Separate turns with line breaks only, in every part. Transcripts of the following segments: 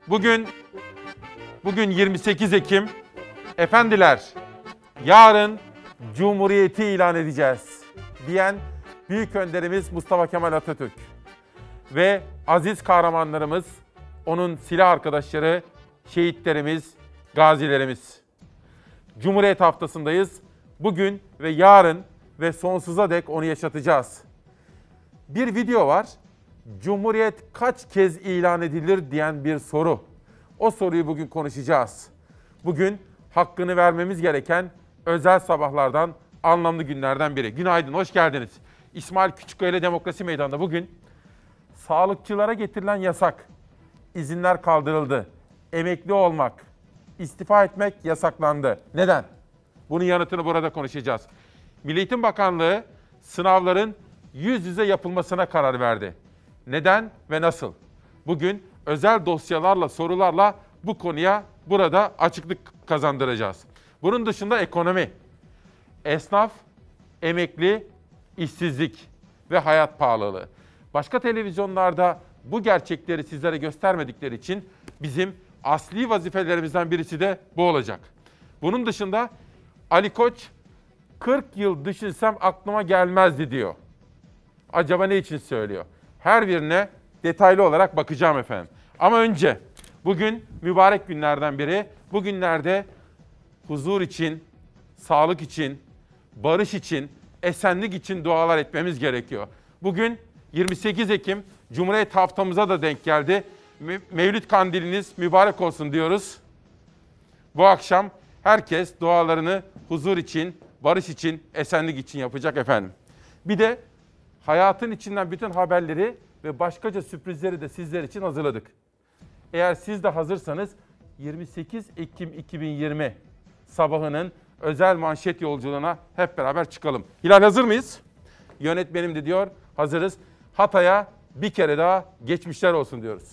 Bugün 28 Ekim. Efendiler, yarın Cumhuriyeti ilan edeceğiz diyen büyük önderimiz Mustafa Kemal Atatürk ve aziz kahramanlarımız, onun silah arkadaşları, şehitlerimiz, gazilerimiz. Cumhuriyet haftasındayız. Bugün ve yarın ve sonsuza dek onu yaşatacağız. Bir video var. Cumhuriyet kaç kez ilan edilir diyen bir soru. O soruyu bugün konuşacağız. Bugün hakkını vermemiz gereken özel sabahlardan, anlamlı günlerden biri. Günaydın, hoş geldiniz. İsmail Küçükkaya Demokrasi Meydanı'nda bugün sağlıkçılara getirilen yasak, izinler kaldırıldı. Emekli olmak, istifa etmek yasaklandı. Neden? Bunun yanıtını burada konuşacağız. Milli Eğitim Bakanlığı sınavların yüz yüze yapılmasına karar verdi. Neden ve nasıl? Bugün özel dosyalarla, sorularla bu konuya burada açıklık kazandıracağız. Bunun dışında ekonomi, esnaf, emekli, işsizlik ve hayat pahalılığı. Başka televizyonlarda bu gerçekleri sizlere göstermedikleri için bizim asli vazifelerimizden birisi de bu olacak. Bunun dışında Ali Koç 40 yıl düşünsem aklıma gelmezdi diyor. Acaba ne için söylüyor? Her birine detaylı olarak bakacağım efendim. Ama önce bugün mübarek günlerden biri. Bugünlerde huzur için, sağlık için, barış için, esenlik için dualar etmemiz gerekiyor. Bugün 28 Ekim Cumhuriyet haftamıza da denk geldi. Mevlid kandiliniz mübarek olsun diyoruz. Bu akşam herkes dualarını huzur için, barış için, esenlik için yapacak efendim. Bir de hayatın içinden bütün haberleri ve başkaca sürprizleri de sizler için hazırladık. Eğer siz de hazırsanız 28 Ekim 2020 sabahının özel manşet yolculuğuna hep beraber çıkalım. Hilal, hazır mıyız? Yönetmenim de diyor, hazırız. Hatay'a bir kere daha geçmişler olsun diyoruz.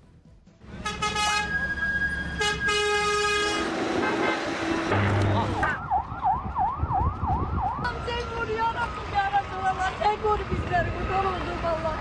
Sen vur ya Rabbim ya Rabbim Allah. Sen vur bizleri. Kurban oldum Allah.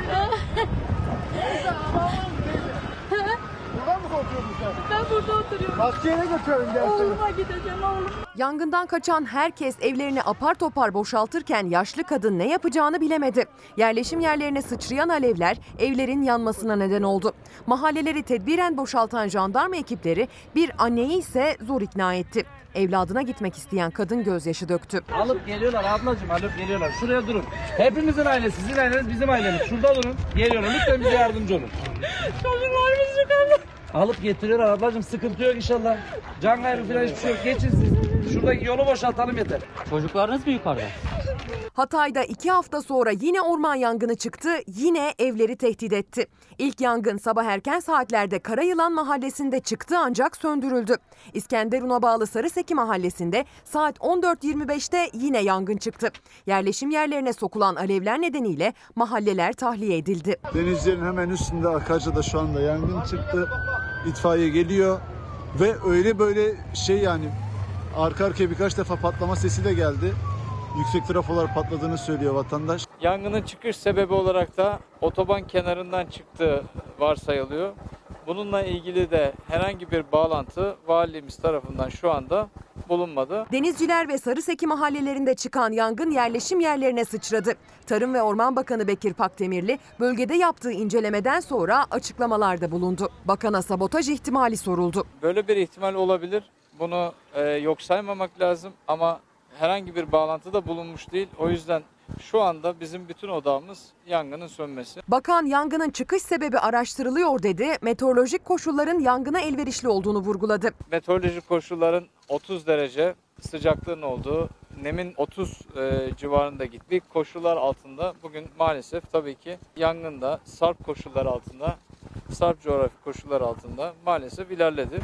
Buradan mı korkuyorsun sen?
Ben burada oturuyorum.
Başka yere götürelim gel seni.
Oğluma gideceğim oğlum.
Yangından kaçan herkes evlerini apar topar boşaltırken yaşlı kadın ne yapacağını bilemedi. Yerleşim yerlerine sıçrayan alevler evlerin yanmasına neden oldu. Mahalleleri tedbiren boşaltan jandarma ekipleri bir anneyi ise zor ikna etti. Evladına gitmek isteyen kadın gözyaşı döktü.
Alıp geliyorlar ablacığım, alıp geliyorlar. Şuraya durun. Hepimizin ailesi, sizin aileniz bizim ailemiz. Şurada durun. Geliyorlar. Lütfen bize yardımcı olun.
Çocuklarımız çıkardı.
Alıp getiriyorlar ablacığım. Sıkıntı yok inşallah. Can kaybı falan hiçbir şey yok. Geçin siz. Şuradaki yolu boşaltalım yeter.
Çocuklarınız mı yukarıda?
Hatay'da 2 hafta sonra yine orman yangını çıktı, yine evleri tehdit etti. İlk yangın sabah erken saatlerde Karayılan mahallesinde çıktı ancak söndürüldü. İskenderun'a bağlı Sarıseki mahallesinde saat 14.25'te yine yangın çıktı. Yerleşim yerlerine sokulan alevler nedeniyle mahalleler tahliye edildi.
Denizlerin hemen üstünde Akarca'da şu anda yangın çıktı. İtfaiye geliyor ve öyle böyle yani arka arkaya birkaç defa patlama sesi de geldi. Yüksek trafolar patladığını söylüyor vatandaş.
Yangının çıkış sebebi olarak da otoban kenarından çıktığı varsayılıyor. Bununla ilgili de herhangi bir bağlantı valimiz tarafından şu anda bulunmadı.
Denizciler ve Sarıseki mahallelerinde çıkan yangın yerleşim yerlerine sıçradı. Tarım ve Orman Bakanı Bekir Pakdemirli bölgede yaptığı incelemeden sonra açıklamalarda bulundu. Bakana sabotaj ihtimali soruldu.
Böyle bir ihtimal olabilir. Bunu yok saymamak lazım ama herhangi bir bağlantı da bulunmuş değil. O yüzden şu anda bizim bütün odağımız yangının sönmesi.
Bakan yangının çıkış sebebi araştırılıyor dedi. Meteorolojik koşulların yangına elverişli olduğunu vurguladı.
Meteorolojik koşulların 30 derece sıcaklığın olduğu, nemin 30 civarında gittiği koşullar altında bugün maalesef tabii ki yangında sarp koşullar altında, sarp coğrafi koşullar altında maalesef ilerledi.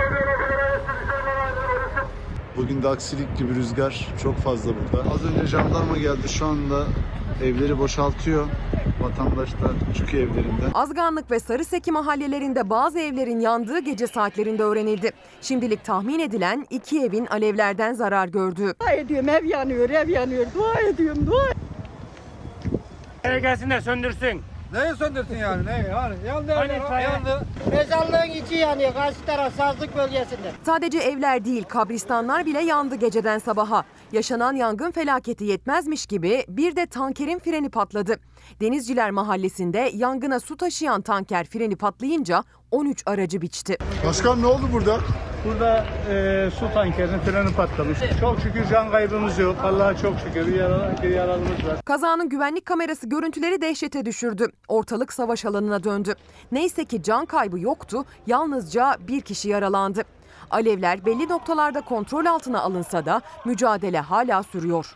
Bugün de aksilik gibi rüzgar çok fazla burada. Az önce jandarma geldi, şu anda evleri boşaltıyor vatandaşlar çıkıyor evlerinden.
Azganlık ve Sarıseki mahallelerinde bazı evlerin yandığı gece saatlerinde öğrenildi. Şimdilik tahmin edilen 2 evin alevlerden zarar gördüğü.
Dua ediyorum ev yanıyor. Dua ediyorum dua.
Eve gelsin de söndürsün. Neyi söndürsün yani? Neyi? Yandı. Yandı.
Mezarlığın içi yanıyor. Karşı taraf Sazlık bölgesinde.
Sadece evler değil, kabristanlar bile yandı geceden sabaha. Yaşanan yangın felaketi yetmezmiş gibi bir de tankerin freni patladı. Denizciler Mahallesi'nde yangına su taşıyan tanker freni patlayınca 13 aracı biçti.
Başkan ne oldu burada?
Burada su tankerinin freni patlamış. Çok şükür can kaybımız yok. Allah'a çok şükür. Bir yaralımız var.
Kazanın güvenlik kamerası görüntüleri dehşete düşürdü. Ortalık savaş alanına döndü. Neyse ki can kaybı yoktu. Yalnızca bir kişi yaralandı. Alevler belli noktalarda kontrol altına alınsa da mücadele hala sürüyor.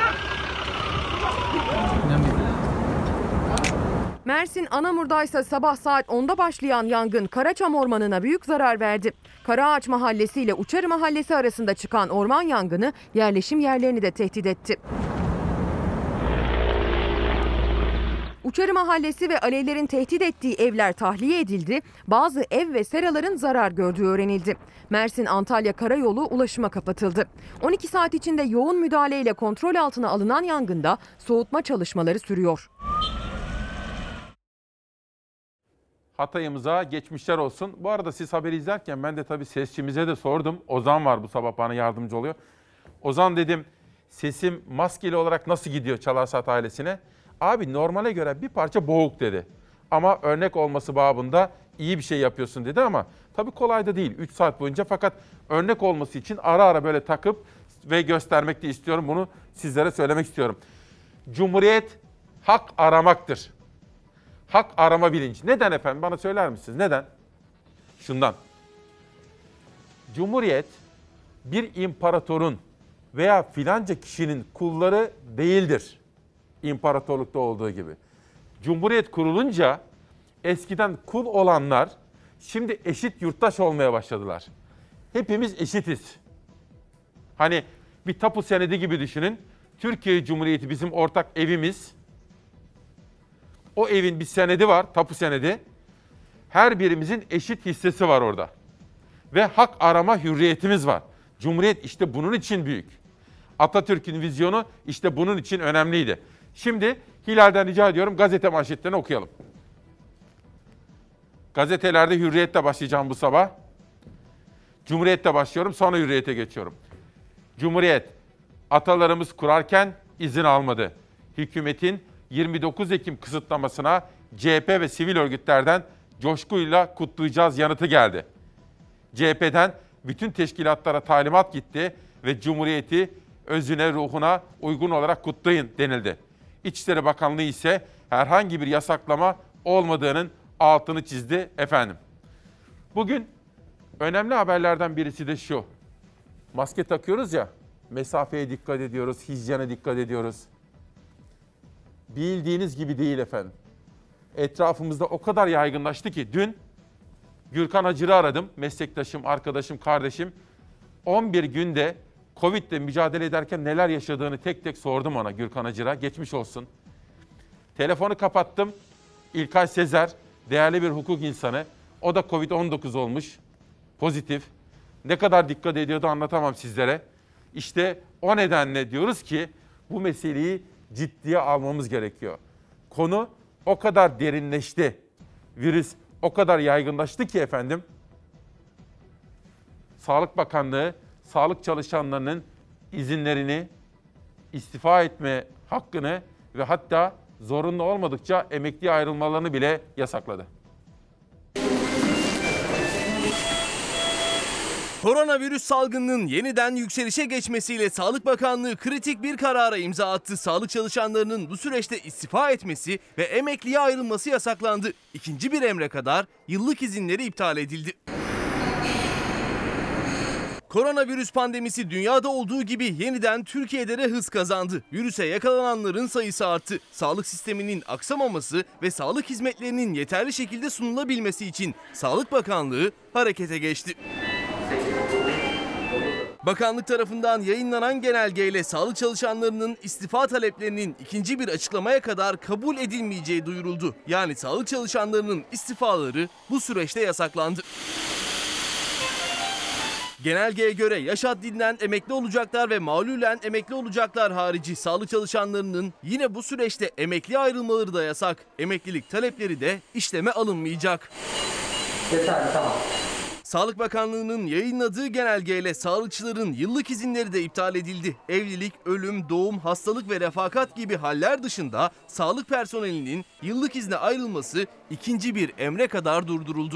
Mersin Anamur'da ise sabah saat 10'da başlayan yangın Karaçam Ormanı'na büyük zarar verdi. Karaağaç Mahallesi ile Uçarı Mahallesi arasında çıkan orman yangını yerleşim yerlerini de tehdit etti. Uçarı Mahallesi ve alevlerin tehdit ettiği evler tahliye edildi. Bazı ev ve seraların zarar gördüğü öğrenildi. Mersin-Antalya Karayolu ulaşıma kapatıldı. 12 saat içinde yoğun müdahaleyle kontrol altına alınan yangında soğutma çalışmaları sürüyor.
Hatay'ımıza geçmişler olsun. Bu arada siz haberi izlerken ben de tabii sesçimize de sordum. Ozan var bu sabah bana yardımcı oluyor. Ozan dedim sesim maskeli olarak nasıl gidiyor Çalarsat ailesine? Abi normale göre bir parça boğuk dedi. Ama örnek olması babında iyi bir şey yapıyorsun dedi ama tabii kolay da değil 3 saat boyunca. Fakat örnek olması için ara ara böyle takıp ve göstermek de istiyorum. Bunu sizlere söylemek istiyorum. Cumhuriyet hak aramaktır. Hak arama bilinci. Neden efendim? Bana söyler misiniz? Neden? Şundan. Cumhuriyet bir imparatorun veya filanca kişinin kulları değildir. İmparatorlukta olduğu gibi. Cumhuriyet kurulunca eskiden kul olanlar şimdi eşit yurttaş olmaya başladılar. Hepimiz eşitiz. Hani bir tapu senedi gibi düşünün. Türkiye Cumhuriyeti bizim ortak evimiz. O evin bir senedi var, tapu senedi. Her birimizin eşit hissesi var orada. Ve hak arama hürriyetimiz var. Cumhuriyet işte bunun için büyük. Atatürk'ün vizyonu işte bunun için önemliydi. Şimdi Hilal'den rica ediyorum gazete manşetlerini okuyalım. Gazetelerde Hürriyet'le başlayacağım bu sabah. Cumhuriyet'le başlıyorum, sonra Hürriyet'e geçiyorum. Cumhuriyet, atalarımız kurarken izin almadı. Hükümetin 29 Ekim kısıtlamasına CHP ve sivil örgütlerden coşkuyla kutlayacağız yanıtı geldi. CHP'den bütün teşkilatlara talimat gitti ve Cumhuriyeti özüne, ruhuna uygun olarak kutlayın denildi. İçişleri Bakanlığı ise herhangi bir yasaklama olmadığının altını çizdi efendim. Bugün önemli haberlerden birisi de şu. Maske takıyoruz ya, mesafeye dikkat ediyoruz, hijyene dikkat ediyoruz. Bildiğiniz gibi değil efendim. Etrafımızda o kadar yaygınlaştı ki dün Gürkan Hacır'ı aradım. Meslektaşım, arkadaşım, kardeşim. 11 günde Covid'le mücadele ederken neler yaşadığını tek tek sordum ona Gürkan Hacır'a. Geçmiş olsun. Telefonu kapattım. İlkay Sezer, değerli bir hukuk insanı. O da Covid-19 olmuş. Pozitif. Ne kadar dikkat ediyordu anlatamam sizlere. İşte o nedenle diyoruz ki bu meseleyi ciddiye almamız gerekiyor. Konu o kadar derinleşti. Virüs o kadar yaygınlaştı ki efendim. Sağlık Bakanlığı, sağlık çalışanlarının izinlerini, istifa etme hakkını ve hatta zorunlu olmadıkça emekliye ayrılmalarını bile yasakladı.
Koronavirüs salgınının yeniden yükselişe geçmesiyle Sağlık Bakanlığı kritik bir karara imza attı. Sağlık çalışanlarının bu süreçte istifa etmesi ve emekliye ayrılması yasaklandı. İkinci bir emre kadar yıllık izinleri iptal edildi. Koronavirüs pandemisi dünyada olduğu gibi yeniden Türkiye'de de hız kazandı. Virüse yakalananların sayısı arttı. Sağlık sisteminin aksamaması ve sağlık hizmetlerinin yeterli şekilde sunulabilmesi için Sağlık Bakanlığı harekete geçti. Bakanlık tarafından yayınlanan genelgeyle sağlık çalışanlarının istifa taleplerinin ikinci bir açıklamaya kadar kabul edilmeyeceği duyuruldu. Yani sağlık çalışanlarının istifaları bu süreçte yasaklandı. Genelgeye göre yaş haddinden emekli olacaklar ve mağlulen emekli olacaklar harici sağlık çalışanlarının yine bu süreçte emekli ayrılmaları da yasak. Emeklilik talepleri de işleme alınmayacak.
Yeterli, tamam.
Sağlık Bakanlığı'nın yayınladığı genelgeyle sağlıkçıların yıllık izinleri de iptal edildi. Evlilik, ölüm, doğum, hastalık ve refakat gibi haller dışında sağlık personelinin yıllık izne ayrılması ikinci bir emre kadar durduruldu.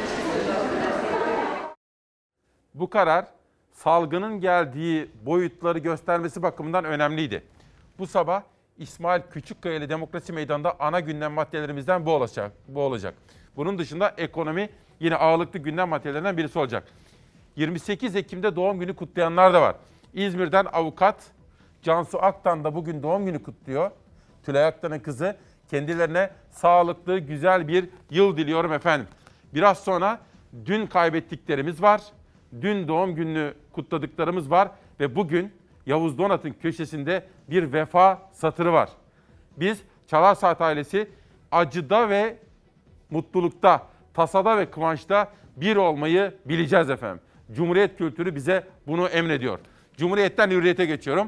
Bu karar salgının geldiği boyutları göstermesi bakımından önemliydi. Bu sabah İsmail Küçükkaya Demokrasi Meydanı'nda ana gündem maddelerimizden bu olacak. Bunun dışında ekonomi yine ağırlıklı gündem maddelerinden birisi olacak. 28 Ekim'de doğum günü kutlayanlar da var. İzmir'den avukat Cansu Aktan da bugün doğum günü kutluyor. Tülay Aktan'ın kızı. Kendilerine sağlıklı, güzel bir yıl diliyorum efendim. Biraz sonra dün kaybettiklerimiz var. Dün doğum gününü kutladıklarımız var. Ve bugün Yavuz Donat'ın köşesinde bir vefa satırı var. Biz Çalar Saat ailesi acıda ve mutlulukta, tasada ve kıvançta bir olmayı bileceğiz efendim. Cumhuriyet kültürü bize bunu emrediyor. Cumhuriyetten hürriyete geçiyorum.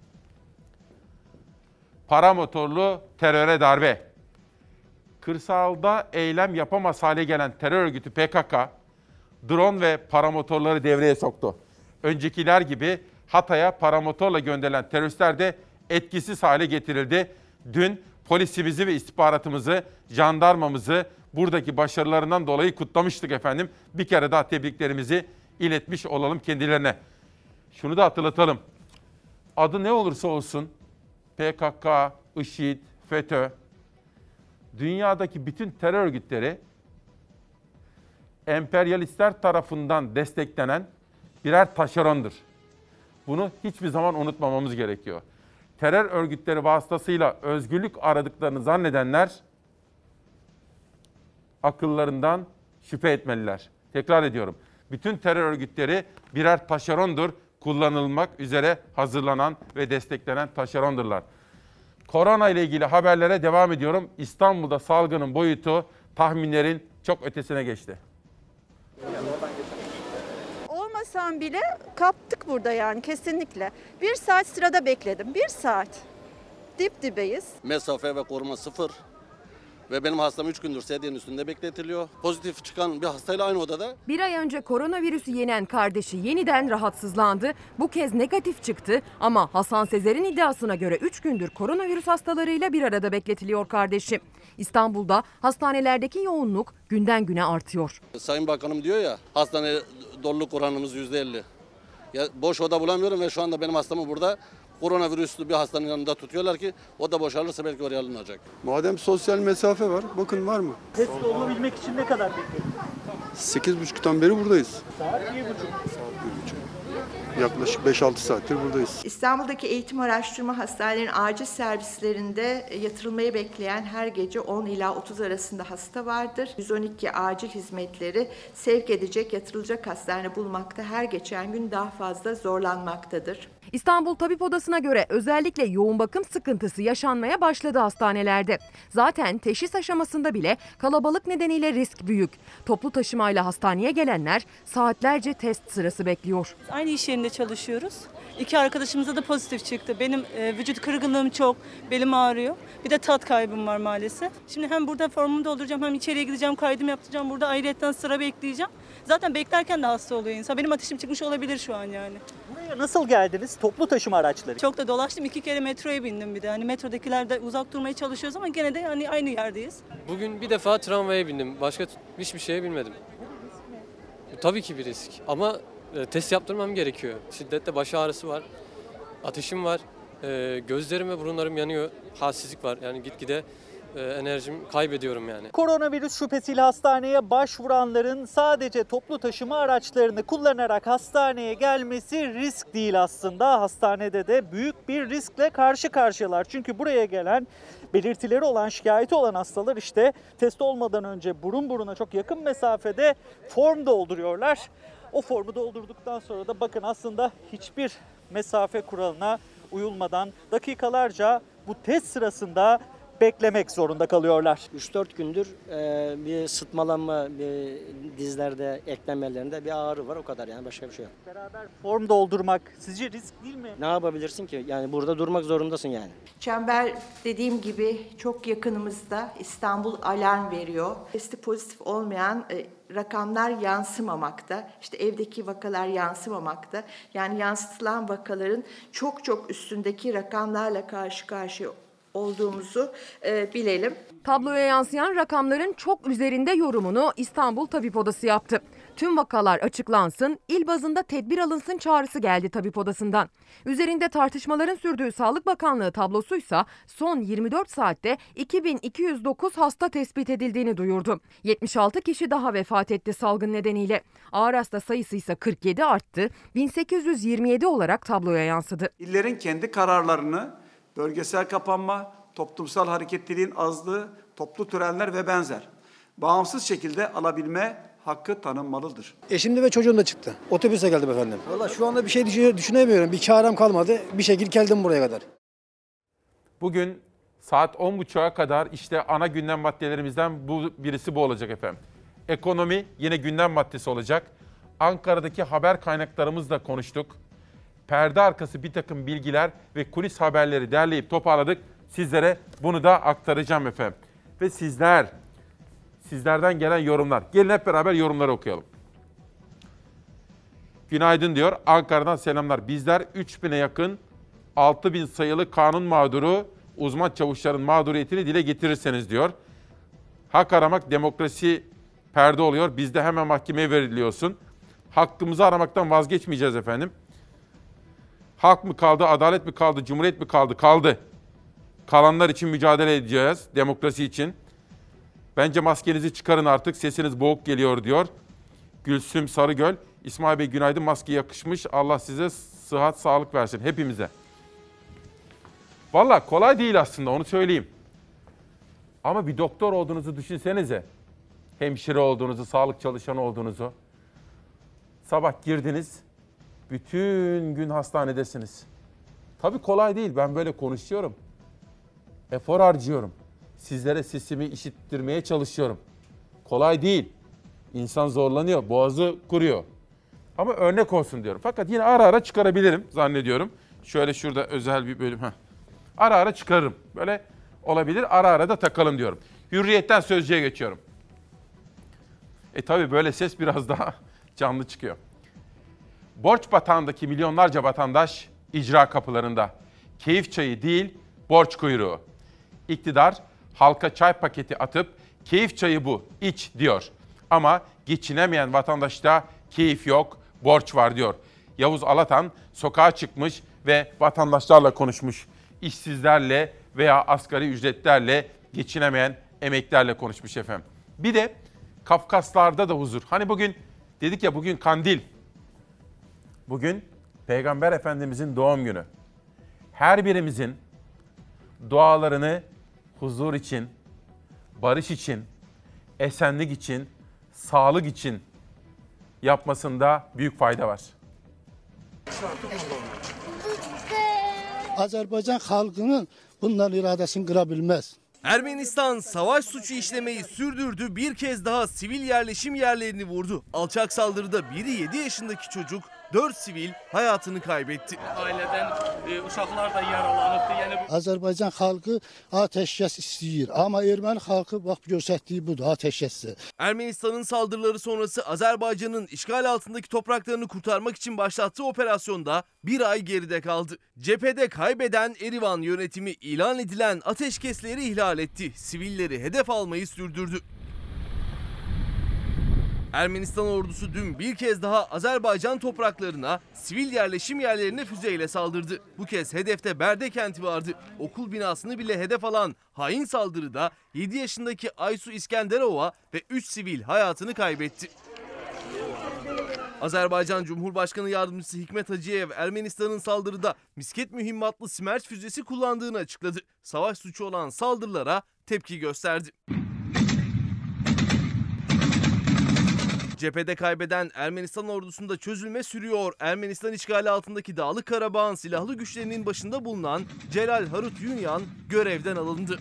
Paramotorlu teröre darbe. Kırsalda eylem yapamaz hale gelen terör örgütü PKK, drone ve paramotorları devreye soktu. Öncekiler gibi Hatay'a paramotorla gönderilen teröristler de etkisiz hale getirildi. Dün polisimizi ve istihbaratımızı, jandarmamızı buradaki başarılarından dolayı kutlamıştık efendim. Bir kere daha tebriklerimizi iletmiş olalım kendilerine. Şunu da hatırlatalım. Adı ne olursa olsun PKK, IŞİD, FETÖ, dünyadaki bütün terör örgütleri emperyalistler tarafından desteklenen birer taşerondur. Bunu hiçbir zaman unutmamamız gerekiyor. Terör örgütleri vasıtasıyla özgürlük aradıklarını zannedenler akıllarından şüphe etmeliler. Tekrar ediyorum. Bütün terör örgütleri birer taşerondur. Kullanılmak üzere hazırlanan ve desteklenen taşerondurlar. Korona ile ilgili haberlere devam ediyorum. İstanbul'da salgının boyutu tahminlerin çok ötesine geçti.
Olmasam bile kaptık burada yani kesinlikle. 1 saat sırada bekledim. 1 saat. Dip dibeyiz.
Mesafe ve koruma 0. Ve benim hastam 3 gündür sedyenin üstünde bekletiliyor. Pozitif çıkan bir hastayla aynı odada.
Bir ay önce koronavirüsü yenen kardeşi yeniden rahatsızlandı. Bu kez negatif çıktı ama Hasan Sezer'in iddiasına göre 3 gündür koronavirüs hastalarıyla bir arada bekletiliyor kardeşi. İstanbul'da hastanelerdeki yoğunluk günden güne artıyor.
Sayın Bakanım diyor ya, hastane doluluk oranımız %50. Ya boş oda bulamıyorum ve şu anda benim hastamı burada koronavirüslü bir hastanın yanında tutuyorlar ki o da boşalırsa belki oraya alınacak.
Madem sosyal mesafe var, bakın var mı?
Test olabilmek için ne kadar bekledin?
8.30'dan beri buradayız.
Saat 1.30.
Yaklaşık 5-6 saattir buradayız.
İstanbul'daki eğitim araştırma hastanelerinin acil servislerinde yatırılmayı bekleyen her gece 10 ila 30 arasında hasta vardır. 112 acil hizmetleri sevk edecek, yatırılacak hastane bulmakta her geçen gün daha fazla zorlanmaktadır.
İstanbul Tabip Odası'na göre özellikle yoğun bakım sıkıntısı yaşanmaya başladı hastanelerde. Zaten teşhis aşamasında bile kalabalık nedeniyle risk büyük. Toplu taşımayla hastaneye gelenler saatlerce test sırası bekliyor.
Aynı iş yerinde çalışıyoruz. 2 arkadaşımıza da pozitif çıktı. Benim vücut kırgınlığım çok, belim ağrıyor. Bir de tat kaybım var maalesef. Şimdi hem burada formumu dolduracağım hem içeriye gideceğim, kaydımı yaptıracağım. Burada ayrıyetten sıra bekleyeceğim. Zaten beklerken de hasta oluyor insan. Benim ateşim çıkmış olabilir şu an yani.
Buraya nasıl geldiniz? Toplu taşıma araçları.
Çok da dolaştım. 2 kere metroya bindim bir de. Hani metrodakiler de uzak durmaya çalışıyoruz ama gene de hani aynı yerdeyiz.
Bugün bir defa tramvaya bindim. Başka hiçbir şeye binmedim. Tabii ki bir risk ama test yaptırmam gerekiyor. Şiddetle baş ağrısı var. Ateşim var. Gözlerim ve burunlarım yanıyor. Halsizlik var. Yani gitgide enerjimi kaybediyorum yani.
Koronavirüs şüphesiyle hastaneye başvuranların sadece toplu taşıma araçlarını kullanarak hastaneye gelmesi risk değil aslında. Hastanede de büyük bir riskle karşı karşıyalar. Çünkü buraya gelen belirtileri olan, şikayeti olan hastalar işte test olmadan önce burun buruna çok yakın mesafede form dolduruyorlar. O formu doldurduktan sonra da bakın aslında hiçbir mesafe kuralına uyulmadan dakikalarca bu test sırasında beklemek zorunda kalıyorlar.
3-4 gündür bir sıtmalanma, bir dizlerde, eklemlerinde bir ağrı var, o kadar yani, başka bir şey yok.
Beraber form doldurmak sizce risk değil mi?
Ne yapabilirsin ki? Yani burada durmak zorundasın yani.
Çember dediğim gibi çok yakınımızda, İstanbul alarm veriyor. Testi pozitif olmayan rakamlar yansımamakta. İşte evdeki vakalar yansımamakta. Yani yansıtılan vakaların çok çok üstündeki rakamlarla karşı karşıya olduğumuzu bilelim.
Tabloya yansıyan rakamların çok üzerinde yorumunu İstanbul Tabip Odası yaptı. Tüm vakalar açıklansın, il bazında tedbir alınsın çağrısı geldi Tabip Odası'ndan. Üzerinde tartışmaların sürdüğü Sağlık Bakanlığı tablosuysa son 24 saatte 2209 hasta tespit edildiğini duyurdu. 76 kişi daha vefat etti salgın nedeniyle. Ağır hasta sayısı ise 47 arttı, 1827 olarak tabloya yansıdı.
İllerin kendi kararlarını bölgesel kapanma, toplumsal hareketliliğin azlığı, toplu törenler ve benzer bağımsız şekilde alabilme hakkı tanınmalıdır.
Eşim de ve çocuğum da çıktı. Otobüse geldim efendim. Valla şu anda bir şey düşünemiyorum. Bir çarem kalmadı. Bir şekilde geldim buraya kadar.
Bugün saat 10.30'a kadar işte ana gündem maddelerimizden birisi bu olacak efendim. Ekonomi yine gündem maddesi olacak. Ankara'daki haber kaynaklarımızla konuştuk. Perde arkası bir takım bilgiler ve kulis haberleri derleyip toparladık. Sizlere bunu da aktaracağım efendim. Ve sizlerden gelen yorumlar. Gelin hep beraber yorumları okuyalım. Günaydın diyor. Ankara'dan selamlar. Bizler 3000'e yakın 6000 sayılı kanun mağduru uzman çavuşların mağduriyetini dile getirirseniz diyor. Hak aramak demokrasi perde oluyor. Bizde hemen mahkemeye veriliyorsun. Hakkımızı aramaktan vazgeçmeyeceğiz efendim. Hak mı kaldı, adalet mi kaldı, cumhuriyet mi kaldı? Kaldı. Kalanlar için mücadele edeceğiz, demokrasi için. Bence maskenizi çıkarın artık, sesiniz boğuk geliyor diyor. Gülsüm Sarıgöl, İsmail Bey günaydın, maske yakışmış. Allah size sıhhat, sağlık versin hepimize. Vallahi kolay değil aslında, onu söyleyeyim. Ama bir doktor olduğunuzu düşünsenize. Hemşire olduğunuzu, sağlık çalışanı olduğunuzu. Sabah girdiniz, bütün gün hastanedesiniz. Tabii kolay değil, ben böyle konuşuyorum. Efor harcıyorum. Sizlere sesimi işittirmeye çalışıyorum. Kolay değil. İnsan zorlanıyor, boğazı kuruyor. Ama örnek olsun diyorum. Fakat yine ara ara çıkarabilirim zannediyorum. Şöyle şurada özel bir bölüm. Ara ara çıkarırım. Böyle olabilir, ara ara da takalım diyorum. Hürriyetten Sözcü'ye geçiyorum. Tabii böyle ses biraz daha canlı çıkıyor. Borç batağındaki milyonlarca vatandaş icra kapılarında. Keyif çayı değil, borç kuyruğu. İktidar halka çay paketi atıp keyif çayı bu, iç diyor. Ama geçinemeyen vatandaşta keyif yok, borç var diyor. Yavuz Alatan sokağa çıkmış ve vatandaşlarla konuşmuş. İşsizlerle veya asgari ücretlerle geçinemeyen emeklilerle konuşmuş efendim. Bir de Kafkaslar'da da huzur. Hani bugün dedik ya, bugün Kandil. Bugün Peygamber Efendimizin doğum günü. Her birimizin dualarını huzur için, barış için, esenlik için, sağlık için yapmasında büyük fayda var.
Azerbaycan halkının bunların iradesini kırabilmez.
Ermenistan savaş suçu işlemeyi sürdürdü, bir kez daha sivil yerleşim yerlerini vurdu. Alçak saldırıda biri 7 yaşındaki çocuk, 4 sivil hayatını kaybetti.
Aileden uşaklar da yaralanıbdı. Yani
Azerbaycan halkı ateşkes istəyir ama Ermeni halkı bak gösterdiği budur, ateşkesi.
Ermenistan'ın saldırıları sonrası Azerbaycan'ın işgal altındaki topraklarını kurtarmak için başlattığı operasyonda bir ay geride kaldı. Cephede kaybeden Erivan yönetimi ilan edilen ateşkesleri ihlal etti. Sivilleri hedef almayı sürdürdü. Ermenistan ordusu dün bir kez daha Azerbaycan topraklarına, sivil yerleşim yerlerine füzeyle saldırdı. Bu kez hedefte Berde kenti vardı. Okul binasını bile hedef alan hain saldırıda 7 yaşındaki Aysu İskenderova ve 3 sivil hayatını kaybetti. Azerbaycan Cumhurbaşkanı Yardımcısı Hikmet Hacıyev, Ermenistan'ın saldırıda misket mühimmatlı Smerç füzesi kullandığını açıkladı. Savaş suçu olan saldırılara tepki gösterdi. Cephede kaybeden Ermenistan ordusunda çözülme sürüyor. Ermenistan işgali altındaki Dağlık Karabağ'ın silahlı güçlerinin başında bulunan Celal Harut Yunyan görevden alındı.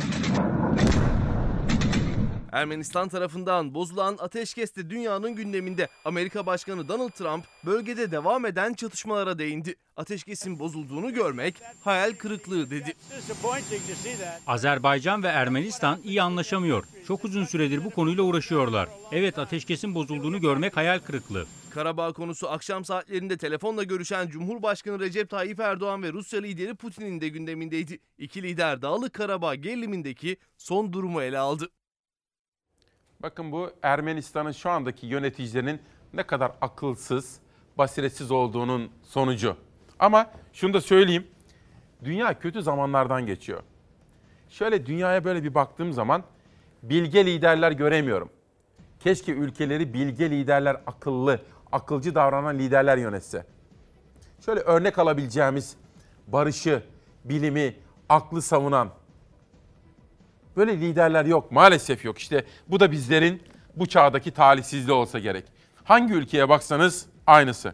Ermenistan tarafından bozulan ateşkes de dünyanın gündeminde. Amerika Başkanı Donald Trump bölgede devam eden çatışmalara değindi. Ateşkesin bozulduğunu görmek hayal kırıklığı dedi.
Azerbaycan ve Ermenistan iyi anlaşamıyor. Çok uzun süredir bu konuyla uğraşıyorlar. Evet, ateşkesin bozulduğunu görmek hayal kırıklığı.
Karabağ konusu akşam saatlerinde telefonla görüşen Cumhurbaşkanı Recep Tayyip Erdoğan ve Rusya lideri Putin'in de gündemindeydi. İki lider Dağlık Karabağ gerilimindeki son durumu ele aldı.
Bakın bu Ermenistan'ın şu andaki yöneticilerinin ne kadar akılsız, basiretsiz olduğunun sonucu. Ama şunu da söyleyeyim, dünya kötü zamanlardan geçiyor. Şöyle dünyaya böyle bir baktığım zaman bilge liderler göremiyorum. Keşke ülkeleri bilge liderler, akılcı davranan liderler yönetse. Şöyle örnek alabileceğimiz barışı, bilimi, aklı savunan böyle liderler yok, maalesef yok. İşte bu da bizlerin bu çağdaki talihsizliği olsa gerek. Hangi ülkeye baksanız aynısı.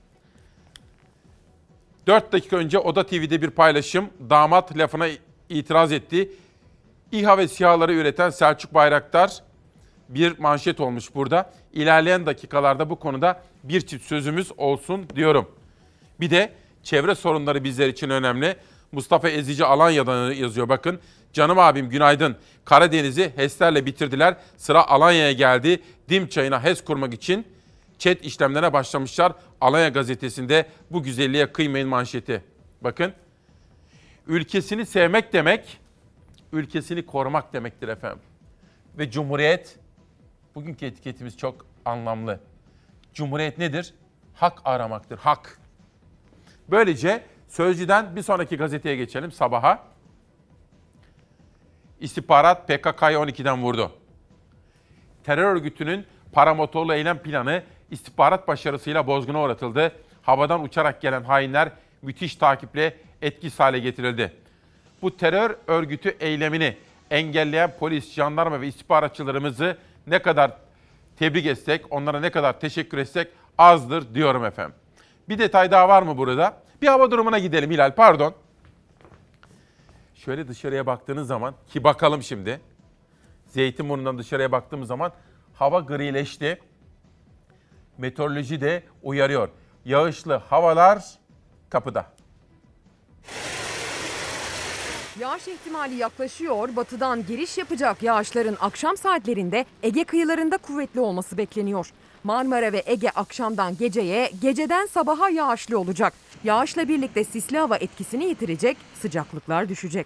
4 dakika önce Oda TV'de bir paylaşım, damat lafına itiraz etti. İHA ve SİHA'ları üreten Selçuk Bayraktar bir manşet olmuş burada. İlerleyen dakikalarda bu konuda bir çift sözümüz olsun diyorum. Bir de çevre sorunları bizler için önemli. Mustafa Ezici Alanya'dan yazıyor bakın. Canım abim günaydın. Karadeniz'i HES'lerle bitirdiler. Sıra Alanya'ya geldi. Dim çayına HES kurmak için chat işlemlerine başlamışlar. Alanya gazetesinde bu güzelliğe kıymayın manşeti. Bakın. Ülkesini sevmek demek, ülkesini korumak demektir efendim. Ve Cumhuriyet, bugünkü etiketimiz çok anlamlı. Cumhuriyet nedir? Hak aramaktır, hak. Böylece Sözcü'den bir sonraki gazeteye geçelim, Sabah'a. İstihbarat PKK'yı 12'den vurdu. Terör örgütünün paramotorlu eylem planı istihbarat başarısıyla bozguna uğratıldı. Havadan uçarak gelen hainler müthiş takiple etkisiz hale getirildi. Bu terör örgütü eylemini engelleyen polis, jandarma ve istihbaratçılarımızı ne kadar tebrik etsek, onlara ne kadar teşekkür etsek azdır diyorum efendim. Bir detay daha var mı burada? Bir hava durumuna gidelim Hilal, pardon. Şöyle dışarıya baktığınız zaman, ki bakalım şimdi. Zeytinburnu'ndan dışarıya baktığımız zaman hava grileşti. Meteoroloji de uyarıyor. Yağışlı havalar kapıda.
Yağış ihtimali yaklaşıyor. Batıdan giriş yapacak yağışların akşam saatlerinde Ege kıyılarında kuvvetli olması bekleniyor. Marmara ve Ege akşamdan geceye, geceden sabaha yağışlı olacak. Yağışla birlikte sisli hava etkisini yitirecek, sıcaklıklar düşecek.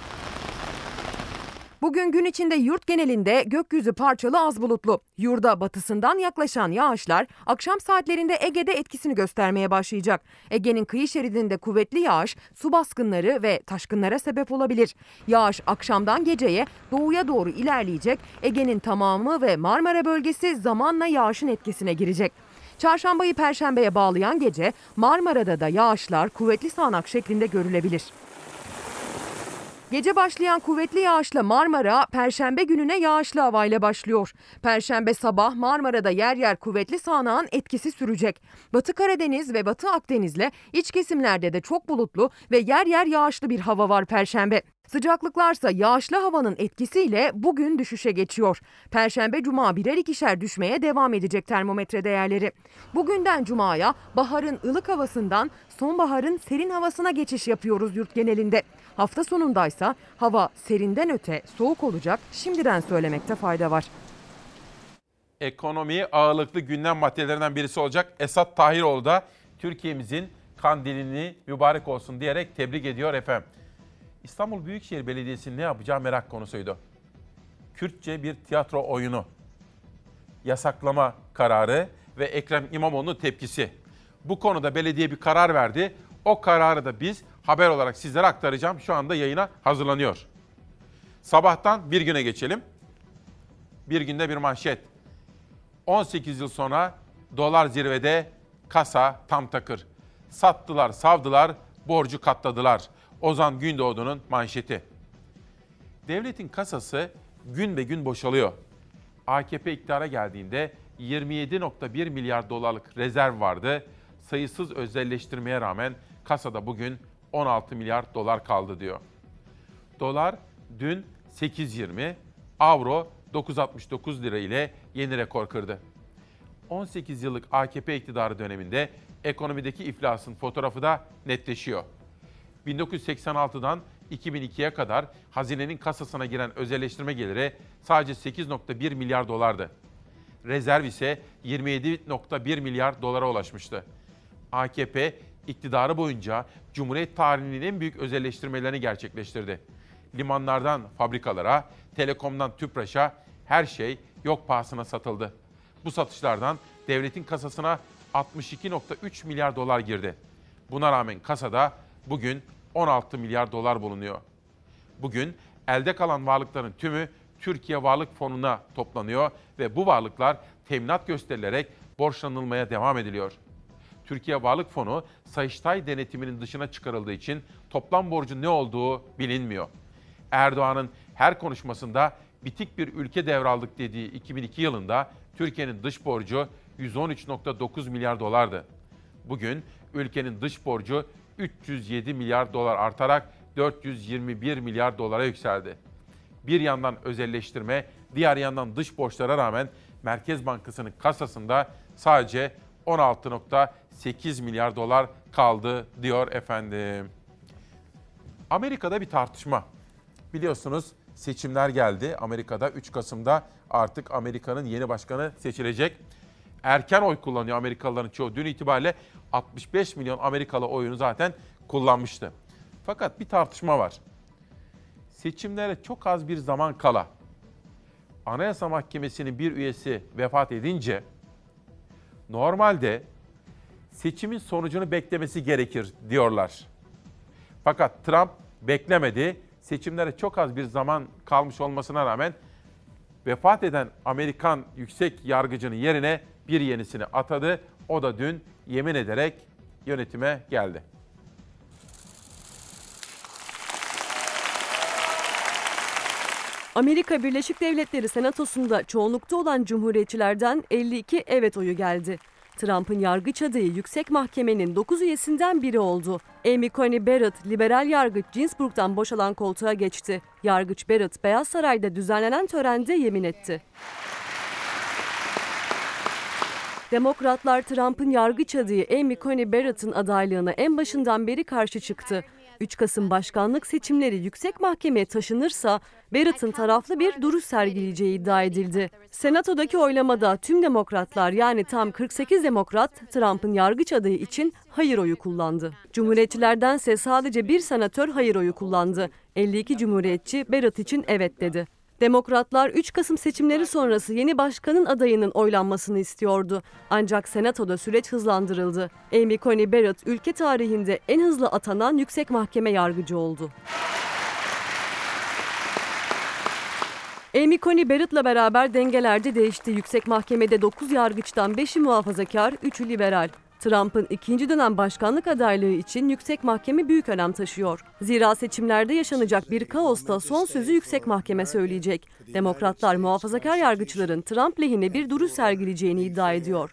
Bugün gün içinde yurt genelinde gökyüzü parçalı az bulutlu. Yurda batısından yaklaşan yağışlar akşam saatlerinde Ege'de etkisini göstermeye başlayacak. Ege'nin kıyı şeridinde kuvvetli yağış su baskınları ve taşkınlara sebep olabilir. Yağış akşamdan geceye doğuya doğru ilerleyecek. Ege'nin tamamı ve Marmara bölgesi zamanla yağışın etkisine girecek. Çarşambayı Perşembe'ye bağlayan gece Marmara'da da yağışlar kuvvetli sağanak şeklinde görülebilir. Gece başlayan kuvvetli yağışla Marmara, Perşembe gününe yağışlı havayla başlıyor. Perşembe sabah Marmara'da yer yer kuvvetli sağanağın etkisi sürecek. Batı Karadeniz ve Batı Akdeniz'le iç kesimlerde de çok bulutlu ve yer yer yağışlı bir hava var Perşembe. Sıcaklıklarsa yağışlı havanın etkisiyle bugün düşüşe geçiyor. Perşembe, Cuma birer ikişer düşmeye devam edecek termometre değerleri. Bugünden Cuma'ya baharın ılık havasından sonbaharın serin havasına geçiş yapıyoruz yurt genelinde. Hafta sonundaysa hava serinden öte soğuk olacak, şimdiden söylemekte fayda var.
Ekonomi ağırlıklı gündem maddelerinden birisi olacak. Esat Tahiroğlu da Türkiye'mizin kandilini mübarek olsun diyerek tebrik ediyor efendim. İstanbul Büyükşehir Belediyesi'nin ne yapacağı merak konusuydu. Kürtçe bir tiyatro oyunu, yasaklama kararı ve Ekrem İmamoğlu'nun tepkisi. Bu konuda belediye bir karar verdi. O kararı da biz haber olarak sizlere aktaracağım. Şu anda yayına hazırlanıyor. Sabahtan bir güne geçelim. Bir günde bir manşet. 18 yıl sonra dolar zirvede, kasa tam takır. Sattılar, savdılar, borcu katladılar. Ozan Gündoğdu'nun manşeti. Devletin kasası gün be gün boşalıyor. AKP iktidara geldiğinde 27.1 milyar dolarlık rezerv vardı. Sayısız özelleştirmeye rağmen kasada bugün 16 milyar dolar kaldı diyor. Dolar dün 8.20, avro 9.69 lira ile yeni rekor kırdı. 18 yıllık AKP iktidarı döneminde ekonomideki iflasın fotoğrafı da netleşiyor. 1986'dan 2002'ye kadar hazinenin kasasına giren özelleştirme geliri sadece 8.1 milyar dolardı. Rezerv ise 27.1 milyar dolara ulaşmıştı. AKP iktidarı boyunca Cumhuriyet tarihinin en büyük özelleştirmelerini gerçekleştirdi. Limanlardan fabrikalara, telekomdan TÜPRAŞ'a her şey yok pahasına satıldı. Bu satışlardan devletin kasasına 62.3 milyar dolar girdi. Buna rağmen kasada bugün 16 milyar dolar bulunuyor. Bugün elde kalan varlıkların tümü Türkiye Varlık Fonu'na toplanıyor ve bu varlıklar teminat gösterilerek borçlanılmaya devam ediliyor. Türkiye Varlık Fonu, Sayıştay denetiminin dışına çıkarıldığı için toplam borcun ne olduğu bilinmiyor. Erdoğan'ın her konuşmasında bitik bir ülke devraldık dediği 2002 yılında Türkiye'nin dış borcu 113.9 milyar dolardı. Bugün ülkenin dış borcu 307 milyar dolar artarak 421 milyar dolara yükseldi. Bir yandan özelleştirme, diğer yandan dış borçlara rağmen Merkez Bankası'nın kasasında sadece 16.8 milyar dolar kaldı diyor efendim. Amerika'da bir tartışma. Biliyorsunuz seçimler geldi. Amerika'da 3 Kasım'da artık Amerika'nın yeni başkanı seçilecek. Erken oy kullanıyor Amerikalıların çoğu. Dün itibariyle 65 milyon Amerikalı oyunu zaten kullanmıştı. Fakat bir tartışma var. Seçimlere çok az bir zaman kala Anayasa Mahkemesi'nin bir üyesi vefat edince normalde seçimin sonucunu beklemesi gerekir diyorlar. Fakat Trump beklemedi. Seçimlere çok az bir zaman kalmış olmasına rağmen vefat eden Amerikan yüksek yargıcının yerine bir yenisini atadı. O da dün yemin ederek yönetime geldi.
Amerika Birleşik Devletleri Senatosu'nda çoğunlukta olan Cumhuriyetçilerden 52 evet oyu geldi. Trump'ın yargıç adayı Yüksek Mahkemenin 9 üyesinden biri oldu. Amy Coney Barrett, liberal yargıç Ginsburg'dan boşalan koltuğa geçti. Yargıç Barrett, Beyaz Saray'da düzenlenen törende yemin etti. Demokratlar Trump'ın yargıç adayı Amy Coney Barrett'ın adaylığına en başından beri karşı çıktı. 3 Kasım başkanlık seçimleri yüksek mahkemeye taşınırsa Barrett'ın taraflı bir duruş sergileyeceği iddia edildi. Senato'daki oylamada tüm demokratlar yani tam 48 demokrat Trump'ın yargıç adayı için hayır oyu kullandı. Cumhuriyetçilerdense sadece bir senatör hayır oyu kullandı. 52 cumhuriyetçi Barrett için evet dedi. Demokratlar 3 Kasım seçimleri sonrası yeni başkanın adayının oylanmasını istiyordu. Ancak Senato'da süreç hızlandırıldı. Amy Coney Barrett ülke tarihinde en hızlı atanan yüksek mahkeme yargıcı oldu. Amy Coney Barrett'la beraber dengeler de değişti. Yüksek mahkemede 9 yargıçtan 5'i muhafazakar, 3'ü liberal. Trump'ın ikinci dönem başkanlık adaylığı için yüksek mahkeme büyük önem taşıyor. Zira seçimlerde yaşanacak bir kaosta son sözü yüksek mahkeme söyleyecek. Demokratlar muhafazakar yargıçların Trump lehine bir duruş sergileyeceğini iddia ediyor.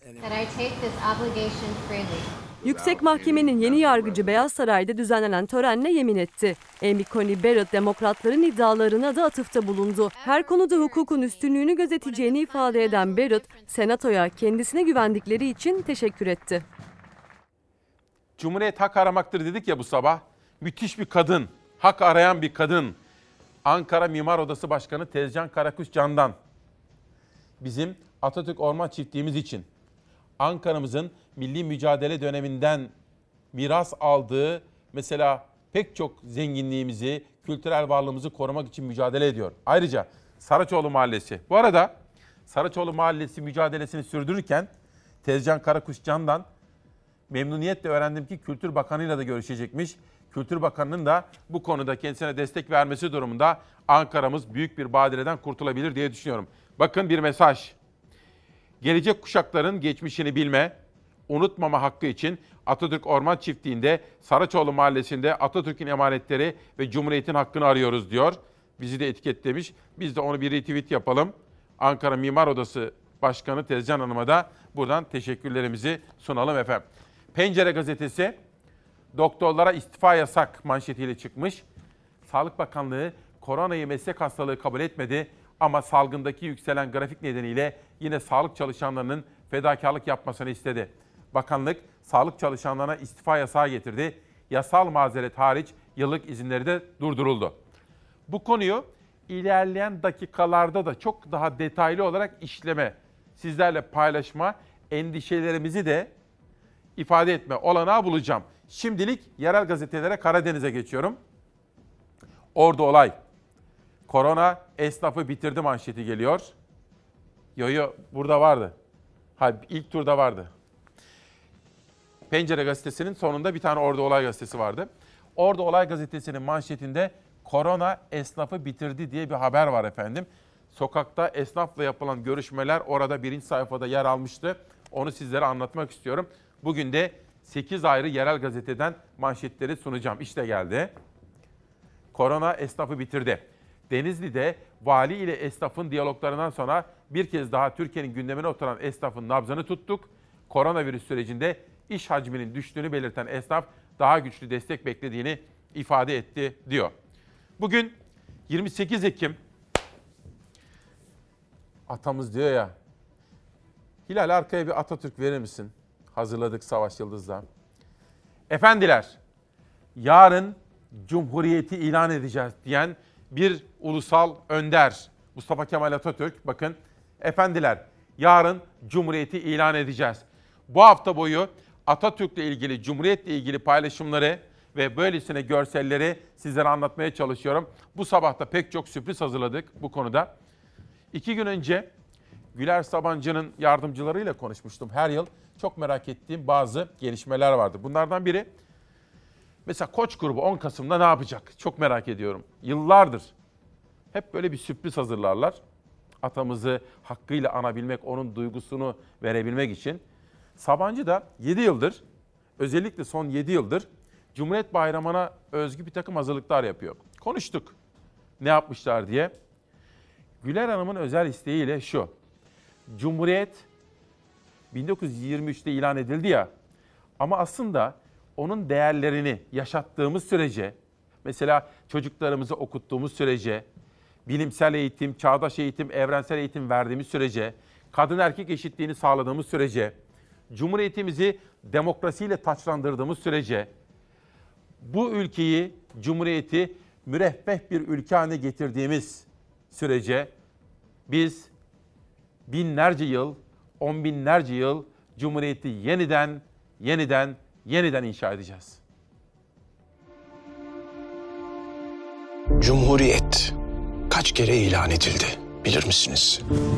Yüksek Mahkemenin yeni yargıcı Beyaz Saray'da düzenlenen törenle yemin etti. Amy Coney Barrett demokratların iddialarına da atıfta bulundu. Her konuda hukukun üstünlüğünü gözeteceğini ifade eden Barrett, Senato'ya kendisine güvendikleri için teşekkür etti.
Cumhuriyet hak aramaktır dedik ya bu sabah. Müthiş bir kadın, hak arayan bir kadın. Ankara Mimar Odası Başkanı Tezcan Karakuş Can'dan. Bizim Atatürk Orman Çiftliğimiz için Ankara'mızın milli mücadele döneminden miras aldığı mesela pek çok zenginliğimizi, kültürel varlığımızı korumak için mücadele ediyor. Ayrıca Saraçoğlu Mahallesi. Bu arada Saraçoğlu Mahallesi mücadelesini sürdürürken Tezcan Karakuş Can'dan memnuniyetle öğrendim ki Kültür Bakanı'yla da görüşecekmiş. Kültür Bakanı'nın da bu konuda kendisine destek vermesi durumunda Ankara'mız büyük bir badireden kurtulabilir diye düşünüyorum. Bakın bir mesaj. Gelecek kuşakların geçmişini bilme, unutmama hakkı için Atatürk Orman Çiftliği'nde Saraçoğlu Mahallesi'nde Atatürk'ün emanetleri ve Cumhuriyet'in hakkını arıyoruz diyor. Bizi de etiketlemiş. Biz de onu bir retweet yapalım. Ankara Mimar Odası Başkanı Tezcan Hanım'a da buradan teşekkürlerimizi sunalım efendim. Pencere gazetesi doktorlara istifa yasak manşetiyle çıkmış. Sağlık Bakanlığı koronayı meslek hastalığı kabul etmedi ama salgındaki yükselen grafik nedeniyle yine sağlık çalışanlarının fedakarlık yapmasını istedi. Bakanlık sağlık çalışanlarına istifa yasağı getirdi. Yasal mazeret hariç yıllık izinleri de durduruldu. Bu konuyu ilerleyen dakikalarda da çok daha detaylı olarak işleme, sizlerle paylaşma, endişelerimizi de ifade etme olanağı bulacağım. Şimdilik yerel gazetelere, Karadeniz'e geçiyorum. Ordu olay. Korona esnafı bitirdi manşeti geliyor. Yo burada vardı. İlk turda vardı. Pencere gazetesinin sonunda bir tane Ordu Olay gazetesi vardı. Ordu Olay gazetesinin manşetinde korona esnafı bitirdi diye bir haber var efendim. Sokakta esnafla yapılan görüşmeler orada birinci sayfada yer almıştı. Onu sizlere anlatmak istiyorum. Bugün de 8 ayrı yerel gazeteden manşetleri sunacağım. İşte geldi. Korona esnafı bitirdi. Denizli'de vali ile esnafın diyaloglarından sonra bir kez daha Türkiye'nin gündemine oturan esnafın nabzını tuttuk. Koronavirüs sürecinde iş hacminin düştüğünü belirten esnaf daha güçlü destek beklediğini ifade etti diyor. Bugün 28 Ekim. Atamız diyor ya. Hilal arkaya bir Atatürk verir misin? Hazırladık Savaş Yıldız'la. Efendiler, yarın Cumhuriyeti ilan edeceğiz diyen bir ulusal önder Mustafa Kemal Atatürk. Bakın efendiler, yarın Cumhuriyeti ilan edeceğiz. Bu hafta boyu Atatürk'le ilgili, Cumhuriyet'le ilgili paylaşımları ve böylesine görselleri sizlere anlatmaya çalışıyorum. Bu sabah da pek çok sürpriz hazırladık bu konuda. 2 gün önce Güler Sabancı'nın yardımcılarıyla konuşmuştum. Her yıl çok merak ettiğim bazı gelişmeler vardı. Bunlardan biri, mesela Koç grubu 10 Kasım'da ne yapacak? Çok merak ediyorum. Yıllardır hep böyle bir sürpriz hazırlarlar. Atamızı hakkıyla anabilmek, onun duygusunu verebilmek için. Sabancı da 7 yıldır, özellikle son 7 yıldır Cumhuriyet Bayramı'na özgü bir takım hazırlıklar yapıyor. Konuştuk ne yapmışlar diye. Güler Hanım'ın özel isteğiyle şu: Cumhuriyet 1923'te ilan edildi ya, ama aslında onun değerlerini yaşattığımız sürece, mesela çocuklarımızı okuttuğumuz sürece, bilimsel eğitim, çağdaş eğitim, evrensel eğitim verdiğimiz sürece, kadın erkek eşitliğini sağladığımız sürece, Cumhuriyetimizi demokrasiyle taçlandırdığımız sürece, bu ülkeyi, Cumhuriyeti müreffeh bir ülke haline getirdiğimiz sürece biz binlerce yıl, on binlerce yıl Cumhuriyeti yeniden inşa edeceğiz.
Cumhuriyet kaç kere ilan edildi bilir misiniz?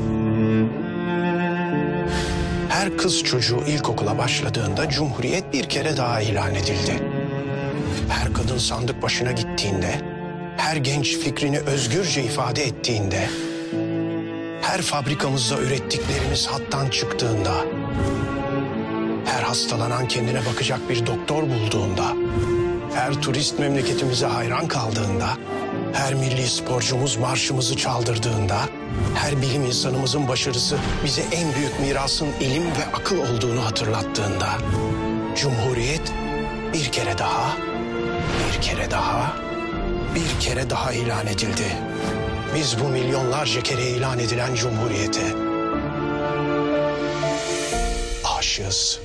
Her kız çocuğu ilkokula başladığında Cumhuriyet bir kere daha ilan edildi. Her kadın sandık başına gittiğinde, her genç fikrini özgürce ifade ettiğinde, her fabrikamızda ürettiklerimiz hattan çıktığında, her hastalanan kendine bakacak bir doktor bulduğunda, her turist memleketimize hayran kaldığında, her milli sporcumuz marşımızı çaldırdığında, her bilim insanımızın başarısı bize en büyük mirasın ilim ve akıl olduğunu hatırlattığında, Cumhuriyet bir kere daha, bir kere daha, bir kere daha ilan edildi. Biz bu milyonlarca kere ilan edilen Cumhuriyete aşığız.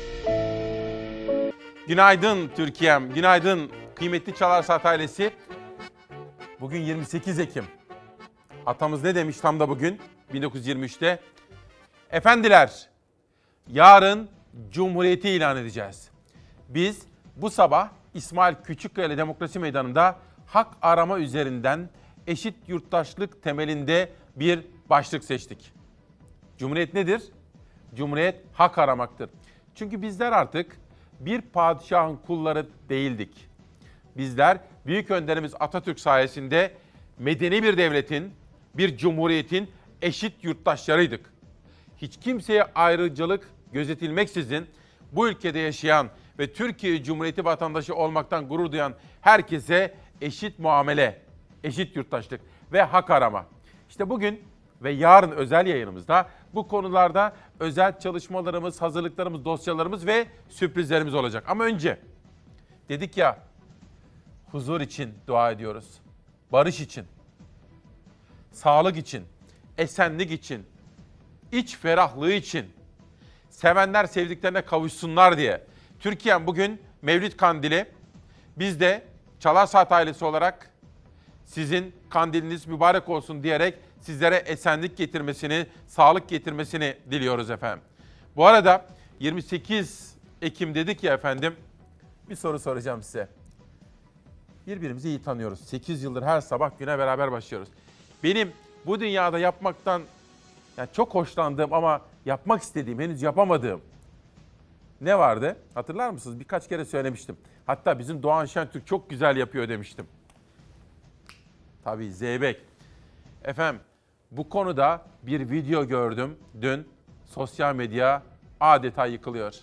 Günaydın Türkiye'm, günaydın kıymetli Çalar Saat ailesi. Bugün 28 Ekim. Atamız ne demiş tam da bugün 1923'te? Efendiler, yarın Cumhuriyeti ilan edeceğiz. Biz bu sabah İsmail Küçükkaya Demokrasi Meydanı'nda hak arama üzerinden eşit yurttaşlık temelinde bir başlık seçtik. Cumhuriyet nedir? Cumhuriyet hak aramaktır. Çünkü bizler artık bir padişahın kulları değildik. Bizler büyük önderimiz Atatürk sayesinde medeni bir devletin, bir cumhuriyetin eşit yurttaşlarıydık. Hiç kimseye ayrıcalık gözetilmeksizin bu ülkede yaşayan ve Türkiye Cumhuriyeti vatandaşı olmaktan gurur duyan herkese eşit muamele, eşit yurttaşlık ve hak arama. İşte bugün ve yarın özel yayınımızda Bu konularda özel çalışmalarımız, hazırlıklarımız, dosyalarımız ve sürprizlerimiz olacak. Ama önce dedik ya, huzur için dua ediyoruz. Barış için, sağlık için, esenlik için, iç ferahlığı için, sevenler sevdiklerine kavuşsunlar diye. Türkiye'm bugün Mevlid Kandili. Biz de Çalar Saat ailesi olarak sizin kandiliniz mübarek olsun diyerek sizlere esenlik getirmesini, sağlık getirmesini diliyoruz efendim. Bu arada 28 Ekim dedik ya efendim, bir soru soracağım size. Birbirimizi iyi tanıyoruz. 8 yıldır her sabah güne beraber başlıyoruz. Benim bu dünyada yapmaktan çok hoşlandığım ama yapmak istediğim, henüz yapamadığım ne vardı? Hatırlar mısınız? Birkaç kere söylemiştim. Hatta bizim Doğan Şentürk çok güzel yapıyor demiştim. Tabii Zeybek. Efendim bu konuda bir video gördüm dün. Sosyal medya adeta yıkılıyor.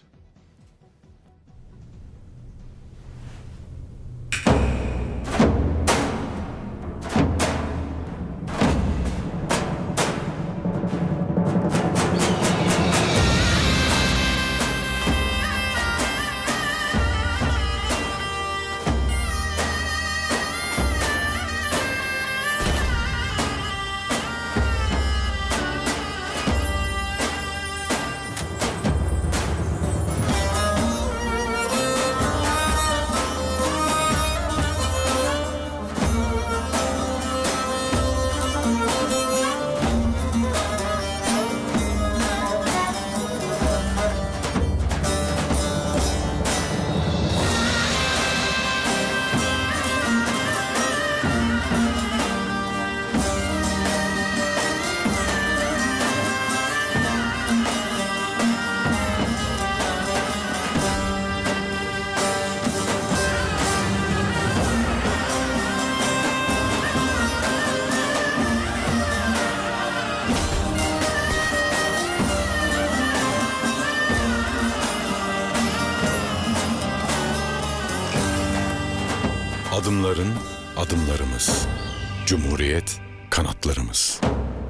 Adımların adımlarımız. Cumhuriyet kanatlarımız.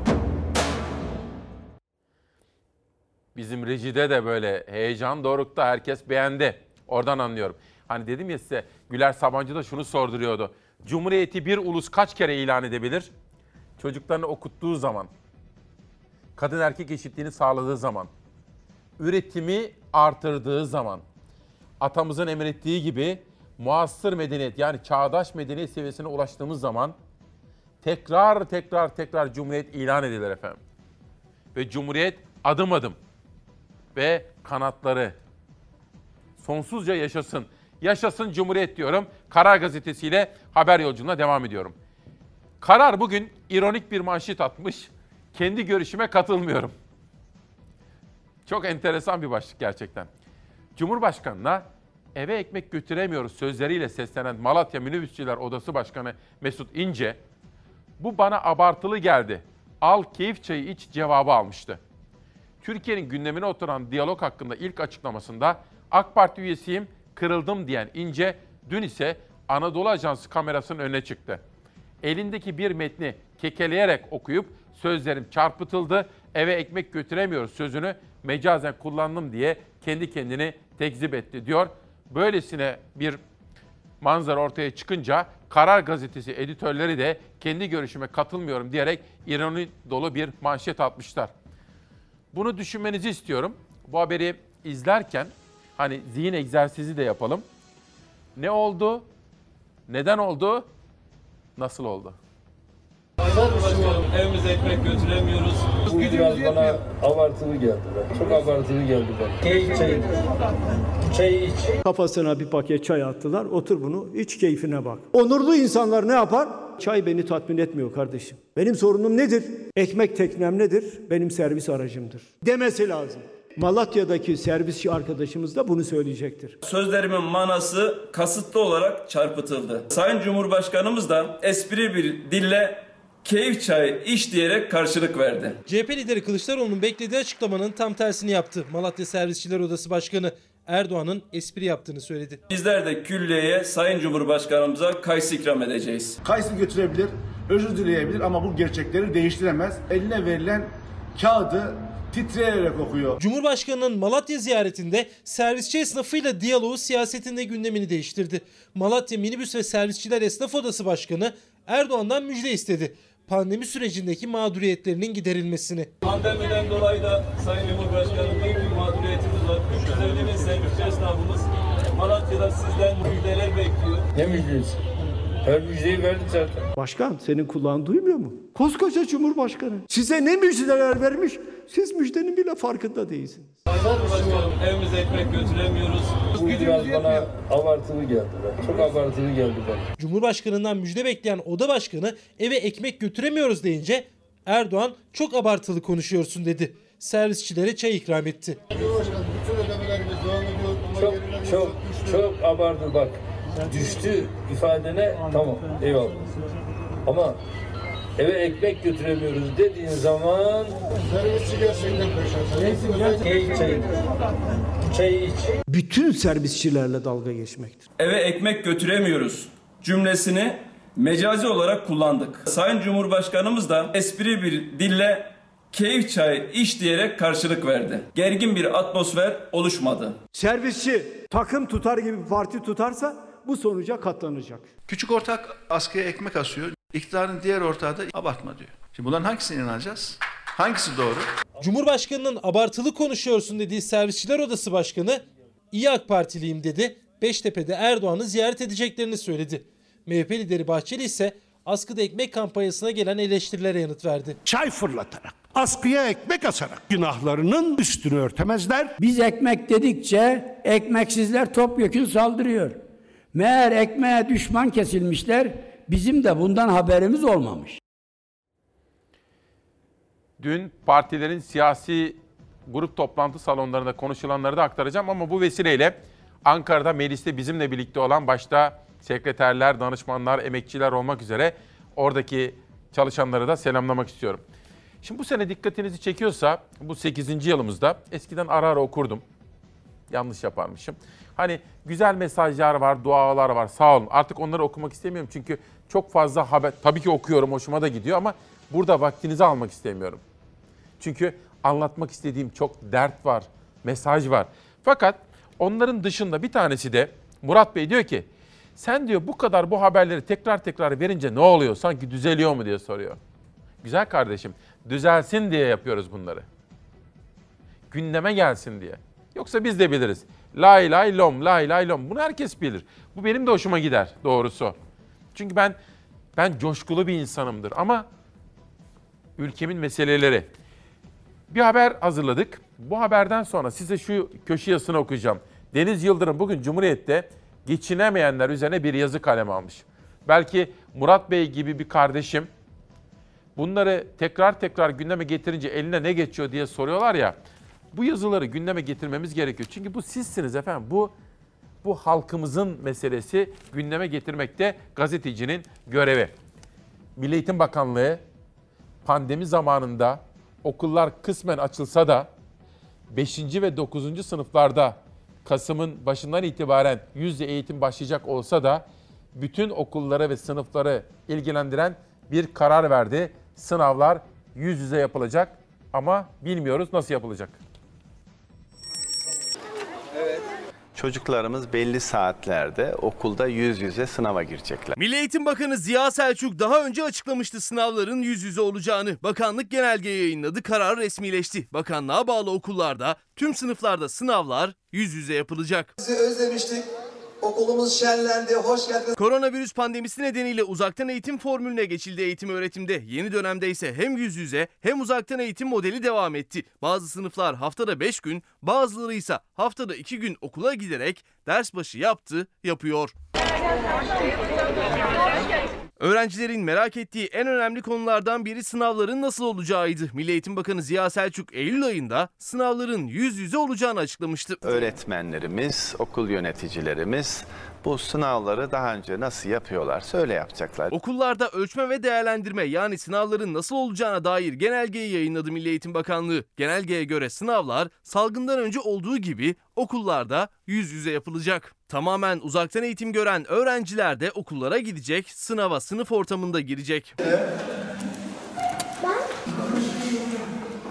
Bizim rejide de böyle heyecan dorukta, herkes beğendi. Oradan anlıyorum. Hani dedim ya size, Güler Sabancı da şunu sorduruyordu. Cumhuriyeti bir ulus kaç kere ilan edebilir? Çocuklarını okuttuğu zaman, kadın erkek eşitliğini sağladığı zaman, üretimi artırdığı zaman, atamızın emrettiği gibi muasır medeniyet, yani çağdaş medeniyet seviyesine ulaştığımız zaman tekrar Cumhuriyet ilan edilir efendim. Ve Cumhuriyet adım adım ve kanatları sonsuzca yaşasın. Yaşasın Cumhuriyet diyorum. Karar Gazetesi ile haber yolculuğuna devam ediyorum. Karar bugün ironik bir manşet atmış. Kendi görüşüme katılmıyorum. Çok enteresan bir başlık gerçekten. Cumhurbaşkanına eve ekmek götüremiyoruz sözleriyle seslenen Malatya Minibüsçüler Odası Başkanı Mesut İnce, bu bana abartılı geldi, al keyif çayı iç cevabı almıştı. Türkiye'nin gündemine oturan diyalog hakkında ilk açıklamasında AK Parti üyesiyim, kırıldım diyen İnce, dün ise Anadolu Ajansı kamerasının önüne çıktı. Elindeki bir metni kekeleyerek okuyup sözlerim çarpıtıldı, eve ekmek götüremiyoruz sözünü mecazen kullandım diye kendi kendini tekzip etti diyor. Böylesine bir manzara ortaya çıkınca Karar Gazetesi editörleri de kendi görüşüme katılmıyorum diyerek ironi dolu bir manşet atmışlar. Bunu düşünmenizi istiyorum. Bu haberi izlerken hani zihin egzersizi de yapalım. Ne oldu? Neden oldu? Nasıl oldu?
Evimize ekmek götüremiyoruz. Bu biraz bana abartılı geldi. Çok abartılı geldi bana. Çay iç.
Kafasına bir paket çay attılar. Otur bunu iç, keyfine bak. Onurlu insanlar ne yapar? Çay beni tatmin etmiyor kardeşim. Benim sorunum nedir? Ekmek teknem nedir? Benim servis aracımdır demesi lazım. Malatya'daki servisçi arkadaşımız da bunu söyleyecektir.
Sözlerimin manası kasıtlı olarak çarpıtıldı. Sayın Cumhurbaşkanımız da espri bir dille keyif çayı iç diyerek karşılık verdi.
CHP lideri Kılıçdaroğlu'nun beklediği açıklamanın tam tersini yaptı. Malatya Servisçiler Odası Başkanı Erdoğan'ın espri yaptığını söyledi.
Bizler de külliyeye Sayın Cumhurbaşkanımıza kayısı ikram edeceğiz.
Kayısı götürebilir, özür dileyebilir ama bu gerçekleri değiştiremez. Eline verilen kağıdı
titreyerek okuyor. Cumhurbaşkanının Malatya ziyaretinde servisçi esnafıyla diyaloğu siyasetin de gündemini değiştirdi. Malatya Minibüs ve Servisçiler Esnaf Odası Başkanı Erdoğan'dan müjde istedi. Pandemi sürecindeki mağduriyetlerinin giderilmesini.
Pandemiden dolayı da Sayın Cumhurbaşkanım büyük bir mağduriyetimiz var. 350 bin servisçi esnafımız Malatya'da sizden müjdeler bekliyor.
Ne müjdesi? Her müjdeyi verdik zaten.
Başkan senin kulağın duymuyor mu? Koskoca Cumhurbaşkanı. Size ne müjdeler vermiş? Siz müjdenin bile farkında değilsiniz.
Başkanım evimize ekmek götüremiyoruz.
Bu biraz bana abartılı geldi. Çok abartılı geldi bana.
Cumhurbaşkanından müjde bekleyen oda başkanı eve ekmek götüremiyoruz deyince Erdoğan çok abartılı konuşuyorsun dedi. Servisçilere çay ikram etti.
Çok abartı bak. Düştü ifadene tamam eyvallah. Ama eve ekmek götüremiyoruz dediğin zaman çayı iç.
Bütün servisçilerle dalga geçmektir.
Eve ekmek götüremiyoruz cümlesini mecazi olarak kullandık. Sayın Cumhurbaşkanımız da espri bir dille keyif çay iç diyerek karşılık verdi. Gergin bir atmosfer oluşmadı.
Servisçi takım tutar gibi parti tutarsa bu sonuca katlanacak.
Küçük ortak askıya ekmek asıyor. İktidarın diğer ortağı da abartma diyor. Şimdi bunların hangisine inanacağız? Hangisi doğru?
Cumhurbaşkanının abartılı konuşuyorsun dediği Servisçiler Odası Başkanı iyi AK Partiliyim dedi. Beştepe'de Erdoğan'ı ziyaret edeceklerini söyledi. MHP lideri Bahçeli ise askıda ekmek kampanyasına gelen eleştirilere yanıt verdi.
Çay fırlatarak, askıya ekmek asarak günahlarının üstünü örtemezler.
Biz ekmek dedikçe ekmeksizler topyekün saldırıyor. Meğer ekmeğe düşman kesilmişler, bizim de bundan haberimiz olmamış.
Dün partilerin siyasi grup toplantı salonlarında konuşulanları da aktaracağım ama bu vesileyle Ankara'da mecliste bizimle birlikte olan başta sekreterler, danışmanlar, emekçiler olmak üzere oradaki çalışanları da selamlamak istiyorum. Şimdi bu sene dikkatinizi çekiyorsa bu 8. yılımızda eskiden ara ara okurdum. Yanlış yaparmışım. Hani güzel mesajlar var, dualar var, sağ olun. Artık onları okumak istemiyorum çünkü çok fazla haber, tabii ki okuyorum, hoşuma da gidiyor ama burada vaktinizi almak istemiyorum. Çünkü anlatmak istediğim çok dert var, mesaj var. Fakat onların dışında bir tanesi de Murat Bey diyor ki, sen diyor bu kadar bu haberleri tekrar verince ne oluyor? Sanki düzeliyor mu diye soruyor. Güzel kardeşim, düzelsin diye yapıyoruz bunları. Gündeme gelsin diye. Yoksa biz de biliriz. Lay lay lom, lay lay lom. Bunu herkes bilir. Bu benim de hoşuma gider doğrusu. Çünkü ben coşkulu bir insanımdır ama ülkemin meseleleri. Bir haber hazırladık. Bu haberden sonra size şu köşe yazısını okuyacağım. Deniz Yıldırım bugün Cumhuriyet'te geçinemeyenler üzerine bir yazı kaleme almış. Belki Murat Bey gibi bir kardeşim bunları tekrar gündeme getirince eline ne geçiyor diye soruyorlar ya. Bu yazıları gündeme getirmemiz gerekiyor. Çünkü bu sizsiniz efendim. Bu halkımızın meselesi, gündeme getirmekte gazetecinin görevi. Milli Eğitim Bakanlığı pandemi zamanında okullar kısmen açılsa da 5. ve 9. sınıflarda Kasım'ın başından itibaren yüz yüze eğitim başlayacak olsa da bütün okulları ve sınıfları ilgilendiren bir karar verdi. Sınavlar yüz yüze yapılacak ama bilmiyoruz nasıl yapılacak.
Çocuklarımız belli saatlerde okulda yüz yüze sınava girecekler.
Milli Eğitim Bakanı Ziya Selçuk daha önce açıklamıştı sınavların yüz yüze olacağını. Bakanlık genelge yayınladı, karar resmileşti. Bakanlığa bağlı okullarda tüm sınıflarda sınavlar yüz yüze yapılacak.
Sizi özlemiştik. Okulumuz şenlendi, hoş geldiniz.
Koronavirüs pandemisi nedeniyle uzaktan eğitim formülüne geçildi eğitim öğretimde. Yeni dönemde ise hem yüz yüze hem uzaktan eğitim modeli devam etti. Bazı sınıflar haftada 5 gün, bazıları ise haftada 2 gün okula giderek ders başı yapıyor. Öğrencilerin merak ettiği en önemli konulardan biri sınavların nasıl olacağıydı. Milli Eğitim Bakanı Ziya Selçuk Eylül ayında sınavların yüz yüze olacağını açıklamıştı.
Öğretmenlerimiz, okul yöneticilerimiz bu sınavları daha önce nasıl yapıyorlarsa öyle yapacaklar.
Okullarda ölçme ve değerlendirme yani sınavların nasıl olacağına dair genelgeyi yayınladı Milli Eğitim Bakanlığı. Genelgeye göre sınavlar salgından önce olduğu gibi okullarda yüz yüze yapılacak. Tamamen uzaktan eğitim gören öğrenciler de okullara gidecek, sınava sınıf ortamında girecek.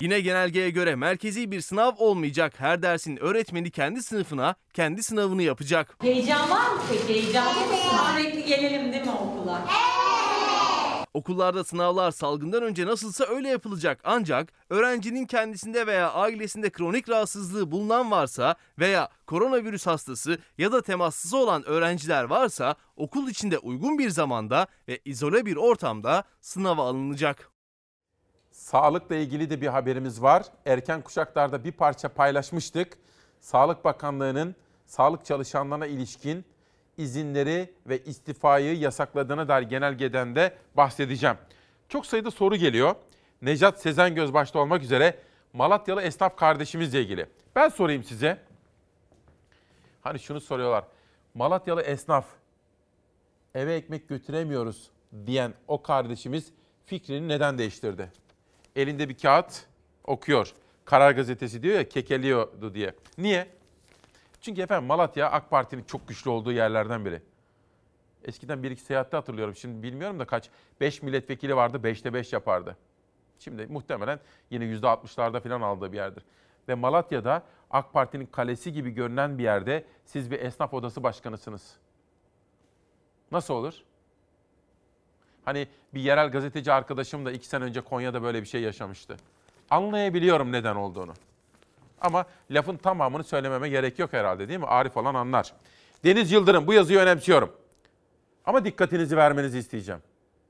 Yine genelgeye göre merkezi bir sınav olmayacak. Her dersin öğretmeni kendi sınıfına, kendi sınavını yapacak.
Heyecan var mı peki? Heyecanlı mısın? Sürekli gelelim değil mi okula?
Okullarda sınavlar salgından önce nasılsa öyle yapılacak. Ancak öğrencinin kendisinde veya ailesinde kronik rahatsızlığı bulunan varsa veya koronavirüs hastası ya da temaslısı olan öğrenciler varsa okul içinde uygun bir zamanda ve izole bir ortamda sınava alınacak.
Sağlıkla ilgili de bir haberimiz var. Erken kuşaklarda bir parça paylaşmıştık. Sağlık Bakanlığı'nın sağlık çalışanlarına ilişkin izinleri ve istifayı yasakladığına dair genelgeden de bahsedeceğim. Çok sayıda soru geliyor. Nejat Sezengöz başta olmak üzere Malatyalı esnaf kardeşimizle ilgili. Ben sorayım size. Hani şunu soruyorlar. Malatyalı esnaf eve ekmek götüremiyoruz diyen o kardeşimiz fikrini neden değiştirdi? Elinde bir kağıt okuyor. Karar Gazetesi diyor ya, kekeliyordu diye. Niye? Çünkü efendim Malatya AK Parti'nin çok güçlü olduğu yerlerden biri. Eskiden bir iki seyahatte hatırlıyorum. Şimdi bilmiyorum da kaç. 5 milletvekili vardı, 5'te 5 yapardı. Şimdi muhtemelen yine %60'larda falan aldığı bir yerdir. Ve Malatya'da AK Parti'nin kalesi gibi görünen bir yerde siz bir esnaf odası başkanısınız. Nasıl olur? Hani bir yerel gazeteci arkadaşım da 2 sene önce Konya'da böyle bir şey yaşamıştı. Anlayabiliyorum neden olduğunu. Ama lafın tamamını söylememe gerek yok herhalde, değil mi? Arif olan anlar. Deniz Yıldırım, bu yazıyı önemsiyorum. Ama dikkatinizi vermenizi isteyeceğim.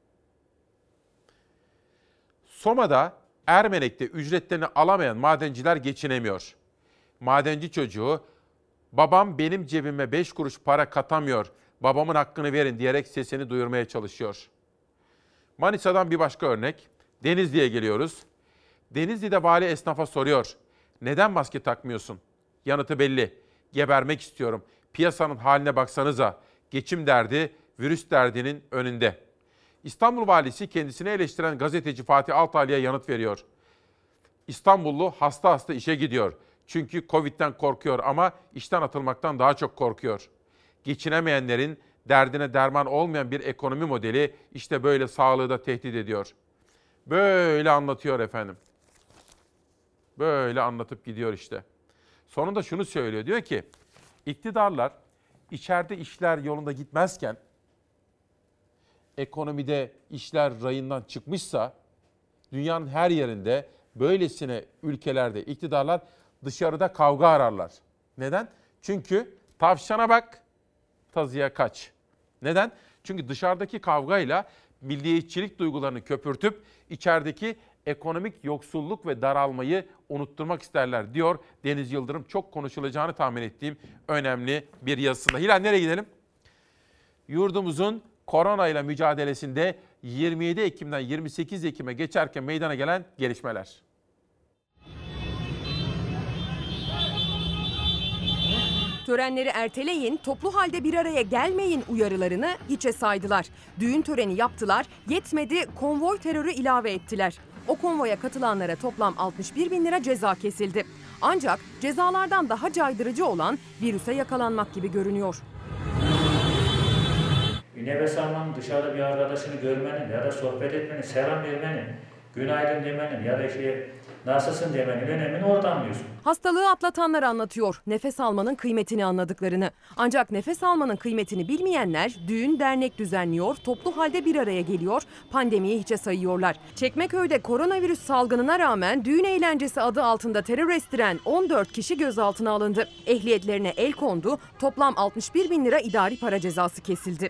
Soma'da Ermenek'te ücretlerini alamayan madenciler geçinemiyor. Madenci çocuğu, babam benim cebime 5 kuruş para katamıyor, babamın hakkını verin diyerek sesini duyurmaya çalışıyor. Manisa'dan bir başka örnek. Denizli'ye geliyoruz. Denizli'de vali esnafa soruyor. Neden maske takmıyorsun? Yanıtı belli. Gebermek istiyorum. Piyasanın haline baksanıza. Geçim derdi, virüs derdinin önünde. İstanbul valisi kendisini eleştiren gazeteci Fatih Altaylı'ya yanıt veriyor. İstanbullu hasta hasta işe gidiyor. Çünkü Covid'den korkuyor ama işten atılmaktan daha çok korkuyor. Geçinemeyenlerin derdine derman olmayan bir ekonomi modeli işte böyle sağlığı da tehdit ediyor. Böyle anlatıyor efendim. Böyle anlatıp gidiyor işte. Sonunda şunu söylüyor. Diyor ki iktidarlar içeride işler yolunda gitmezken ekonomide işler rayından çıkmışsa dünyanın her yerinde böylesine ülkelerde iktidarlar dışarıda kavga ararlar. Neden? Çünkü tavşana bak, tazıya kaç. Neden? Çünkü dışarıdaki kavgayla milliyetçilik duygularını köpürtüp içerideki ekonomik yoksulluk ve daralmayı unutturmak isterler diyor Deniz Yıldırım. Çok konuşulacağını tahmin ettiğim önemli bir yazısında. Hilal, nereye gidelim? Yurdumuzun koronayla mücadelesinde 27 Ekim'den 28 Ekim'e geçerken meydana gelen gelişmeler.
Törenleri erteleyin, toplu halde bir araya gelmeyin uyarılarını hiçe saydılar. Düğün töreni yaptılar, yetmedi, konvoy terörü ilave ettiler. O konvoya katılanlara toplam 61 bin lira ceza kesildi. Ancak cezalardan daha caydırıcı olan virüse yakalanmak gibi görünüyor.
Bir nefes almanın, dışarıda bir arkadaşını görmenin ya da sohbet etmenin, selam vermenin, günaydın demenin ya da nasılsın demenin önemini orada anlıyorsun.
Hastalığı atlatanlar anlatıyor nefes almanın kıymetini anladıklarını. Ancak nefes almanın kıymetini bilmeyenler düğün dernek düzenliyor, toplu halde bir araya geliyor, pandemiyi hiçe sayıyorlar. Çekmeköy'de koronavirüs salgınına rağmen düğün eğlencesi adı altında terör estiren 14 kişi gözaltına alındı. Ehliyetlerine el kondu, toplam 61 bin lira idari para cezası kesildi.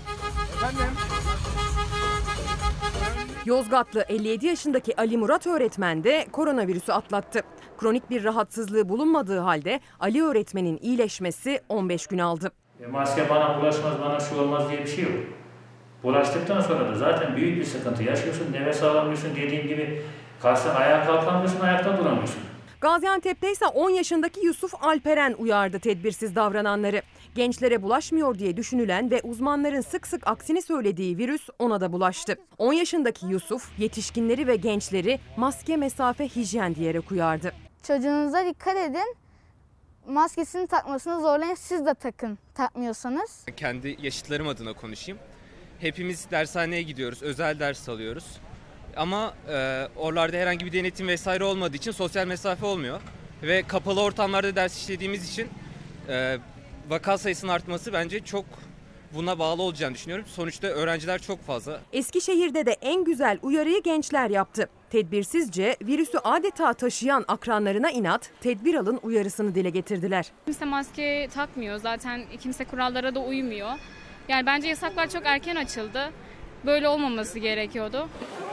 Yozgatlı 57 yaşındaki Ali Murat öğretmen de koronavirüsü atlattı. Kronik bir rahatsızlığı bulunmadığı halde Ali öğretmenin iyileşmesi 15 gün aldı.
Maske bana bulaşmaz, bana şu olmaz diye bir şey yok. Bulaştıktan sonra da zaten büyük bir sıkıntı yaşıyorsun, nefes alamıyorsun, dediğim gibi kalksan ayağa kalkamıyorsun, ayakta duramıyorsun.
Gaziantep'te ise 10 yaşındaki Yusuf Alperen uyardı tedbirsiz davrananları. Gençlere bulaşmıyor diye düşünülen ve uzmanların sık sık aksini söylediği virüs ona da bulaştı. 10 yaşındaki Yusuf yetişkinleri ve gençleri maske, mesafe, hijyen diyerek uyardı.
Çocuğunuza dikkat edin. Maskesini takmasını zorlayın. Siz de takın takmıyorsanız.
Kendi yaşıtlarım adına konuşayım. Hepimiz dershaneye gidiyoruz. Özel ders alıyoruz.
Ama oralarda herhangi bir denetim vesaire olmadığı için sosyal mesafe olmuyor. Ve kapalı ortamlarda ders işlediğimiz için vaka sayısının artması bence çok buna bağlı olacağını düşünüyorum. Sonuçta öğrenciler çok fazla.
Eskişehir'de de en güzel uyarıyı gençler yaptı. Tedbirsizce virüsü adeta taşıyan akranlarına inat, tedbir alın uyarısını dile getirdiler.
Kimse maske takmıyor, zaten kimse kurallara da uymuyor. Yani bence yasaklar çok erken açıldı. Böyle olmaması gerekiyordu.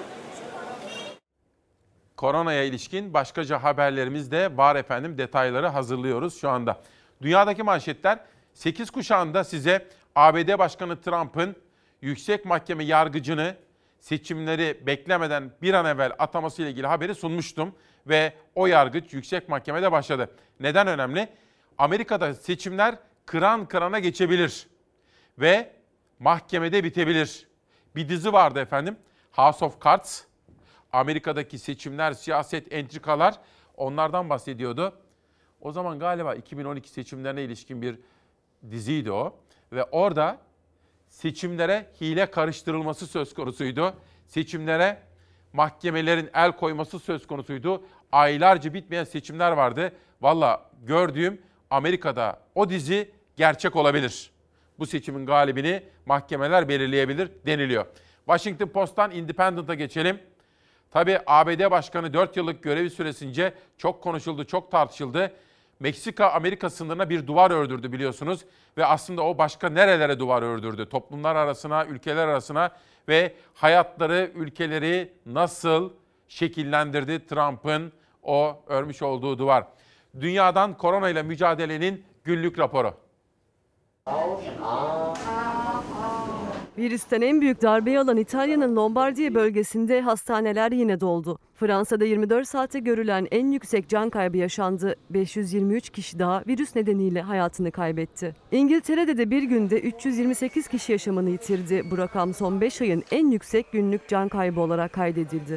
Koronaya ilişkin başkaca haberlerimiz de var efendim. Detayları hazırlıyoruz şu anda. Dünyadaki manşetler 8 kuşağında size ABD Başkanı Trump'ın yüksek mahkeme yargıcını seçimleri beklemeden bir an evvel atamasıyla ilgili haberi sunmuştum. Ve o yargıç yüksek mahkemede başladı. Neden önemli? Amerika'da seçimler kıran kırana geçebilir ve mahkemede bitebilir. Bir dizi vardı efendim, House of Cards. Amerika'daki seçimler, siyaset, entrikalar, onlardan bahsediyordu. O zaman galiba 2012 seçimlerine ilişkin bir diziydi o. Ve orada seçimlere hile karıştırılması söz konusuydu. Seçimlere mahkemelerin el koyması söz konusuydu. Aylarca bitmeyen seçimler vardı. Valla gördüğüm Amerika'da o dizi gerçek olabilir. Bu seçimin galibini mahkemeler belirleyebilir deniliyor. Washington Post'tan Independent'a geçelim. Tabii ABD Başkanı 4 yıllık görevi süresince çok konuşuldu, çok tartışıldı. Meksika-Amerika sınırına bir duvar ördürdü biliyorsunuz. Ve aslında o başka nerelere duvar ördürdü? Toplumlar arasına, ülkeler arasına ve hayatları, ülkeleri nasıl şekillendirdi Trump'ın o örmüş olduğu duvar. Dünyadan koronayla mücadelenin günlük raporu.
Virüsten en büyük darbeyi alan İtalya'nın Lombardiya bölgesinde hastaneler yine doldu. Fransa'da 24 saatte görülen en yüksek can kaybı yaşandı. 523 kişi daha virüs nedeniyle hayatını kaybetti. İngiltere'de de bir günde 328 kişi yaşamını yitirdi. Bu rakam son 5 ayın en yüksek günlük can kaybı olarak kaydedildi.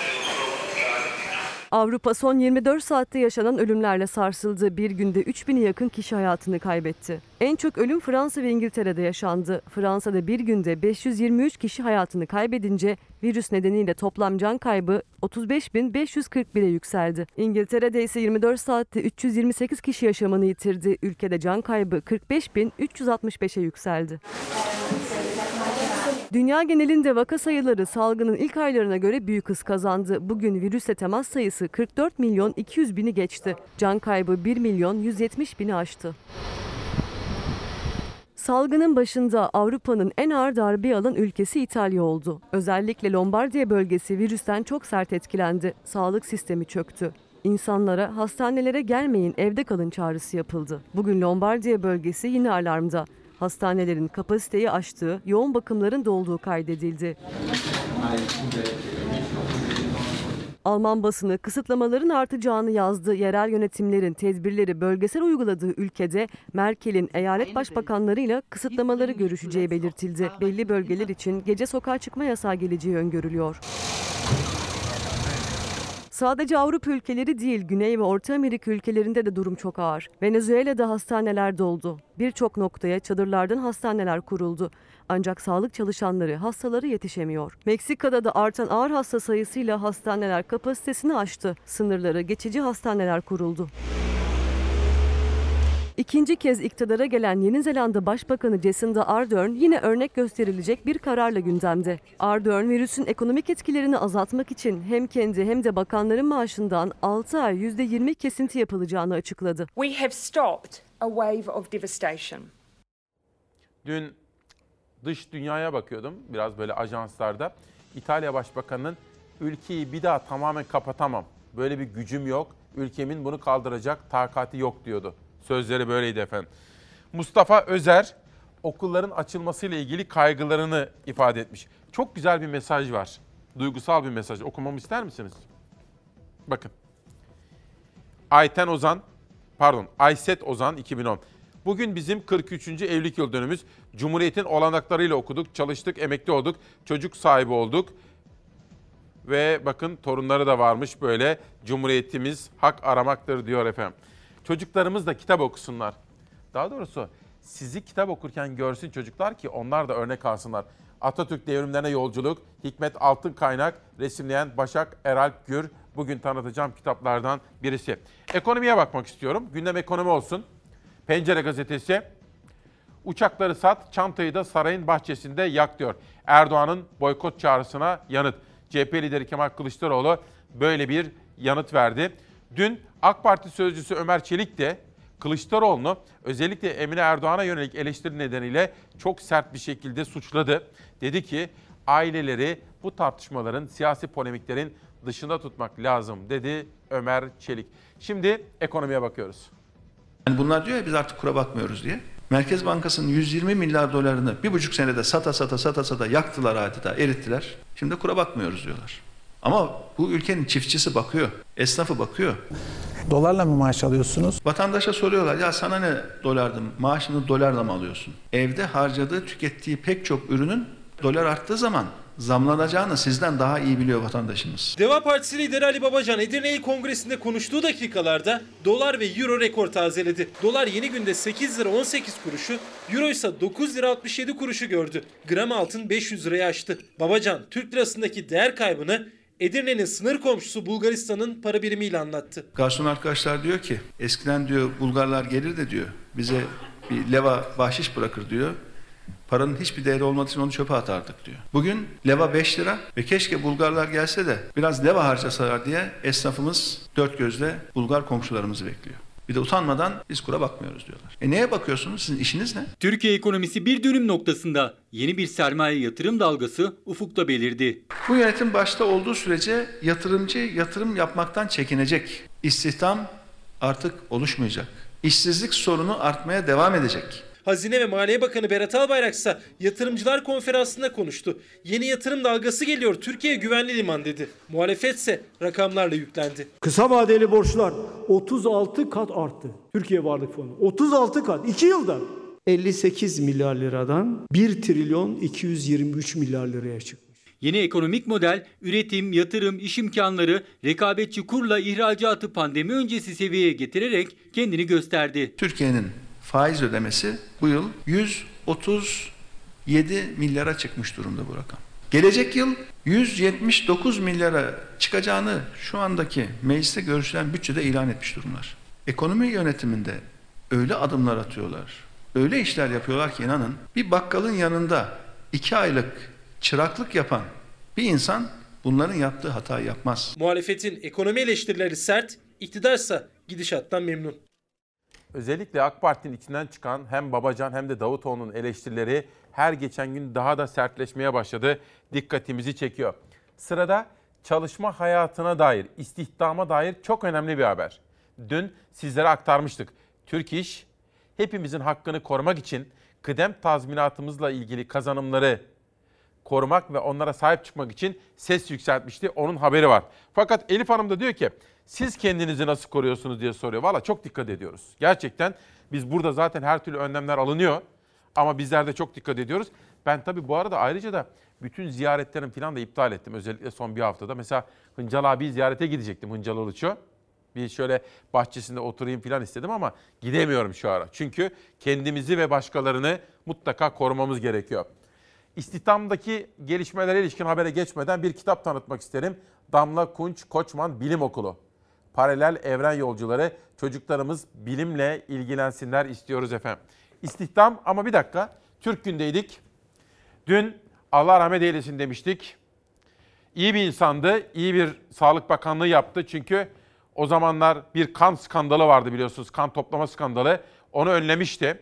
Avrupa son 24 saatte yaşanan ölümlerle sarsıldı. Bir günde 3000'e yakın kişi hayatını kaybetti. En çok ölüm Fransa ve İngiltere'de yaşandı. Fransa'da bir günde 523 kişi hayatını kaybedince virüs nedeniyle toplam can kaybı 35.541'e yükseldi. İngiltere'de ise 24 saatte 328 kişi yaşamını yitirdi. Ülkede can kaybı 45.365'e yükseldi. Dünya genelinde vaka sayıları salgının ilk aylarına göre büyük hız kazandı. Bugün virüsle temas sayısı 44.200.000'i geçti. Can kaybı 1.170.000'i aştı. Salgının başında Avrupa'nın en ağır darbe alan ülkesi İtalya oldu. Özellikle Lombardiya bölgesi virüsten çok sert etkilendi. Sağlık sistemi çöktü. İnsanlara hastanelere gelmeyin, evde kalın çağrısı yapıldı. Bugün Lombardiya bölgesi yine alarmda. Hastanelerin kapasiteyi aştığı, yoğun bakımların dolduğu kaydedildi. Alman basını kısıtlamaların artacağını yazdı. Yerel yönetimlerin tedbirleri bölgesel uyguladığı ülkede Merkel'in eyalet başbakanlarıyla kısıtlamaları görüşeceği belirtildi. Belli bölgeler için gece sokağa çıkma yasağı geleceği öngörülüyor. Sadece Avrupa ülkeleri değil, Güney ve Orta Amerika ülkelerinde de durum çok ağır. Venezuela'da hastaneler doldu. Birçok noktaya çadırlardan hastaneler kuruldu. Ancak sağlık çalışanları, hastaları yetişemiyor. Meksika'da da artan ağır hasta sayısıyla hastaneler kapasitesini aştı. Sınırları geçici hastaneler kuruldu. İkinci kez iktidara gelen Yeni Zelanda Başbakanı Jacinda Ardern yine örnek gösterilecek bir kararla gündemde. Ardern virüsün ekonomik etkilerini azaltmak için hem kendi hem de bakanların maaşından 6 ay %20 kesinti yapılacağını açıkladı.
We have stopped a wave of devastation.
Dün dış dünyaya bakıyordum biraz böyle ajanslarda. İtalya Başbakanı'nın ülkeyi bir daha tamamen kapatamam. Böyle bir gücüm yok. Ülkemin bunu kaldıracak takati yok diyordu. Sözleri böyleydi efendim. Mustafa Özer okulların açılmasıyla ilgili kaygılarını ifade etmiş. Çok güzel bir mesaj var. Duygusal bir mesaj. Okumamı ister misiniz? Bakın. Ayset Ozan 2010. Bugün bizim 43. evlilik yıl dönümümüz. Cumhuriyetin olanaklarıyla okuduk, çalıştık, emekli olduk, çocuk sahibi olduk. Ve bakın torunları da varmış böyle. Cumhuriyetimiz hak aramaktır diyor efendim. Çocuklarımız da kitap okusunlar. Daha doğrusu sizi kitap okurken görsün çocuklar ki onlar da örnek alsınlar. Atatürk Devrimlerine Yolculuk, Hikmet Altınkaynak, resimleyen Başak Eralp Gür bugün tanıtacağım kitaplardan birisi. Ekonomiye bakmak istiyorum. Gündem ekonomi olsun. Pencere gazetesi, uçakları sat, çantayı da sarayın bahçesinde yak diyor. Erdoğan'ın boykot çağrısına yanıt. CHP lideri Kemal Kılıçdaroğlu böyle bir yanıt verdi. Dün AK Parti sözcüsü Ömer Çelik de Kılıçdaroğlu'nu özellikle Emine Erdoğan'a yönelik eleştiri nedeniyle çok sert bir şekilde suçladı. Dedi ki aileleri bu tartışmaların, siyasi polemiklerin dışında tutmak lazım dedi Ömer Çelik. Şimdi ekonomiye bakıyoruz.
Yani bunlar diyor ya biz artık kura bakmıyoruz diye. Merkez Bankası'nın 120 milyar dolarını 1,5 senede sata yaktılar adeta, erittiler. Şimdi kura bakmıyoruz diyorlar. Ama bu ülkenin çiftçisi bakıyor, esnafı bakıyor.
Dolarla mı maaş alıyorsunuz?
Vatandaşa soruyorlar ya sana ne dolardı, maaşını dolarla mı alıyorsun? Evde harcadığı, tükettiği pek çok ürünün dolar arttığı zaman zamlanacağını sizden daha iyi biliyor vatandaşımız.
Deva Partisi lideri Ali Babacan Edirne İl Kongresi'nde konuştuğu dakikalarda dolar ve euro rekor tazeledi. Dolar yeni günde 8 lira 18 kuruşu, euro ise 9 lira 67 kuruşu gördü. Gram altın 500 lirayı aştı. Babacan Türk lirasındaki değer kaybını Edirne'nin sınır komşusu Bulgaristan'ın para birimiyle anlattı.
Garson arkadaşlar diyor ki eskiden diyor Bulgarlar gelir de diyor bize bir leva bahşiş bırakır diyor. Paranın hiçbir değeri olmadığı için onu çöpe atardık diyor. Bugün leva 5 lira ve keşke Bulgarlar gelse de biraz leva harcasalar diye esnafımız dört gözle Bulgar komşularımızı bekliyor. Bir de utanmadan biz kura bakmıyoruz diyorlar. Neye bakıyorsunuz? Sizin işiniz ne?
Türkiye ekonomisi bir dönüm noktasında. Yeni bir sermaye yatırım dalgası ufukta belirdi.
Bu yönetim başta olduğu sürece yatırımcı yatırım yapmaktan çekinecek. İstihdam artık oluşmayacak. İşsizlik sorunu artmaya devam edecek.
Hazine ve Maliye Bakanı Berat Albayrak ise yatırımcılar konferansında konuştu. Yeni yatırım dalgası geliyor, Türkiye güvenli liman dedi. Muhalefet ise rakamlarla yüklendi.
Kısa vadeli borçlar 36 kat arttı. Türkiye Varlık Fonu 36 kat 2 yılda 58 milyar liradan 1 trilyon 223 milyar liraya çıkmış.
Yeni ekonomik model, üretim, yatırım, iş imkanları, rekabetçi kurla ihracatı pandemi öncesi seviyeye getirerek kendini gösterdi.
Türkiye'nin faiz ödemesi bu yıl 137 milyara çıkmış durumda bu rakam. Gelecek yıl 179 milyara çıkacağını şu andaki mecliste görüşülen bütçede ilan etmiş durumlar. Ekonomi yönetiminde öyle adımlar atıyorlar, öyle işler yapıyorlar ki inanın bir bakkalın yanında 2 aylık çıraklık yapan bir insan bunların yaptığı hatayı yapmaz.
Muhalefetin ekonomi eleştirileri sert, iktidarsa gidişattan memnun.
Özellikle AK Parti'nin içinden çıkan hem Babacan hem de Davutoğlu'nun eleştirileri her geçen gün daha da sertleşmeye başladı. Dikkatimizi çekiyor. Sırada çalışma hayatına dair, istihdama dair çok önemli bir haber. Dün sizlere aktarmıştık. Türk İş, hepimizin hakkını korumak için kıdem tazminatımızla ilgili kazanımları korumak ve onlara sahip çıkmak için ses yükseltmişti. Onun haberi var. Fakat Elif Hanım da diyor ki, siz kendinizi nasıl koruyorsunuz diye soruyor. Valla çok dikkat ediyoruz. Gerçekten biz burada zaten her türlü önlemler alınıyor. Ama bizler de çok dikkat ediyoruz. Ben tabii bu arada ayrıca da bütün ziyaretlerimi falan da iptal ettim. Özellikle son bir haftada. Mesela Hıncal abiyi ziyarete gidecektim, Hıncal Uluç'u. Bir şöyle bahçesinde oturayım falan istedim ama gidemiyorum şu ara. Çünkü kendimizi ve başkalarını mutlaka korumamız gerekiyor. İstihdamdaki gelişmelere ilişkin habere geçmeden bir kitap tanıtmak isterim. Damla Kunç Koçman Bilim Okulu. Paralel evren yolcuları, çocuklarımız bilimle ilgilensinler istiyoruz efendim. İstihdam ama bir dakika, Türk Gün'deydik. Dün Allah rahmet eylesin demiştik. İyi bir insandı, iyi bir Sağlık Bakanlığı yaptı. Çünkü o zamanlar bir kan skandalı vardı biliyorsunuz, kan toplama skandalı. Onu önlemişti.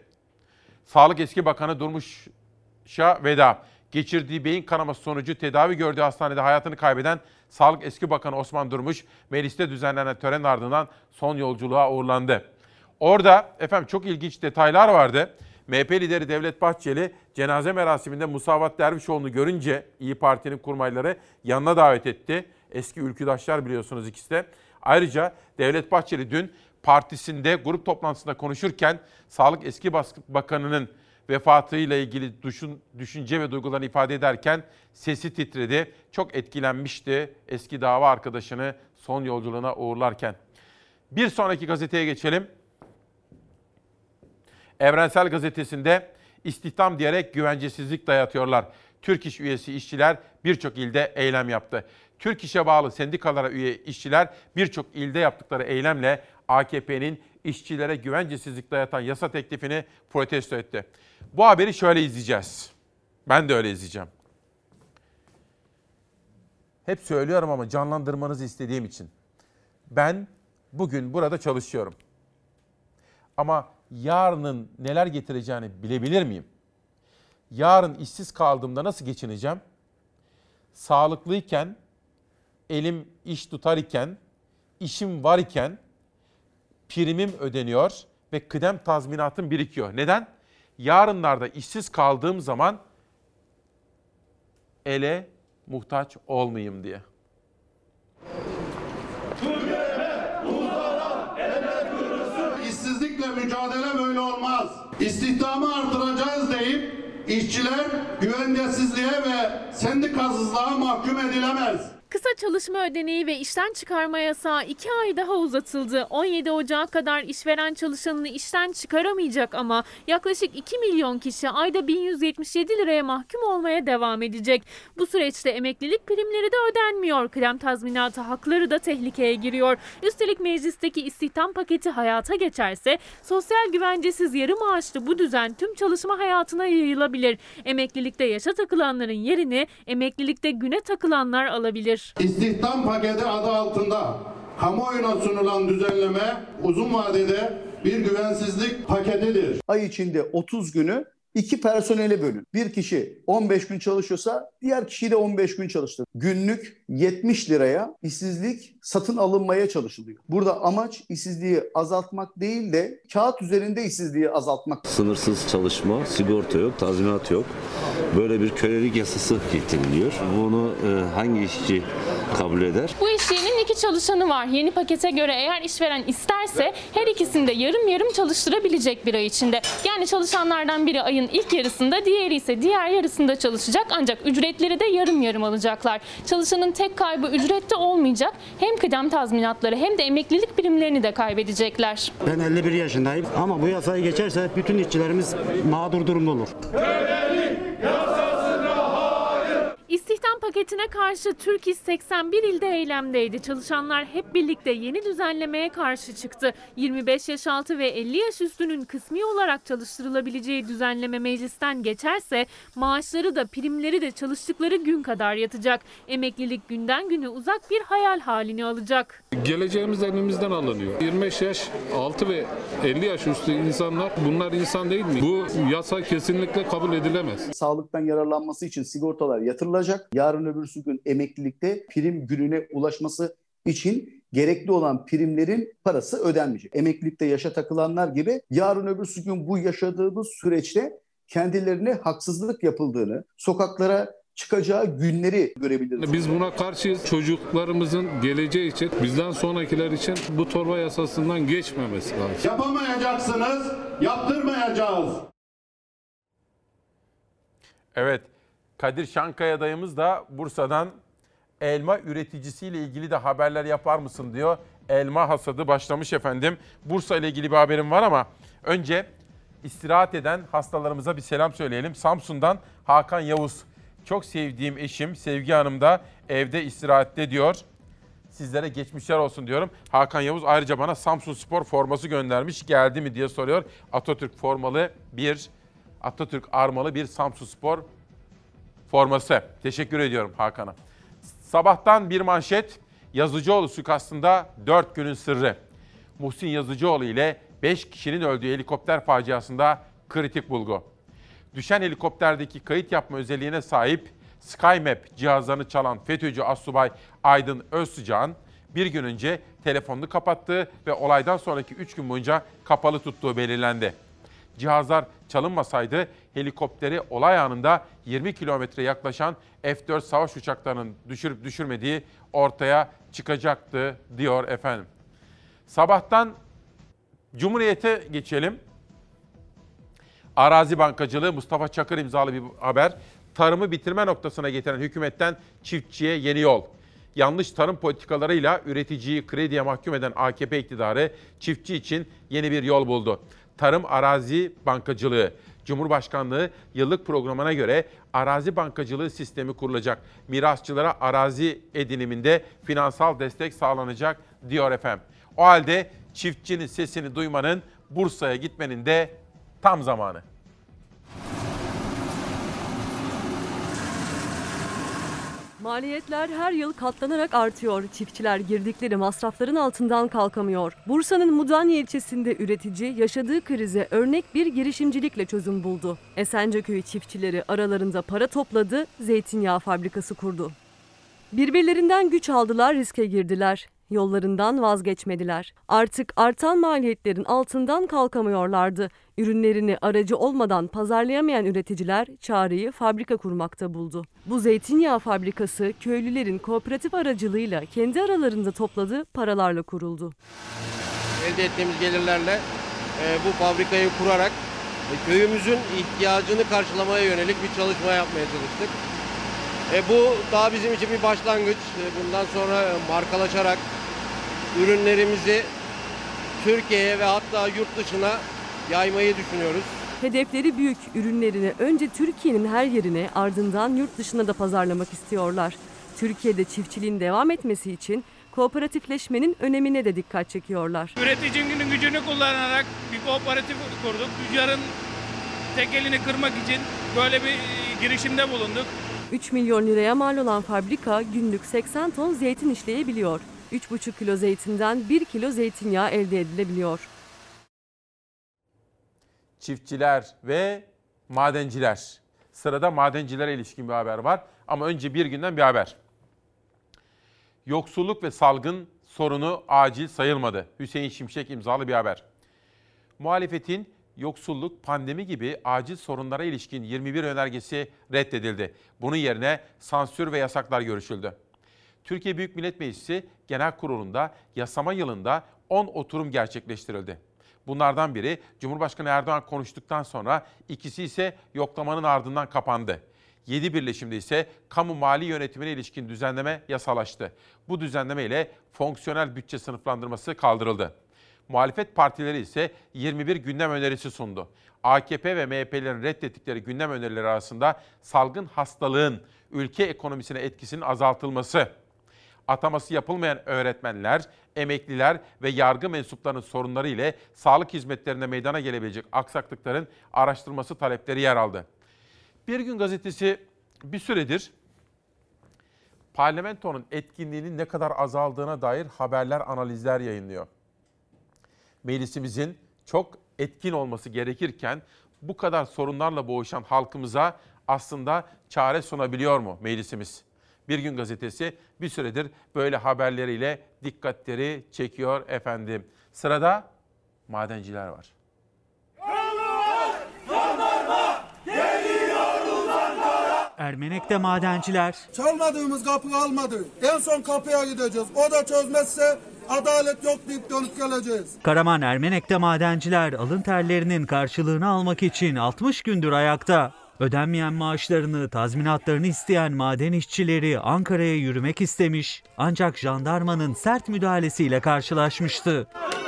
Sağlık Eski Bakanı Durmuş'a veda. Geçirdiği beyin kanaması sonucu tedavi gördüğü hastanede hayatını kaybeden Sağlık Eski Bakanı Osman Durmuş, mecliste düzenlenen törenin ardından son yolculuğa uğurlandı. Orada efendim çok ilginç detaylar vardı. MHP lideri Devlet Bahçeli cenaze merasiminde Musavat Dervişoğlu'nu görünce İYİ Parti'nin kurmayları yanına davet etti. Eski ülküdaşlar biliyorsunuz ikisi de. Ayrıca Devlet Bahçeli dün partisinde grup toplantısında konuşurken Sağlık Eski Bakanı'nın vefatıyla ilgili düşünce ve duygularını ifade ederken sesi titredi. Çok etkilenmişti eski dava arkadaşını son yolculuğuna uğurlarken. Bir sonraki gazeteye geçelim. Evrensel Gazetesi'nde istihdam diyerek güvencesizlik dayatıyorlar. Türk İş üyesi işçiler birçok ilde eylem yaptı. Türk İş'e bağlı sendikalara üye işçiler birçok ilde yaptıkları eylemle AKP'nin işçilere güvencesizlik dayatan yasa teklifini protesto etti. Bu haberi şöyle izleyeceğiz. Ben de öyle izleyeceğim. Hep söylüyorum ama canlandırmanızı istediğim için. Ben bugün burada çalışıyorum. Ama yarının neler getireceğini bilebilir miyim? Yarın işsiz kaldığımda nasıl geçineceğim? Sağlıklıyken, elim iş tutar iken, işim var iken primim ödeniyor ve kıdem tazminatım birikiyor. Neden? Yarınlarda işsiz kaldığım zaman ele muhtaç olmayayım diye.
İşsizlikle mücadele böyle olmaz. İstihdamı artıracağız deyip işçiler güvencesizliğe ve sendikasızlığa mahkum edilemez.
Kısa çalışma ödeneği ve işten çıkarma yasağı 2 ay daha uzatıldı. 17 Ocağı kadar işveren çalışanını işten çıkaramayacak ama yaklaşık 2 milyon kişi ayda 1177 liraya mahkum olmaya devam edecek. Bu süreçte emeklilik primleri de ödenmiyor. Kıdem tazminatı hakları da tehlikeye giriyor. Üstelik meclisteki istihdam paketi hayata geçerse sosyal güvencesiz yarı maaşlı bu düzen tüm çalışma hayatına yayılabilir. Emeklilikte yaşa takılanların yerini emeklilikte güne takılanlar alabilir.
İstihdam paketi adı altında kamuoyuna sunulan düzenleme uzun vadede bir güvensizlik paketidir.
Ay içinde 30 günü 2 personele bölün. Bir kişi 15 gün çalışıyorsa diğer kişiyi de 15 gün çalıştır. Günlük 70 liraya işsizlik satın alınmaya çalışılıyor. Burada amaç işsizliği azaltmak değil de kağıt üzerinde işsizliği azaltmak.
Sınırsız çalışma, sigorta yok, tazminat yok. Böyle bir kölelik yasası getiriliyor. Bunu hangi işçi kabul eder?
Bu iş yerinin 2 çalışanı var. Yeni pakete göre eğer işveren isterse her ikisini de yarım yarım çalıştırabilecek bir ay içinde. Yani çalışanlardan biri ayın ilk yarısında, diğeri ise diğer yarısında çalışacak ancak ücretleri de yarım yarım alacaklar. Çalışanın tek kaybı ücrette olmayacak. Hem kıdem tazminatları hem de emeklilik primlerini de kaybedecekler.
Ben 51 yaşındayım ama bu yasayı geçerse bütün işçilerimiz mağdur durumda olur.
İstihdam paketine karşı Türk İş 81 ilde eylemdeydi. Çalışanlar hep birlikte yeni düzenlemeye karşı çıktı. 25 yaş altı ve 50 yaş üstünün kısmi olarak çalıştırılabileceği düzenleme meclisten geçerse maaşları da primleri de çalıştıkları gün kadar yatacak. Emeklilik günden güne uzak bir hayal halini alacak.
Geleceğimiz elimizden alınıyor. 25 yaş altı ve 50 yaş üstü insanlar, bunlar insan değil mi? Bu yasa kesinlikle kabul edilemez.
Sağlıktan yararlanması için sigortalar yatırılacak. Yarın öbürsü gün emeklilikte prim gününe ulaşması için gerekli olan primlerin parası ödenmeyecek. Emeklilikte yaşa takılanlar gibi yarın öbürsü gün bu yaşadığımız süreçte kendilerine haksızlık yapıldığını, sokaklara çıkacağı günleri görebiliriz.
Biz buna karşıyız. Çocuklarımızın geleceği için, bizden sonrakiler için bu torba yasasından geçmemesi lazım.
Yapamayacaksınız, yaptırmayacağız.
Evet, Kadir Şankaya dayımız da Bursa'dan elma üreticisiyle ilgili de haberler yapar mısın diyor. Elma hasadı başlamış efendim. Bursa ile ilgili bir haberim var ama önce istirahat eden hastalarımıza bir selam söyleyelim. Samsun'dan Hakan Yavuz. Çok sevdiğim eşim Sevgi Hanım da evde istirahatte diyor. Sizlere geçmişler olsun diyorum. Hakan Yavuz ayrıca bana Samsun Spor forması göndermiş. Geldi mi diye soruyor. Atatürk armalı bir Samsun Spor forması. Teşekkür ediyorum Hakan'a. Sabahtan bir manşet. Yazıcıoğlu suikastında 4 günün sırrı. Muhsin Yazıcıoğlu ile 5 kişinin öldüğü helikopter faciasında kritik bulgu. Düşen helikopterdeki kayıt yapma özelliğine sahip SkyMap cihazlarını çalan FETÖ'cü Astsubay Aydın Özsıcak'ın bir gün önce telefonunu kapattığı ve olaydan sonraki 3 gün boyunca kapalı tuttuğu belirlendi. Cihazlar çalınmasaydı helikopteri olay anında 20 kilometre yaklaşan F-4 savaş uçaklarının düşürüp düşürmediği ortaya çıkacaktı diyor efendim. Sabahtan Cumhuriyet'e geçelim. Arazi bankacılığı Mustafa Çakır imzalı bir haber. Tarımı bitirme noktasına getiren hükümetten çiftçiye yeni yol. Yanlış tarım politikalarıyla üreticiyi krediye mahkum eden AKP iktidarı çiftçi için yeni bir yol buldu. Tarım arazi bankacılığı Cumhurbaşkanlığı yıllık programına göre arazi bankacılığı sistemi kurulacak. Mirasçılara arazi ediniminde finansal destek sağlanacak diyor efendim. O halde çiftçinin sesini duymanın, Bursa'ya gitmenin de tam zamanı.
Maliyetler her yıl katlanarak artıyor. Çiftçiler girdikleri masrafların altından kalkamıyor. Bursa'nın Mudanya ilçesinde üretici yaşadığı krize örnek bir girişimcilikle çözüm buldu. Esenceköy çiftçileri aralarında para topladı, zeytinyağı fabrikası kurdu. Birbirlerinden güç aldılar, riske girdiler. Yollarından vazgeçmediler. Artık artan maliyetlerin altından kalkamıyorlardı. Ürünlerini aracı olmadan pazarlayamayan üreticiler çareyi fabrika kurmakta buldu. Bu zeytinyağı fabrikası köylülerin kooperatif aracılığıyla kendi aralarında topladığı paralarla kuruldu.
Elde ettiğimiz gelirlerle bu fabrikayı kurarak köyümüzün ihtiyacını karşılamaya yönelik bir çalışma yapmaya çalıştık. Bu daha bizim için bir başlangıç. Bundan sonra markalaşarak ürünlerimizi Türkiye'ye ve hatta yurt dışına yaymayı düşünüyoruz.
Hedefleri büyük. Ürünlerini önce Türkiye'nin her yerine, ardından yurt dışına da pazarlamak istiyorlar. Türkiye'de çiftçiliğin devam etmesi için kooperatifleşmenin önemine de dikkat çekiyorlar.
Üreticinin gücünü kullanarak bir kooperatif kurduk. Tüccarın tek elini kırmak için böyle bir girişimde bulunduk.
3 milyon liraya mal olan fabrika günlük 80 ton zeytin işleyebiliyor. 3,5 kilo zeytinden 1 kilo zeytinyağı elde edilebiliyor.
Çiftçiler ve madenciler. Sırada madencilere ilişkin bir haber var. Ama önce bir günden bir haber. Yoksulluk ve salgın sorunu acil sayılmadı. Hüseyin Şimşek imzalı bir haber. Muhalefetin yoksulluk, pandemi gibi acil sorunlara ilişkin 21 önergesi reddedildi. Bunun yerine sansür ve yasaklar görüşüldü. Türkiye Büyük Millet Meclisi Genel Kurulu'nda yasama yılında 10 oturum gerçekleştirildi. Bunlardan biri Cumhurbaşkanı Erdoğan konuştuktan sonra, ikisi ise yoklamanın ardından kapandı. 7 birleşimde ise kamu mali yönetimine ilişkin düzenleme yasalaştı. Bu düzenleme ile fonksiyonel bütçe sınıflandırması kaldırıldı. Muhalefet partileri ise 21 gündem önerisi sundu. AKP ve MHP'lerin reddettikleri gündem önerileri arasında salgın hastalığın ülke ekonomisine etkisinin azaltılması, ataması yapılmayan öğretmenler, emekliler ve yargı mensuplarının sorunları ile sağlık hizmetlerinde meydana gelebilecek aksaklıkların araştırılması talepleri yer aldı. Bir Gün Gazetesi bir süredir parlamentonun etkinliğinin ne kadar azaldığına dair haberler, analizler yayınlıyor. Meclisimizin çok etkin olması gerekirken bu kadar sorunlarla boğuşan halkımıza aslında çare sunabiliyor mu meclisimiz? Bir Gün Gazetesi bir süredir böyle haberleriyle dikkatleri çekiyor efendim. Sırada madenciler var.
Ermenek'te madenciler.
Çalmadığımız kapıyı almadı. En son kapıya gideceğiz. O da çözmezse adalet yok deyip dönüp geleceğiz.
Karaman Ermenek'te madenciler alın terlerinin karşılığını almak için 60 gündür ayakta. Ödenmeyen maaşlarını, tazminatlarını isteyen maden işçileri Ankara'ya yürümek istemiş, ancak jandarmanın sert müdahalesiyle karşılaşmıştı.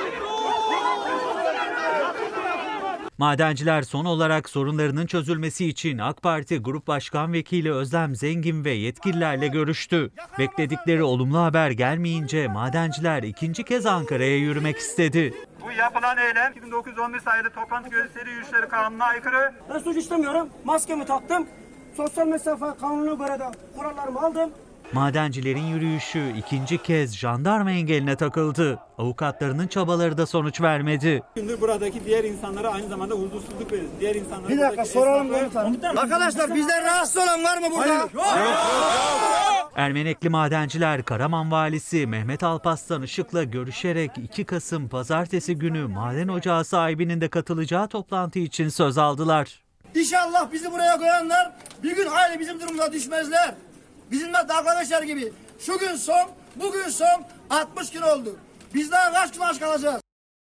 Madenciler son olarak sorunlarının çözülmesi için AK Parti Grup Başkan Vekili Özlem Zengin ve yetkililerle görüştü. Bekledikleri olumlu haber gelmeyince madenciler ikinci kez Ankara'ya yürümek istedi.
Bu yapılan eylem 2911 sayılı toplantı gösteri yürüyüşleri kanununa aykırı.
Ben suç işlemiyorum. Maskemi taktım. Sosyal mesafe kanununa göre de kurallarımı aldım.
Madencilerin yürüyüşü ikinci kez jandarma engeline takıldı. Avukatlarının çabaları da sonuç vermedi.
Şimdi buradaki diğer insanlara aynı zamanda huzursuzluk verir. Diğer insanlara
bir dakika soralım komutanım. Arkadaşlar bizden rahatsız olan var mı burada?
Hayır. Yok.
Ermenekli madenciler Karaman Valisi Mehmet Alparslan Işık'la görüşerek 2 Kasım Pazartesi günü maden ocağı sahibinin de katılacağı toplantı için söz aldılar.
İnşallah bizi buraya koyanlar bir gün hayli bizim durumumuza düşmezler. Bizimle arkadaşlar gibi şu gün son, bugün son 60 gün oldu. Biz daha kaç gün aç kalacağız?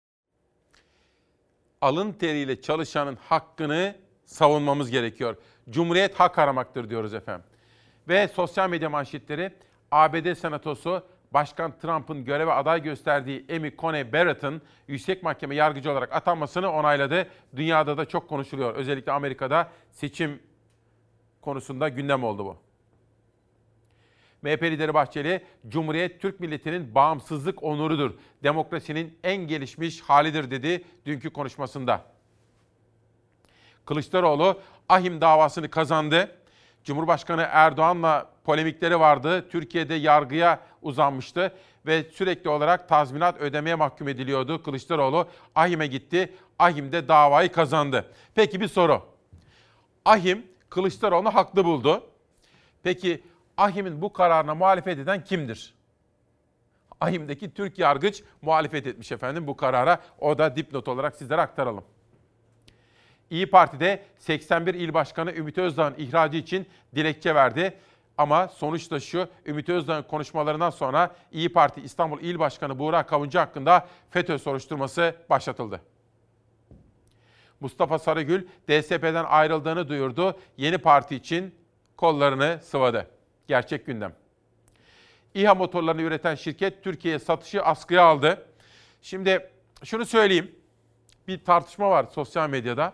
Alın teriyle çalışanın hakkını savunmamız gerekiyor. Cumhuriyet hak aramaktır diyoruz efendim. Ve sosyal medya manşetleri, ABD Senatosu Başkan Trump'ın göreve aday gösterdiği Amy Coney Barrett'ın yüksek mahkeme yargıcı olarak atanmasını onayladı. Dünyada da çok konuşuluyor. Özellikle Amerika'da seçim konusunda gündem oldu bu. MHP lideri Bahçeli, Cumhuriyet Türk milletinin bağımsızlık onurudur. Demokrasinin en gelişmiş halidir dedi dünkü konuşmasında. Kılıçdaroğlu ahim davasını kazandı. Cumhurbaşkanı Erdoğan'la polemikleri vardı. Türkiye'de yargıya uzanmıştı ve sürekli olarak tazminat ödemeye mahkum ediliyordu. Kılıçdaroğlu ahime gitti. Ahim'de davayı kazandı. Peki bir soru. Ahim Kılıçdaroğlu'nu haklı buldu. Peki Ahim'in bu kararına muhalefet eden kimdir? Ahim'deki Türk yargıç muhalefet etmiş efendim bu karara. O da dipnot olarak sizlere aktaralım. İYİ Parti'de 81 il başkanı Ümit Özdağ'ın ihracı için dilekçe verdi. Ama sonuç da şu, Ümit Özdağ'ın konuşmalarından sonra İYİ Parti İstanbul İl Başkanı Buğra Kavuncu hakkında FETÖ soruşturması başlatıldı. Mustafa Sarıgül DSP'den ayrıldığını duyurdu. Yeni parti için kollarını sıvadı. Gerçek gündem. İHA motorlarını üreten şirket Türkiye'ye satışı askıya aldı. Şimdi şunu söyleyeyim. Bir tartışma var sosyal medyada.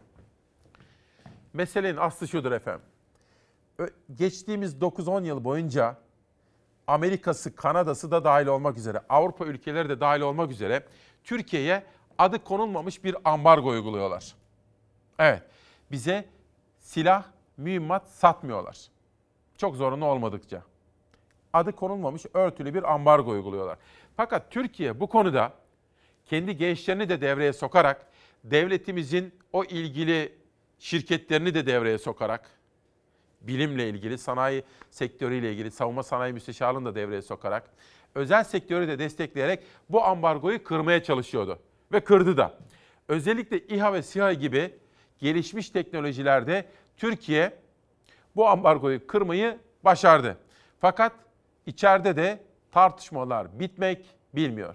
Meselenin aslı şudur efendim. Geçtiğimiz 9-10 yıl boyunca Amerika'sı, Kanada'sı da dahil olmak üzere, Avrupa ülkeleri de dahil olmak üzere Türkiye'ye adı konulmamış bir ambargo uyguluyorlar. Evet, bize silah, mühimmat satmıyorlar. Çok zorunlu olmadıkça. Adı konulmamış örtülü bir ambargo uyguluyorlar. Fakat Türkiye bu konuda kendi gençlerini de devreye sokarak, devletimizin o ilgili şirketlerini de devreye sokarak, bilimle ilgili, sanayi sektörüyle ilgili, savunma sanayi müsteşarlığını da devreye sokarak, özel sektörü de destekleyerek bu ambargoyu kırmaya çalışıyordu. Ve kırdı da. Özellikle İHA ve SİHA gibi gelişmiş teknolojilerde Türkiye bu ambargoyu kırmayı başardı. Fakat içeride de tartışmalar bitmek bilmiyor.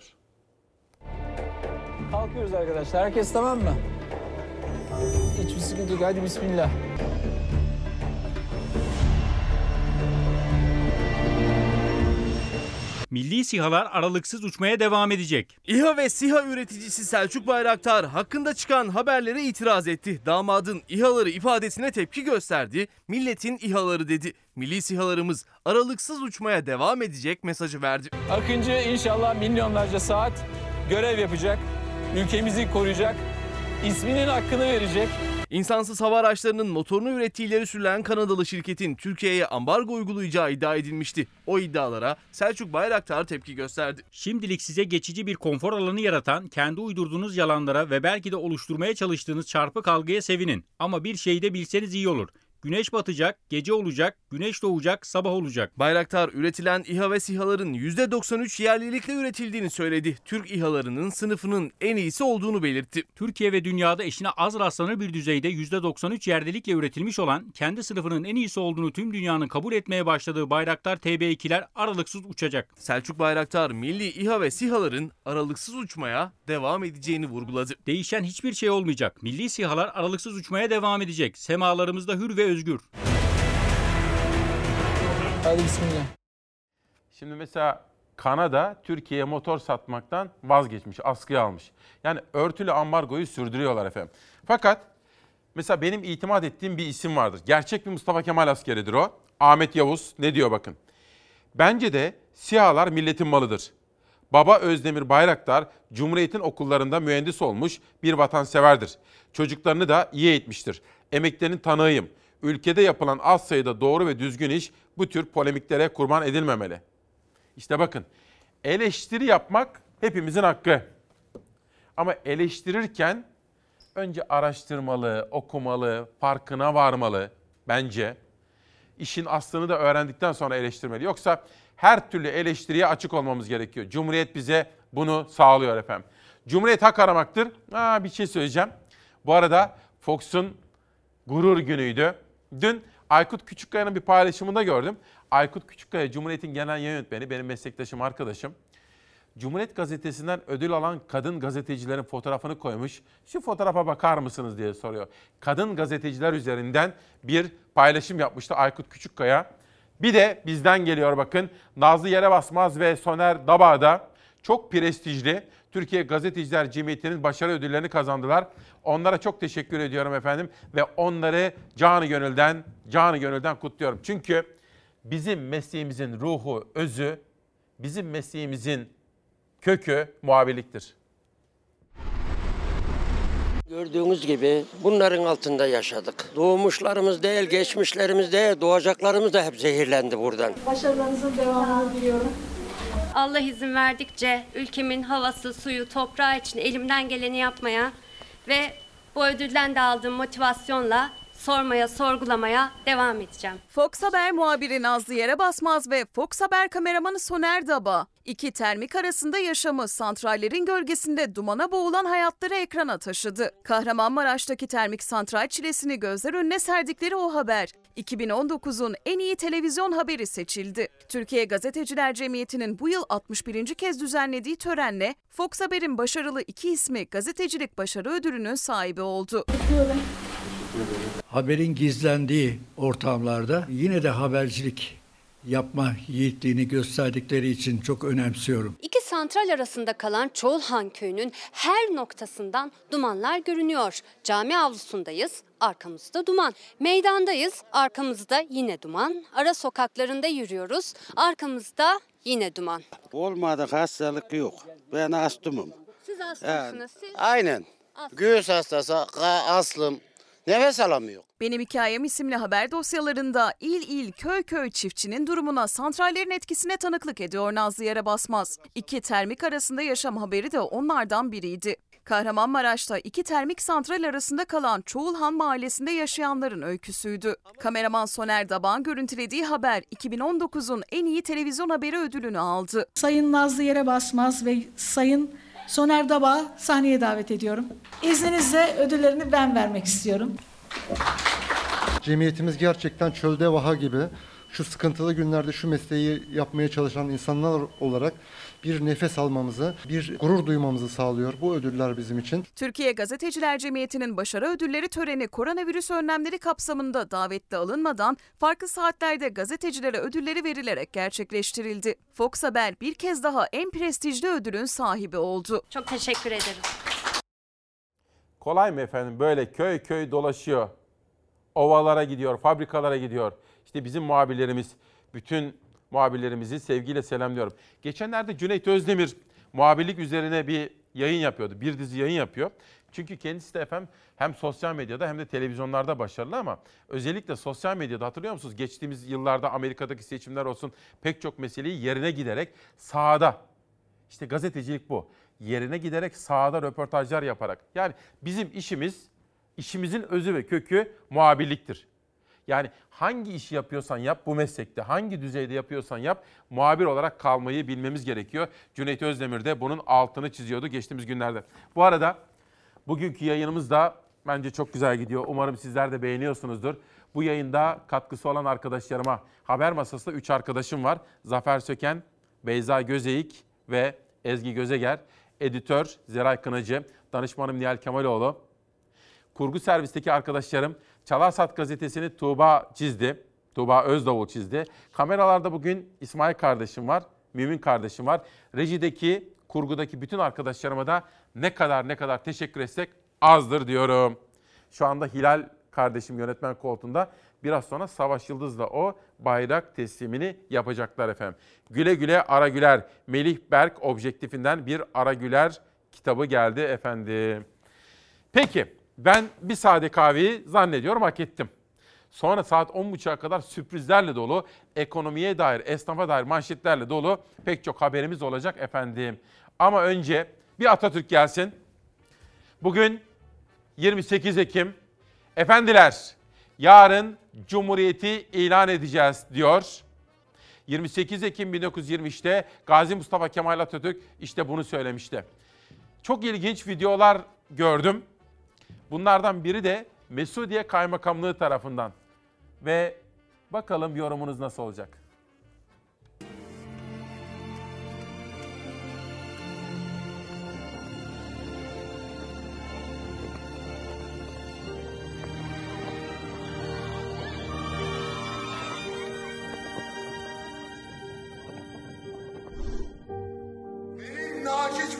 Kalkıyoruz arkadaşlar. Herkes tamam mı? Hiçbir sıkıntı yok. Hadi bismillah.
Milli SİHA'lar aralıksız uçmaya devam edecek.
İHA ve SİHA üreticisi Selçuk Bayraktar hakkında çıkan haberlere itiraz etti. Damadın İHA'ları ifadesine tepki gösterdi. Milletin İHA'ları dedi. Milli SİHA'larımız aralıksız uçmaya devam edecek mesajı verdi.
Akıncı inşallah milyonlarca saat görev yapacak. Ülkemizi koruyacak. İsminin hakkını verecek.
İnsansız hava araçlarının motorunu ürettiği ileri sürülen Kanadalı şirketin Türkiye'ye ambargo uygulayacağı iddia edilmişti. O iddialara Selçuk Bayraktar tepki gösterdi.
Şimdilik size geçici bir konfor alanı yaratan, kendi uydurduğunuz yalanlara ve belki de oluşturmaya çalıştığınız çarpık algıya sevinin. Ama bir şeyi de bilseniz iyi olur. Güneş batacak, gece olacak, güneş doğacak, sabah olacak.
Bayraktar üretilen İHA ve SİHA'ların %93 yerlilikle üretildiğini söyledi. Türk İHA'larının sınıfının en iyisi olduğunu belirtti.
Türkiye ve dünyada eşine az rastlanır bir düzeyde %93 yerlilikle üretilmiş olan, kendi sınıfının en iyisi olduğunu tüm dünyanın kabul etmeye başladığı Bayraktar TB2'ler aralıksız uçacak.
Selçuk Bayraktar milli İHA ve SİHA'ların aralıksız uçmaya devam edeceğini vurguladı.
Değişen hiçbir şey olmayacak. Milli SİHA'lar aralıksız uçmaya devam edecek. Semalarımızda hür ve özgür.
Hadi bismillah.
Şimdi mesela Kanada Türkiye'ye motor satmaktan vazgeçmiş, askıya almış. Yani örtülü ambargoyu sürdürüyorlar efendim. Fakat mesela benim itimat ettiğim bir isim vardır. Gerçek bir Mustafa Kemal askeridir o. Ahmet Yavuz ne diyor bakın. Bence de SİHA'lar milletin malıdır. Baba Özdemir Bayraktar, Cumhuriyet'in okullarında mühendis olmuş bir vatanseverdir. Çocuklarını da iyi eğitmiştir. Emeklerinin tanığıyım. Ülkede yapılan az sayıda doğru ve düzgün iş bu tür polemiklere kurban edilmemeli. İşte bakın, eleştiri yapmak hepimizin hakkı. Ama eleştirirken önce araştırmalı, okumalı, farkına varmalı bence. İşin aslını da öğrendikten sonra eleştirmeli. Yoksa her türlü eleştiriye açık olmamız gerekiyor. Cumhuriyet bize bunu sağlıyor efendim. Cumhuriyet hak aramaktır. Bir şey söyleyeceğim. Bu arada Fox'un gurur günüydü. Dün Aykut Küçükkaya'nın bir paylaşımında gördüm. Aykut Küçükkaya, Cumhuriyet'in genel yayın yönetmeni, benim meslektaşım, arkadaşım. Cumhuriyet Gazetesi'nden ödül alan kadın gazetecilerin fotoğrafını koymuş. Şu fotoğrafa bakar mısınız diye soruyor. Kadın gazeteciler üzerinden bir paylaşım yapmıştı Aykut Küçükkaya. Bir de bizden geliyor bakın. Nazlı Yerebasmaz ve Soner Dabağ'da çok prestijli Türkiye Gazeteciler Cemiyeti'nin başarı ödüllerini kazandılar. Onlara çok teşekkür ediyorum efendim ve onları canı gönülden kutluyorum. Çünkü bizim mesleğimizin ruhu, özü, bizim mesleğimizin kökü muhabirliktir.
Gördüğünüz gibi bunların altında yaşadık. Doğmuşlarımız değil, geçmişlerimiz değil, doğacaklarımız da hep zehirlendi buradan.
Başarılarınızın devamını diliyorum.
Allah izin verdikçe ülkemin havası, suyu, toprağı için elimden geleni yapmaya ve bu ödülden de aldığım motivasyonla sormaya, sorgulamaya devam edeceğim.
Fox Haber muhabiri Nazlı Yerebasmaz ve Fox Haber kameramanı Soner Daba, iki termik arasında yaşamı, santrallerin gölgesinde dumana boğulan hayatları ekrana taşıdı. Kahramanmaraş'taki termik santral çilesini gözler önüne serdikleri o haber, 2019'un en iyi televizyon haberi seçildi. Türkiye Gazeteciler Cemiyeti'nin bu yıl 61. kez düzenlediği törenle Fox Haber'in başarılı iki ismi gazetecilik başarı ödülünün sahibi oldu.
Haberin gizlendiği ortamlarda yine de habercilik yapma yiğitliğini gösterdikleri için çok önemsiyorum.
İki santral arasında kalan Çoğulhan Köyü'nün her noktasından dumanlar görünüyor. Cami avlusundayız, arkamızda duman. Meydandayız, arkamızda yine duman. Ara sokaklarında yürüyoruz, arkamızda yine duman.
Olmadık hastalık yok. Ben astımım.
Siz hastasınız. Siz...
Aynen. Göğüs hastası, astım. Nefes alamıyor.
Benim Hikayem isimli haber dosyalarında il köy köy çiftçinin durumuna, santrallerin etkisine tanıklık ediyor Nazlı Yerebasmaz. İki termik arasında yaşam haberi de onlardan biriydi. Kahramanmaraş'ta iki termik santral arasında kalan Çoğulhan mahallesinde yaşayanların öyküsüydü. Kameraman Soner Dabağ'ın görüntülediği haber 2019'un en iyi televizyon haberi ödülünü aldı.
Sayın Nazlı Yerebasmaz ve Sayın Soner Dabağ'ı sahneye davet ediyorum. İzninizle ödüllerini ben vermek istiyorum.
Cemiyetimiz gerçekten çölde vaha gibi şu sıkıntılı günlerde şu mesleği yapmaya çalışan insanlar olarak bir nefes almamızı, bir gurur duymamızı sağlıyor bu ödüller bizim için.
Türkiye Gazeteciler Cemiyeti'nin başarı ödülleri töreni koronavirüs önlemleri kapsamında davetli alınmadan farklı saatlerde gazetecilere ödülleri verilerek gerçekleştirildi. Fox Haber bir kez daha en prestijli ödülün sahibi oldu.
Çok teşekkür ederim.
Kolay mı efendim? Böyle köy köy dolaşıyor. Ovalara gidiyor, fabrikalara gidiyor. İşte bizim muhabirlerimiz, bütün muhabirlerimizi sevgiyle selamlıyorum. Geçenlerde Cüneyt Özdemir muhabirlik üzerine bir yayın yapıyordu. Bir dizi yayın yapıyor. Çünkü kendisi de efendim hem sosyal medyada hem de televizyonlarda başarılı ama özellikle sosyal medyada hatırlıyor musunuz? Geçtiğimiz yıllarda Amerika'daki seçimler olsun pek çok meseleyi yerine giderek sahada. İşte gazetecilik bu. Yerine giderek sahada röportajlar yaparak. Yani bizim işimizin özü ve kökü muhabirliktir. Yani hangi işi yapıyorsan yap bu meslekte, hangi düzeyde yapıyorsan yap muhabir olarak kalmayı bilmemiz gerekiyor. Cüneyt Özdemir de bunun altını çiziyordu geçtiğimiz günlerde. Bu arada bugünkü yayınımız da bence çok güzel gidiyor. Umarım sizler de beğeniyorsunuzdur. Bu yayında katkısı olan arkadaşlarıma, haber masasında 3 arkadaşım var. Zafer Söken, Beyza Gözeyik ve Ezgi Gözeger. Editör Zeray Kınacı, danışmanım Nihal Kemaloğlu. Kurgu servisteki arkadaşlarım Çalarsat gazetesini Tuğba Özdavul çizdi. Kameralarda bugün İsmail kardeşim var, Mümin kardeşim var. Rejideki, kurgudaki bütün arkadaşlarıma da ne kadar teşekkür etsek azdır diyorum. Şu anda Hilal kardeşim yönetmen koltuğunda. Biraz sonra Savaş Yıldız'la o bayrak teslimini yapacaklar efendim. Güle güle Ara Güler. Melih Berk objektifinden bir Ara Güler kitabı geldi efendim. Peki ben bir sade kahveyi zannediyorum hak ettim. Sonra saat 10.30'a kadar sürprizlerle dolu, ekonomiye dair, esnafa dair manşetlerle dolu pek çok haberimiz olacak efendim. Ama önce bir Atatürk gelsin. Bugün 28 Ekim. Efendiler, yarın Cumhuriyeti ilan edeceğiz diyor. 28 Ekim 1923'te Gazi Mustafa Kemal Atatürk işte bunu söylemişti. Çok ilginç videolar gördüm. Bunlardan biri de Mesudiye Kaymakamlığı tarafından. Ve bakalım yorumunuz nasıl olacak?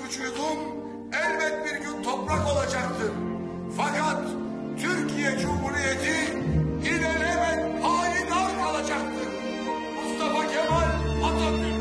vücudum elbet bir gün toprak olacaktır. Fakat Türkiye Cumhuriyeti ilelebet payidar kalacaktır. Mustafa Kemal Atatürk.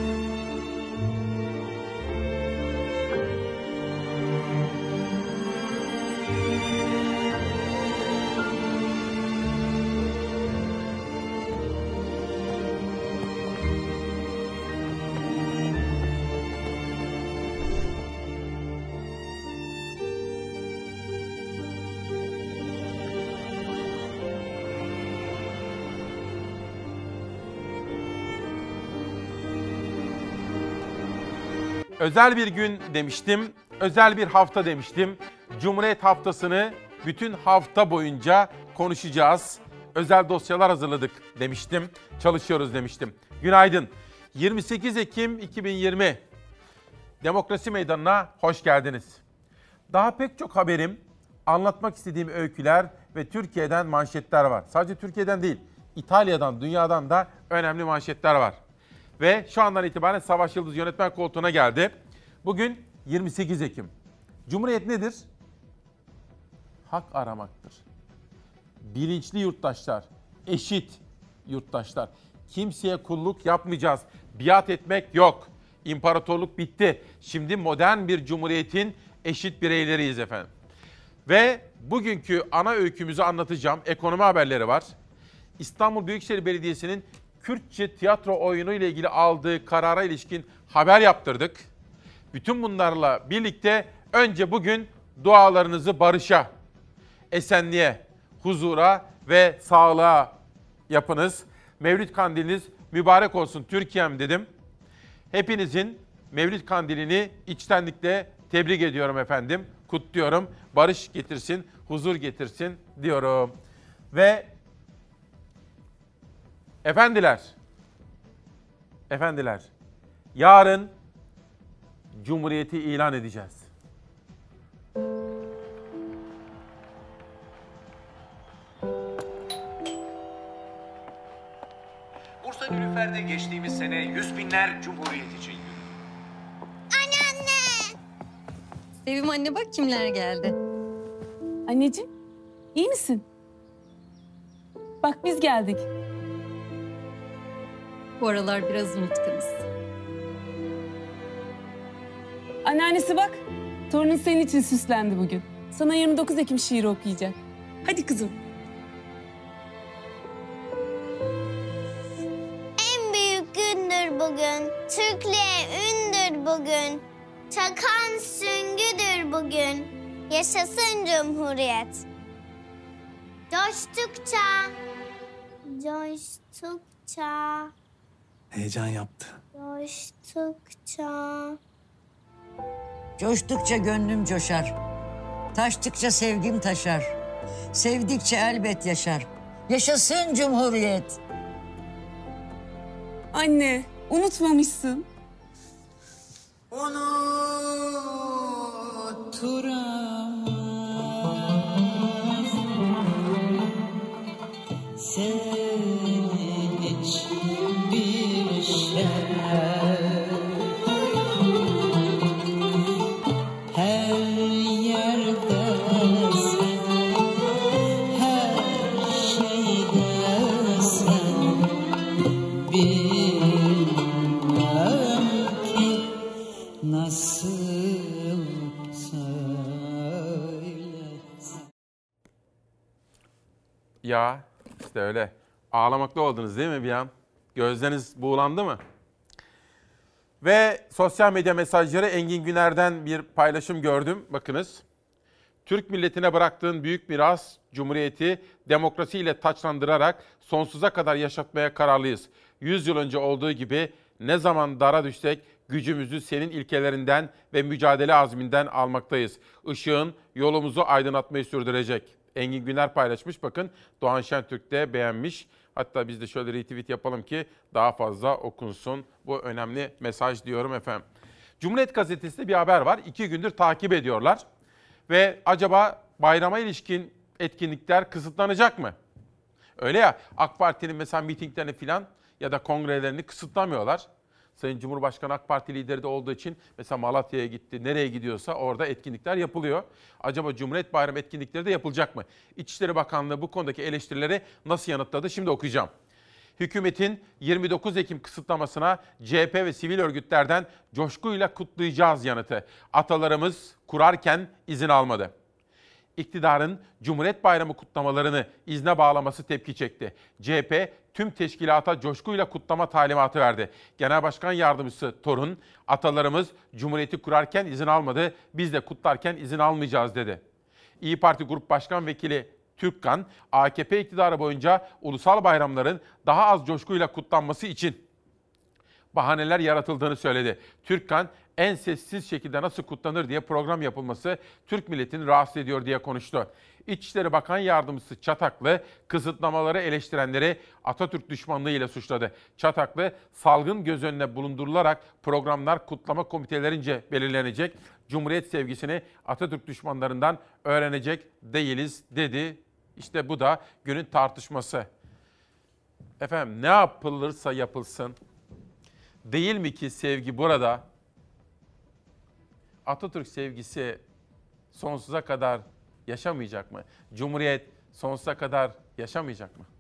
Özel bir gün demiştim, özel bir hafta demiştim. Cumhuriyet Haftası'nı bütün hafta boyunca konuşacağız. Özel dosyalar hazırladık demiştim, çalışıyoruz demiştim. Günaydın. 28 Ekim 2020 Demokrasi Meydanı'na hoş geldiniz. Daha pek çok haberim, anlatmak istediğim öyküler ve Türkiye'den manşetler var. Sadece Türkiye'den değil, İtalya'dan, dünyadan da önemli manşetler var. Ve şu andan itibaren Savaş Yıldız yönetmen koltuğuna geldi. Bugün 28 Ekim. Cumhuriyet nedir? Hak aramaktır. Bilinçli yurttaşlar, eşit yurttaşlar. Kimseye kulluk yapmayacağız. Biat etmek yok. İmparatorluk bitti. Şimdi modern bir cumhuriyetin eşit bireyleriyiz efendim. Ve bugünkü ana öykümüzü anlatacağım. Ekonomi haberleri var. İstanbul Büyükşehir Belediyesi'nin Kürtçe tiyatro oyunu ile ilgili aldığı karara ilişkin haber yaptırdık. Bütün bunlarla birlikte önce bugün dualarınızı barışa, esenliğe, huzura ve sağlığa yapınız. Mevlid kandiliniz mübarek olsun Türkiye'm dedim. Hepinizin Mevlid kandilini içtenlikle tebrik ediyorum efendim. Kutluyorum. Barış getirsin, huzur getirsin diyorum. Ve Efendiler, yarın Cumhuriyeti ilan edeceğiz.
Bursa Nilüfer'de geçtiğimiz sene 100 binler Cumhuriyet için yürüdü.
Anne! Sevim anne bak kimler geldi.
Anneciğim, iyi misin? Bak biz geldik.
Bu aralar biraz unutkanız.
Anneannesi bak, torunun senin için süslendi bugün. Sana 29 Ekim şiiri okuyacak. Hadi kızım.
En büyük gündür bugün, Türklüğe ündür bugün. Çakan süngüdür bugün, yaşasın Cumhuriyet. Coştukça.
Heyecan yaptı.
Coştukça
gönlüm coşar. Taştıkça sevgim taşar. Sevdikçe elbet yaşar. Yaşasın Cumhuriyet.
Anne, unutmamışsın.
Senin için bir şer, her yerde sen, her şeyde sen, bilmem ki nasıl söylesem.
Ya işte öyle. Ağlamakta oldunuz değil mi bir an? Gözleriniz buğulandı mı? Ve sosyal medya mesajları Engin Güner'den bir paylaşım gördüm. Bakınız. Türk milletine bıraktığın büyük miras, Cumhuriyeti demokrasiyle taçlandırarak sonsuza kadar yaşatmaya kararlıyız. 100 yıl önce olduğu gibi ne zaman dara düşsek gücümüzü senin ilkelerinden ve mücadele azminden almaktayız. Işığın yolumuzu aydınlatmayı sürdürecek. Engin Güner paylaşmış, bakın Doğan Şentürk de beğenmiş. Hatta biz de şöyle retweet yapalım ki daha fazla okunsun bu önemli mesaj diyorum efendim. Cumhuriyet Gazetesi'nde bir haber var. 2 gündür takip ediyorlar. Ve acaba bayrama ilişkin etkinlikler kısıtlanacak mı? Öyle ya, AK Parti'nin mesela mitinglerini falan ya da kongrelerini kısıtlamıyorlar. Sayın Cumhurbaşkanı AK Parti lideri de olduğu için mesela Malatya'ya gitti, nereye gidiyorsa orada etkinlikler yapılıyor. Acaba Cumhuriyet Bayramı etkinlikleri de yapılacak mı? İçişleri Bakanlığı bu konudaki eleştirileri nasıl yanıtladı? Şimdi okuyacağım. Hükümetin 29 Ekim kısıtlamasına CHP ve sivil örgütlerden coşkuyla kutlayacağız yanıtı. Atalarımız kurarken izin almadı. İktidarın Cumhuriyet Bayramı kutlamalarını izne bağlaması tepki çekti. CHP tüm teşkilata coşkuyla kutlama talimatı verdi. Genel Başkan Yardımcısı Torun, atalarımız Cumhuriyeti kurarken izin almadı, biz de kutlarken izin almayacağız dedi. İYİ Parti Grup Başkan Vekili Türkkan, AKP iktidarı boyunca ulusal bayramların daha az coşkuyla kutlanması için bahaneler yaratıldığını söyledi. Türkkan, en sessiz şekilde nasıl kutlanır diye program yapılması Türk milletini rahatsız ediyor diye konuştu. İçişleri Bakan Yardımcısı Çataklı, kısıtlamaları eleştirenleri Atatürk düşmanlığı ile suçladı. Çataklı, salgın göz önüne bulundurularak programlar kutlama komitelerince belirlenecek. Cumhuriyet sevgisini Atatürk düşmanlarından öğrenecek değiliz dedi. İşte bu da günün tartışması. Efendim ne yapılırsa yapılsın, değil mi ki sevgi burada? Atatürk sevgisi sonsuza kadar yaşamayacak mı? Cumhuriyet sonsuza kadar yaşamayacak mı?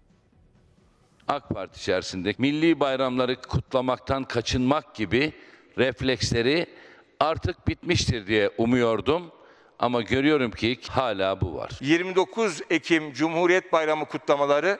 AK Parti içerisinde milli bayramları kutlamaktan kaçınmak gibi refleksleri artık bitmiştir diye umuyordum. Ama görüyorum ki hala bu var.
29 Ekim Cumhuriyet Bayramı kutlamaları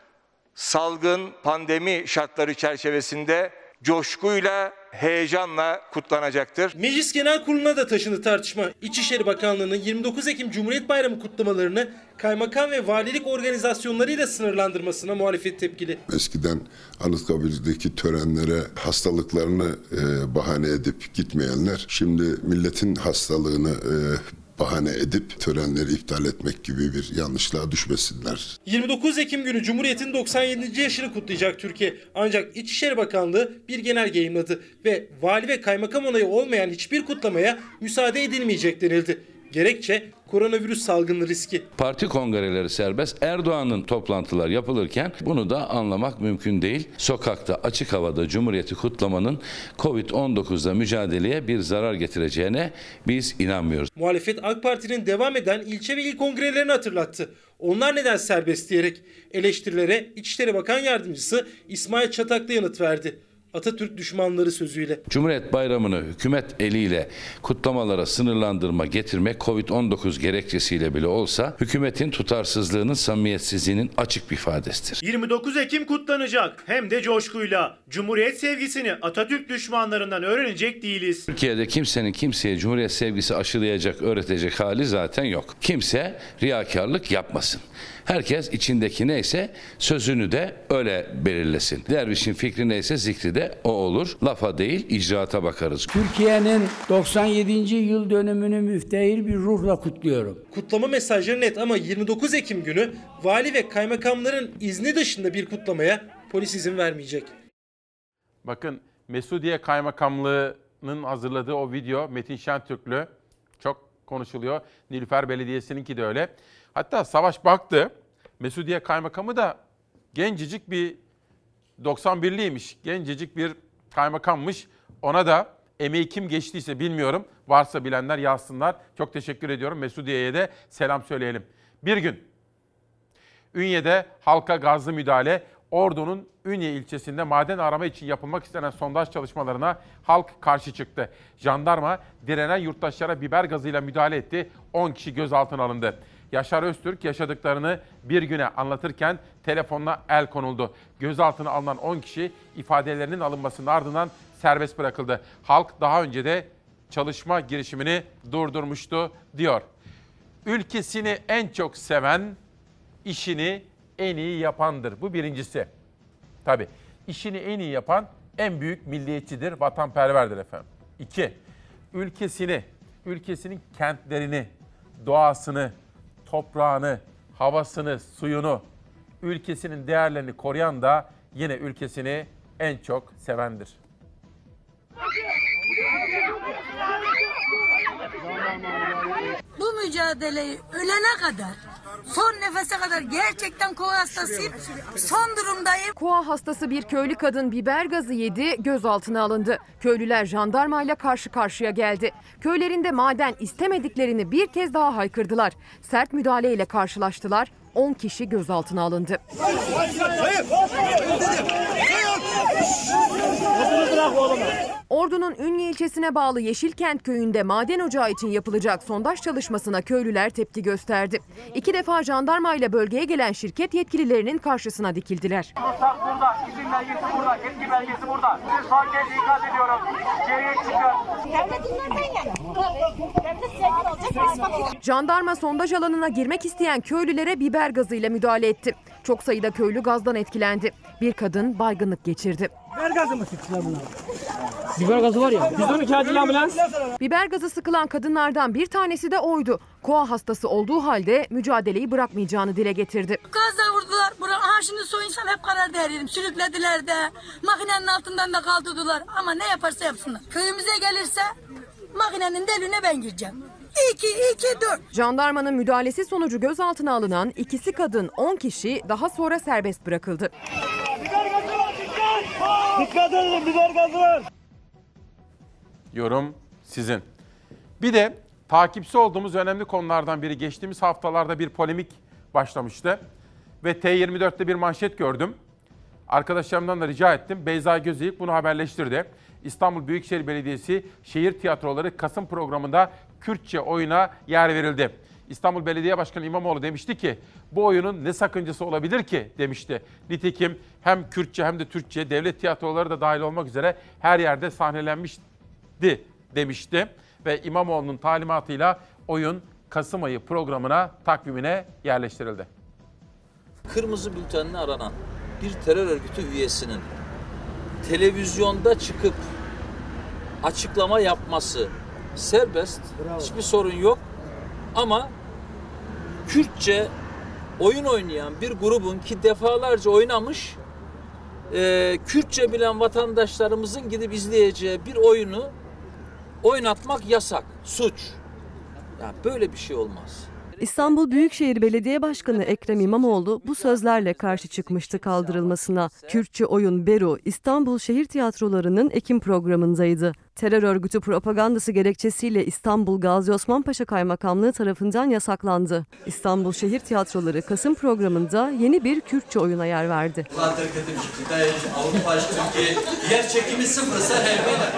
salgın pandemi şartları çerçevesinde coşkuyla, heyecanla kutlanacaktır.
Meclis Genel Kurulu'na da taşındı tartışma. İçişleri Bakanlığı'nın 29 Ekim Cumhuriyet Bayramı kutlamalarını kaymakam ve valilik organizasyonlarıyla sınırlandırmasına muhalefet tepkili.
Eskiden Anıtkabir'deki törenlere hastalıklarını bahane edip gitmeyenler şimdi milletin hastalığını bahane edip törenleri iptal etmek gibi bir yanlışlığa düşmesinler.
29 Ekim günü Cumhuriyet'in 97. yaşını kutlayacak Türkiye. Ancak İçişleri Bakanlığı bir genelge yayımladı ve vali ve kaymakam onayı olmayan hiçbir kutlamaya müsaade edilmeyecek denildi. Gerekçe koronavirüs salgını riski.
Parti kongreleri serbest. Erdoğan'ın toplantılar yapılırken bunu da anlamak mümkün değil. Sokakta, açık havada Cumhuriyeti kutlamanın Covid-19'da mücadeleye bir zarar getireceğine biz inanmıyoruz.
Muhalefet AK Parti'nin devam eden ilçe ve il kongrelerini hatırlattı. Onlar neden serbest diyerek eleştirilere İçişleri Bakan Yardımcısı İsmail Çataklı yanıt verdi. Atatürk düşmanları sözüyle.
Cumhuriyet Bayramı'nı hükümet eliyle kutlamalara sınırlandırma getirmek Covid-19 gerekçesiyle bile olsa hükümetin tutarsızlığının, samimiyetsizliğinin açık bir ifadesidir.
29 Ekim kutlanacak hem de coşkuyla. Cumhuriyet sevgisini Atatürk düşmanlarından öğrenecek değiliz.
Türkiye'de kimsenin kimseye Cumhuriyet sevgisi aşılayacak, öğretecek hali zaten yok. Kimse riyakarlık yapmasın. Herkes içindeki neyse sözünü de öyle belirlesin. Dervişin fikri neyse zikri de o olur. Lafa değil icraata bakarız.
Türkiye'nin 97. yıl dönümünü müftehir bir ruhla kutluyorum.
Kutlama mesajları net ama 29 Ekim günü vali ve kaymakamların izni dışında bir kutlamaya polis izin vermeyecek.
Bakın Mesudiye Kaymakamlığı'nın hazırladığı o video Metin Şentürklü çok konuşuluyor. Nilüfer Belediyesi'ninki de öyle. Hatta Savaş baktı. Mesudiye Kaymakamı da gencecik bir 91'liymiş. Gencecik bir kaymakammış. Ona da emeği kim geçtiyse bilmiyorum. Varsa bilenler yazsınlar. Çok teşekkür ediyorum. Mesudiye'ye de selam söyleyelim. Bir gün Ünye'de halka gazlı müdahale. Ordu'nun Ünye ilçesinde maden arama için yapılmak istenen sondaj çalışmalarına halk karşı çıktı. Jandarma direnen yurttaşlara biber gazıyla müdahale etti. 10 kişi gözaltına alındı. Yaşar Öztürk yaşadıklarını bir güne anlatırken telefonla el konuldu. Gözaltına alınan 10 kişi ifadelerinin alınmasının ardından serbest bırakıldı. Halk daha önce de çalışma girişimini durdurmuştu diyor. Ülkesini en çok seven, işini en iyi yapandır. Bu birincisi. Tabii işini en iyi yapan en büyük milliyetçidir, vatanperverdir efendim. 2. Ülkesinin kentlerini, doğasını, toprağını, havasını, suyunu, ülkesinin değerlerini koruyan da yine ülkesini en çok sevendir.
Bu mücadeleyi ölene kadar, son nefese kadar gerçekten koa hastasıyım. Son durumdayım.
Koa hastası bir köylü kadın biber gazı yedi, gözaltına alındı. Köylüler jandarmayla karşı karşıya geldi. Köylerinde maden istemediklerini bir kez daha haykırdılar. Sert müdahaleyle karşılaştılar. 10 kişi gözaltına alındı. Ordu'nun Ünye ilçesine bağlı Yeşilkent köyünde maden ocağı için yapılacak sondaj çalışmasına köylüler tepki gösterdi. 2 defa jandarmayla bölgeye gelen şirket yetkililerinin karşısına dikildiler.
Ruhsat burada, izin belgesi burada, yetki belgesi burada. Siz son kez ikaz ediyorum. Geriye çıkın.
Jandarma sondaj alanına girmek isteyen köylülere biber gazıyla müdahale etti. Çok sayıda köylü gazdan etkilendi. Bir kadın baygınlık geçirdi.
Biber gazı mı sıktılar bunlar? Biber gazı var ya. 112 acil ambulans.
Biber gazı sıkılan kadınlardan bir tanesi de oydu. Koa hastası olduğu halde mücadeleyi bırakmayacağını dile getirdi.
Gazla vurdular. Şimdi soyunsam hep karar veririm. Sürüklediler de. Makinenin altından da kaldırdılar. Ama ne yaparsa yapsınlar. Köyümüze gelirse makinenin deliğine ben gireceğim. 2, 4.
Jandarmanın müdahalesi sonucu gözaltına alınan ikisi kadın 10 kişi daha sonra serbest bırakıldı.
Dikkat edin, biber gazı var.
Yorum sizin. Bir de takipçisi olduğumuz önemli konulardan biri, geçtiğimiz haftalarda bir polemik başlamıştı. Ve T24'te bir manşet gördüm. Arkadaşlarımdan da rica ettim. Beyza Gözeyik bunu haberleştirdi. İstanbul Büyükşehir Belediyesi Şehir Tiyatroları Kasım programında Kürtçe oyuna yer verildi. İstanbul Belediye Başkanı İmamoğlu demişti ki bu oyunun ne sakıncası olabilir ki demişti. Nitekim hem Kürtçe hem de Türkçe devlet tiyatroları da dahil olmak üzere her yerde sahnelenmişti demişti. Ve İmamoğlu'nun talimatıyla oyun Kasım ayı programına takvimine yerleştirildi.
Kırmızı bültenine aranan bir terör örgütü üyesinin televizyonda çıkıp açıklama yapması serbest, hiçbir sorun yok. Ama Kürtçe oyun oynayan bir grubun ki defalarca oynamış, Kürtçe bilen vatandaşlarımızın gidip izleyeceği bir oyunu oynatmak yasak, suç. Yani böyle bir şey olmaz.
İstanbul Büyükşehir Belediye Başkanı Ekrem İmamoğlu bu sözlerle karşı çıkmıştı kaldırılmasına. Kürtçe oyun Beru İstanbul Şehir Tiyatroları'nın Ekim programındaydı. Terör örgütü propagandası gerekçesiyle İstanbul Gazi Osman Paşa Kaymakamlığı tarafından yasaklandı. İstanbul Şehir Tiyatroları Kasım programında yeni bir Kürtçe oyuna yer verdi.
Avrupa Türkiye yer çekimi sıfırsa herbeler.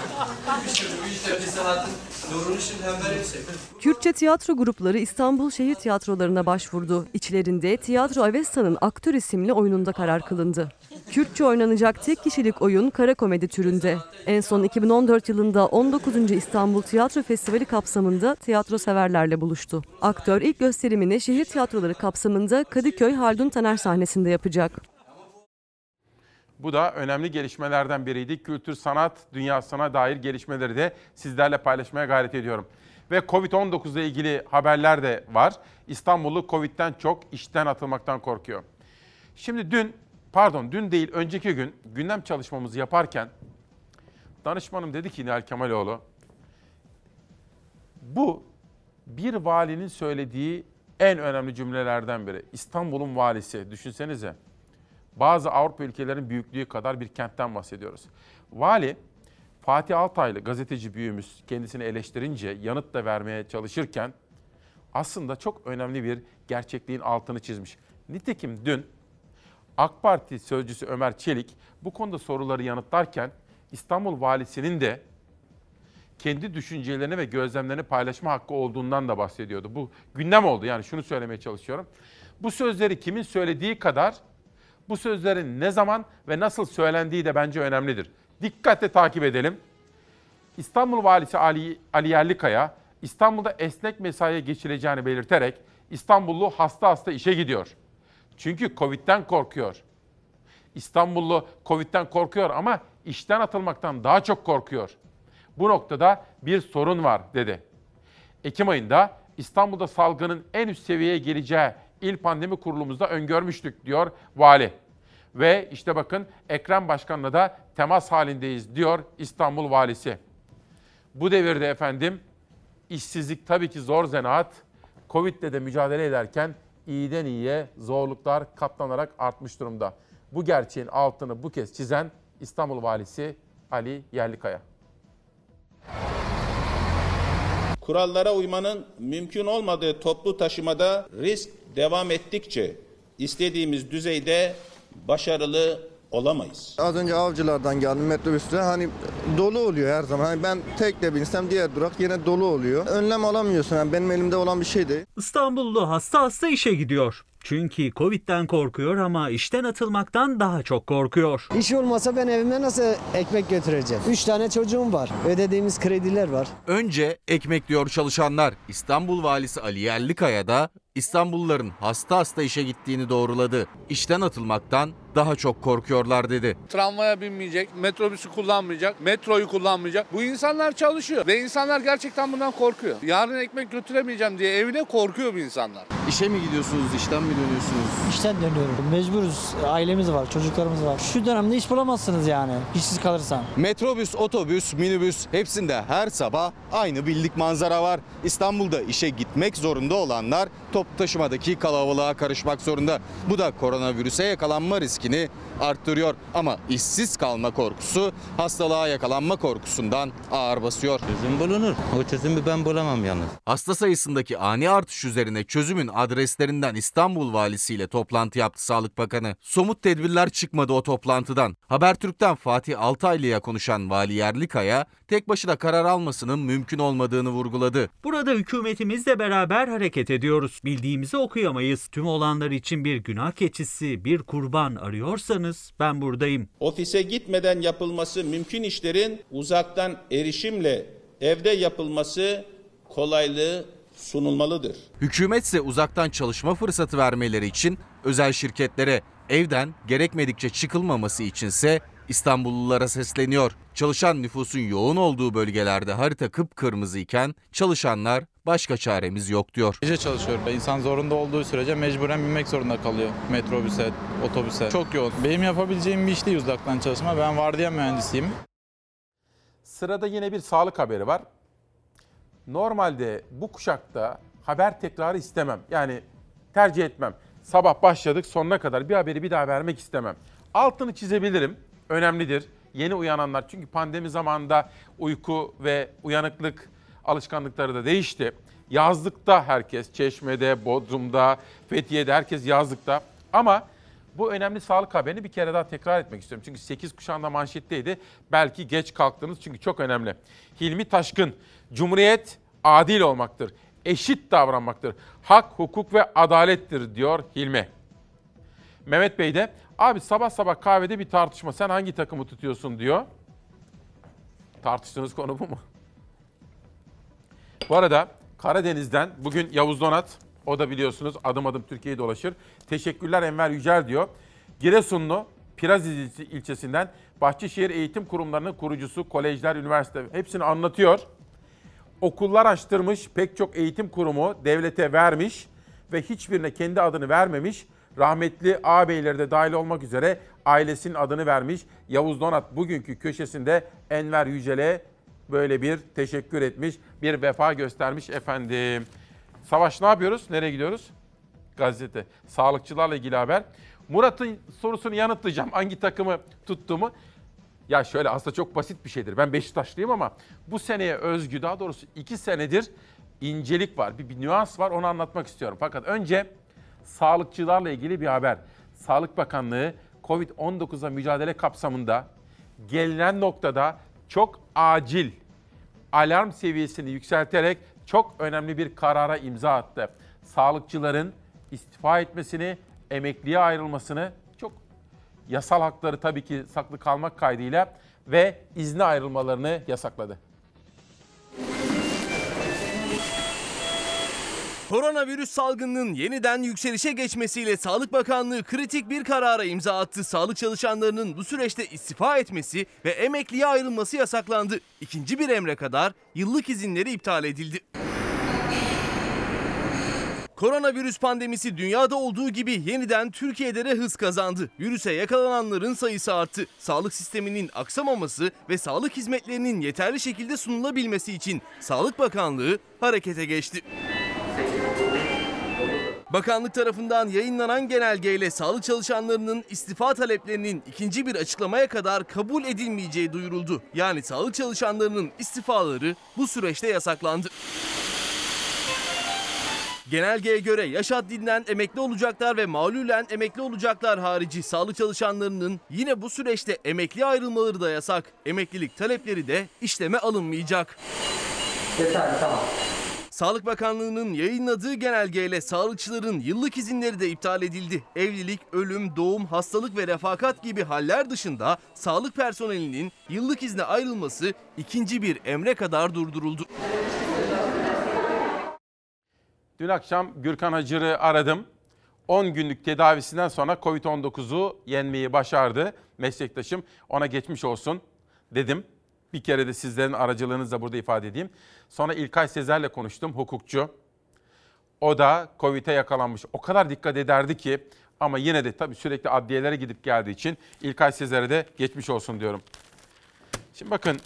Kürtçe tiyatro grupları İstanbul Şehir Tiyatroları'na başvurdu. İçlerinde Tiyatro Avesta'nın Aktör isimli oyununda karar kılındı. Kürtçe oynanacak tek kişilik oyun kara komedi türünde. En son 2014 yılında 19. İstanbul Tiyatro Festivali kapsamında tiyatro severlerle buluştu. Aktör ilk gösterimini şehir tiyatroları kapsamında Kadıköy Haldun Taner sahnesinde yapacak.
Bu da önemli gelişmelerden biriydi. Kültür, sanat dünyasına dair gelişmeleri de sizlerle paylaşmaya gayret ediyorum. Ve Covid-19 ile ilgili haberler de var. İstanbullu Covid'den çok işten atılmaktan korkuyor. Şimdi dün değil önceki gün gündem çalışmamızı yaparken danışmanım dedi ki Nihal Kemaloğlu, bu bir valinin söylediği en önemli cümlelerden biri. İstanbul'un valisi, düşünsenize. Bazı Avrupa ülkelerinin büyüklüğü kadar bir kentten bahsediyoruz. Vali, Fatih Altaylı gazeteci büyüğümüz kendisini eleştirince, yanıt da vermeye çalışırken aslında çok önemli bir gerçekliğin altını çizmiş. Nitekim dün AK Parti sözcüsü Ömer Çelik bu konuda soruları yanıtlarken İstanbul Valisi'nin de kendi düşüncelerini ve gözlemlerini paylaşma hakkı olduğundan da bahsediyordu. Bu gündem oldu, yani şunu söylemeye çalışıyorum. Bu sözleri kimin söylediği kadar bu sözlerin ne zaman ve nasıl söylendiği de bence önemlidir. Dikkatle takip edelim. İstanbul Valisi Ali Yerlikaya, İstanbul'da esnek mesaiye geçileceğini belirterek İstanbullu hasta işe gidiyor. Çünkü Covid'den korkuyor. İstanbullu Covid'den korkuyor ama işten atılmaktan daha çok korkuyor. Bu noktada bir sorun var dedi. Ekim ayında İstanbul'da salgının en üst seviyeye geleceği İl Pandemi Kurulumuzda öngörmüştük diyor vali. Ve işte bakın Ekrem Başkan'la da temas halindeyiz diyor İstanbul Valisi. Bu devirde efendim işsizlik tabii ki zor zanaat. Covid'le de mücadele ederken iyiden iyiye zorluklar katlanarak artmış durumda. Bu gerçeğin altını bu kez çizen İstanbul Valisi Ali Yerlikaya.
Kurallara uymanın mümkün olmadığı toplu taşımada risk devam ettikçe istediğimiz düzeyde başarılı olamayız.
Az önce Avcılar'dan geldim metrobüste, hani dolu oluyor her zaman. Hani ben tekle binsem diğer durak yine dolu oluyor. Önlem alamıyorsun, yani benim elimde olan bir şey değil.
İstanbullu hasta işe gidiyor. Çünkü Covid'den korkuyor ama işten atılmaktan daha çok korkuyor.
İş olmasa ben evime nasıl ekmek götüreceğim? 3 tane çocuğum var. Ödediğimiz krediler var.
Önce ekmek diyor çalışanlar. İstanbul Valisi Ali Yerlikaya da İstanbulluların hasta işe gittiğini doğruladı. İşten atılmaktan daha çok korkuyorlar dedi.
Tramvaya binmeyecek, metrobüsü kullanmayacak, metroyu kullanmayacak. Bu insanlar çalışıyor ve insanlar gerçekten bundan korkuyor. Yarın ekmek götüremeyeceğim diye evine korkuyor bu insanlar.
İşe mi gidiyorsunuz, işten mi dönüyorsunuz?
İşten dönüyorum. Mecburuz. Ailemiz var, çocuklarımız var. Şu dönemde iş bulamazsınız yani. İşsiz kalırsan.
Metrobüs, otobüs, minibüs hepsinde her sabah aynı bildik manzara var. İstanbul'da işe gitmek zorunda olanlar toplu taşımadaki kalabalığa karışmak zorunda. Bu da koronavirüse yakalanma riskini arttırıyor. Ama işsiz kalma korkusu hastalığa yakalanma korkusundan ağır basıyor.
Çözüm bulunur. O çözümü ben bulamam yalnız.
Hasta sayısındaki ani artış üzerine çözümün adreslerinden İstanbul Valisi ile toplantı yaptı Sağlık Bakanı. Somut tedbirler çıkmadı o toplantıdan. Habertürk'ten Fatih Altaylı'ya konuşan Vali Yerlikaya, tek başına karar almasının mümkün olmadığını vurguladı.
Burada hükümetimizle beraber hareket ediyoruz. Bildiğimizi okuyamayız. Tüm olanlar için bir günah keçisi, bir kurban arıyorsanız ben buradayım.
Ofise gitmeden yapılması mümkün işlerin uzaktan erişimle evde yapılması kolaylığı sunulmalıdır.
Hükümetse uzaktan çalışma fırsatı vermeleri için özel şirketlere, evden gerekmedikçe çıkılmaması içinse İstanbullulara sesleniyor. Çalışan nüfusun yoğun olduğu bölgelerde harita kıpkırmızı iken çalışanlar başka çaremiz yok diyor.
Gece çalışıyorum. İnsan zorunda olduğu sürece mecburen binmek zorunda kalıyor. Metrobüse, otobüse. Çok yoğun. Benim yapabileceğim bir iş değil uzaktan çalışma. Ben vardiya mühendisiyim.
Sırada yine bir sağlık haberi var. Normalde bu kuşakta haber tekrarı istemem. Yani tercih etmem. Sabah başladık, sonuna kadar bir haberi bir daha vermek istemem. Altını çizebilirim. Önemlidir. Yeni uyananlar, çünkü pandemi zamanında uyku ve uyanıklık alışkanlıkları da değişti. Yazlıkta herkes, Çeşme'de, Bodrum'da, Fethiye'de herkes yazlıkta. Ama bu önemli sağlık haberini bir kere daha tekrar etmek istiyorum. Çünkü 8 kuşağında manşetteydi. Belki geç kalktınız çünkü çok önemli. Hilmi Taşkın, Cumhuriyet adil olmaktır, eşit davranmaktır, hak, hukuk ve adalettir diyor Hilmi. Mehmet Bey de abi sabah sabah kahvede bir tartışma, sen hangi takımı tutuyorsun diyor. Tartıştığınız konu bu mu? Bu arada Karadeniz'den bugün Yavuz Donat, o da biliyorsunuz adım adım Türkiye'yi dolaşır. Teşekkürler Enver Yücel diyor. Giresunlu Piraziz ilçesinden Bahçeşehir Eğitim Kurumlarının kurucusu, kolejler, üniversite hepsini anlatıyor. Okullar açtırmış, pek çok eğitim kurumu devlete vermiş ve hiçbirine kendi adını vermemiş. Rahmetli ağabeyleri de dahil olmak üzere ailesinin adını vermiş. Yavuz Donat bugünkü köşesinde Enver Yücel'e böyle bir teşekkür etmiş, bir vefa göstermiş efendim. Savaş, ne yapıyoruz? Nereye gidiyoruz? Gazete. Sağlıkçılarla ilgili haber. Murat'ın sorusunu yanıtlayacağım. Hangi takımı tuttuğumu. Ya şöyle, aslında çok basit bir şeydir. Ben Beşiktaşlıyım ama bu seneye özgü, daha doğrusu 2 senedir incelik var. Bir nüans var, onu anlatmak istiyorum. Fakat önce sağlıkçılarla ilgili bir haber. Sağlık Bakanlığı Covid-19'la mücadele kapsamında gelinen noktada çok acil alarm seviyesini yükselterek çok önemli bir karara imza attı. Sağlıkçıların istifa etmesini, emekliye ayrılmasını, çok yasal hakları tabii ki saklı kalmak kaydıyla ve izne ayrılmalarını yasakladı.
Koronavirüs salgınının yeniden yükselişe geçmesiyle Sağlık Bakanlığı kritik bir karara imza attı. Sağlık çalışanlarının bu süreçte istifa etmesi ve emekliye ayrılması yasaklandı. İkinci bir emre kadar yıllık izinleri iptal edildi. Koronavirüs pandemisi dünyada olduğu gibi yeniden Türkiye'de de hız kazandı. Virüse yakalananların sayısı arttı. Sağlık sisteminin aksamaması ve sağlık hizmetlerinin yeterli şekilde sunulabilmesi için Sağlık Bakanlığı harekete geçti. Bakanlık tarafından yayınlanan genelgeyle sağlık çalışanlarının istifa taleplerinin ikinci bir açıklamaya kadar kabul edilmeyeceği duyuruldu. Yani sağlık çalışanlarının istifaları bu süreçte yasaklandı. Genelgeye göre yaş haddinden emekli olacaklar ve mağlulen emekli olacaklar harici sağlık çalışanlarının yine bu süreçte emekliye ayrılmaları da yasak. Emeklilik talepleri de işleme alınmayacak.
Yeterli, tamam.
Sağlık Bakanlığı'nın yayınladığı genelgeyle sağlıkçıların yıllık izinleri de iptal edildi. Evlilik, ölüm, doğum, hastalık ve refakat gibi haller dışında sağlık personelinin yıllık izne ayrılması ikinci bir emre kadar durduruldu.
Dün akşam Gürkan Hacır'ı aradım. 10 günlük tedavisinden sonra Covid-19'u yenmeyi başardı meslektaşım. Ona geçmiş olsun dedim. Bir kere de sizlerin aracılığınızla burada ifade edeyim. Sonra İlkay Sezer'le konuştum, hukukçu. O da Covid'e yakalanmış. O kadar dikkat ederdi ki ama yine de tabii sürekli adliyelere gidip geldiği için İlkay Sezer'e de geçmiş olsun diyorum. Şimdi bakın,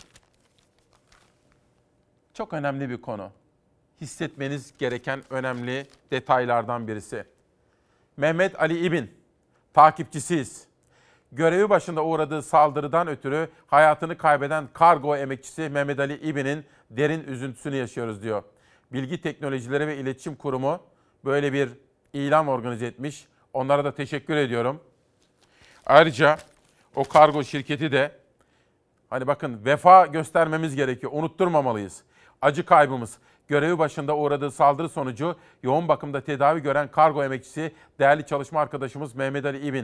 çok önemli bir konu. Hissetmeniz gereken önemli detaylardan birisi. Mehmet Ali İbn, takipçisiyiz. Görevi başında uğradığı saldırıdan ötürü hayatını kaybeden kargo emekçisi Mehmet Ali İbn'in derin üzüntüsünü yaşıyoruz diyor. Bilgi Teknolojileri ve İletişim Kurumu böyle bir ilan organize etmiş. Onlara da teşekkür ediyorum. Ayrıca o kargo şirketi de hani bakın vefa göstermemiz gerekiyor. Unutturmamalıyız. Acı kaybımız. Görevi başında uğradığı saldırı sonucu yoğun bakımda tedavi gören kargo emekçisi değerli çalışma arkadaşımız Mehmet Ali İbn.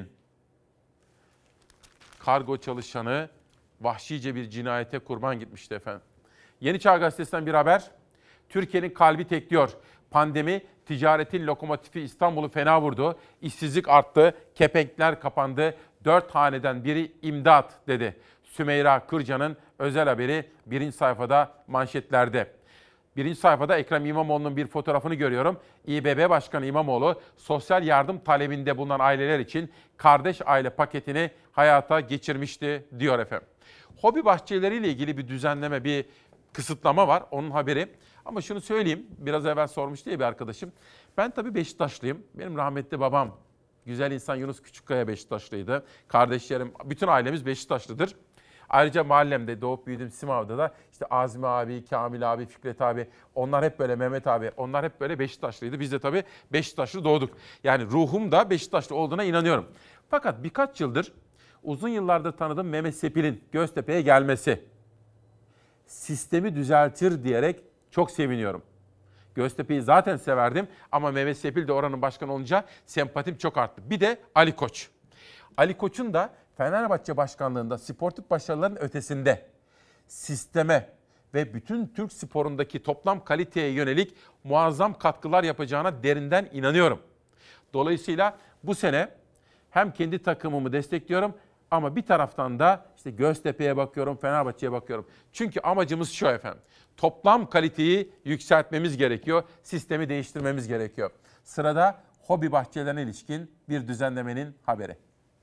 Kargo çalışanı vahşice bir cinayete kurban gitmişti efendim. Yeni Çağ Gazetesi'nden bir haber. Türkiye'nin kalbi tekliyor. Pandemi ticaretin lokomotifi İstanbul'u fena vurdu. İşsizlik arttı, kepenkler kapandı. 4 haneden biri imdat dedi. Sümeyra Kırca'nın özel haberi birinci sayfada manşetlerde. Birinci sayfada Ekrem İmamoğlu'nun bir fotoğrafını görüyorum. İBB Başkanı İmamoğlu sosyal yardım talebinde bulunan aileler için kardeş aile paketini hayata geçirmişti diyor efendim. Hobi bahçeleriyle ilgili bir düzenleme, bir kısıtlama var. Onun haberi. Ama şunu söyleyeyim. Biraz evvel sormuştu ya bir arkadaşım. Ben tabii Beşiktaşlıyım. Benim rahmetli babam, güzel insan Yunus Küçükkaya Beşiktaşlıydı. Kardeşlerim, bütün ailemiz Beşiktaşlıdır. Ayrıca mahallemde doğup büyüdüm Simav'da da işte Azmi abi, Kamil abi, Fikret abi, onlar hep böyle Mehmet abi, onlar hep böyle Beşiktaşlıydı. Biz de tabii Beşiktaşlı doğduk. Yani ruhum da Beşiktaşlı olduğuna inanıyorum. Fakat birkaç yıldır uzun yıllardır tanıdığım Mehmet Sepil'in Göztepe'ye gelmesi sistemi düzeltir diyerek çok seviniyorum. Göztepe'yi zaten severdim ama Mehmet Sepil de oranın başkanı olunca sempatim çok arttı. Bir de Ali Koç. Ali Koç'un da Fenerbahçe başkanlığında sportif başarıların ötesinde sisteme ve bütün Türk sporundaki toplam kaliteye yönelik muazzam katkılar yapacağına derinden inanıyorum. Dolayısıyla bu sene hem kendi takımımı destekliyorum ama bir taraftan da işte Göztepe'ye bakıyorum, Fenerbahçe'ye bakıyorum. Çünkü amacımız şu efendim. Toplam kaliteyi yükseltmemiz gerekiyor, sistemi değiştirmemiz gerekiyor. Sırada hobi bahçelerine ilişkin bir düzenlemenin haberi.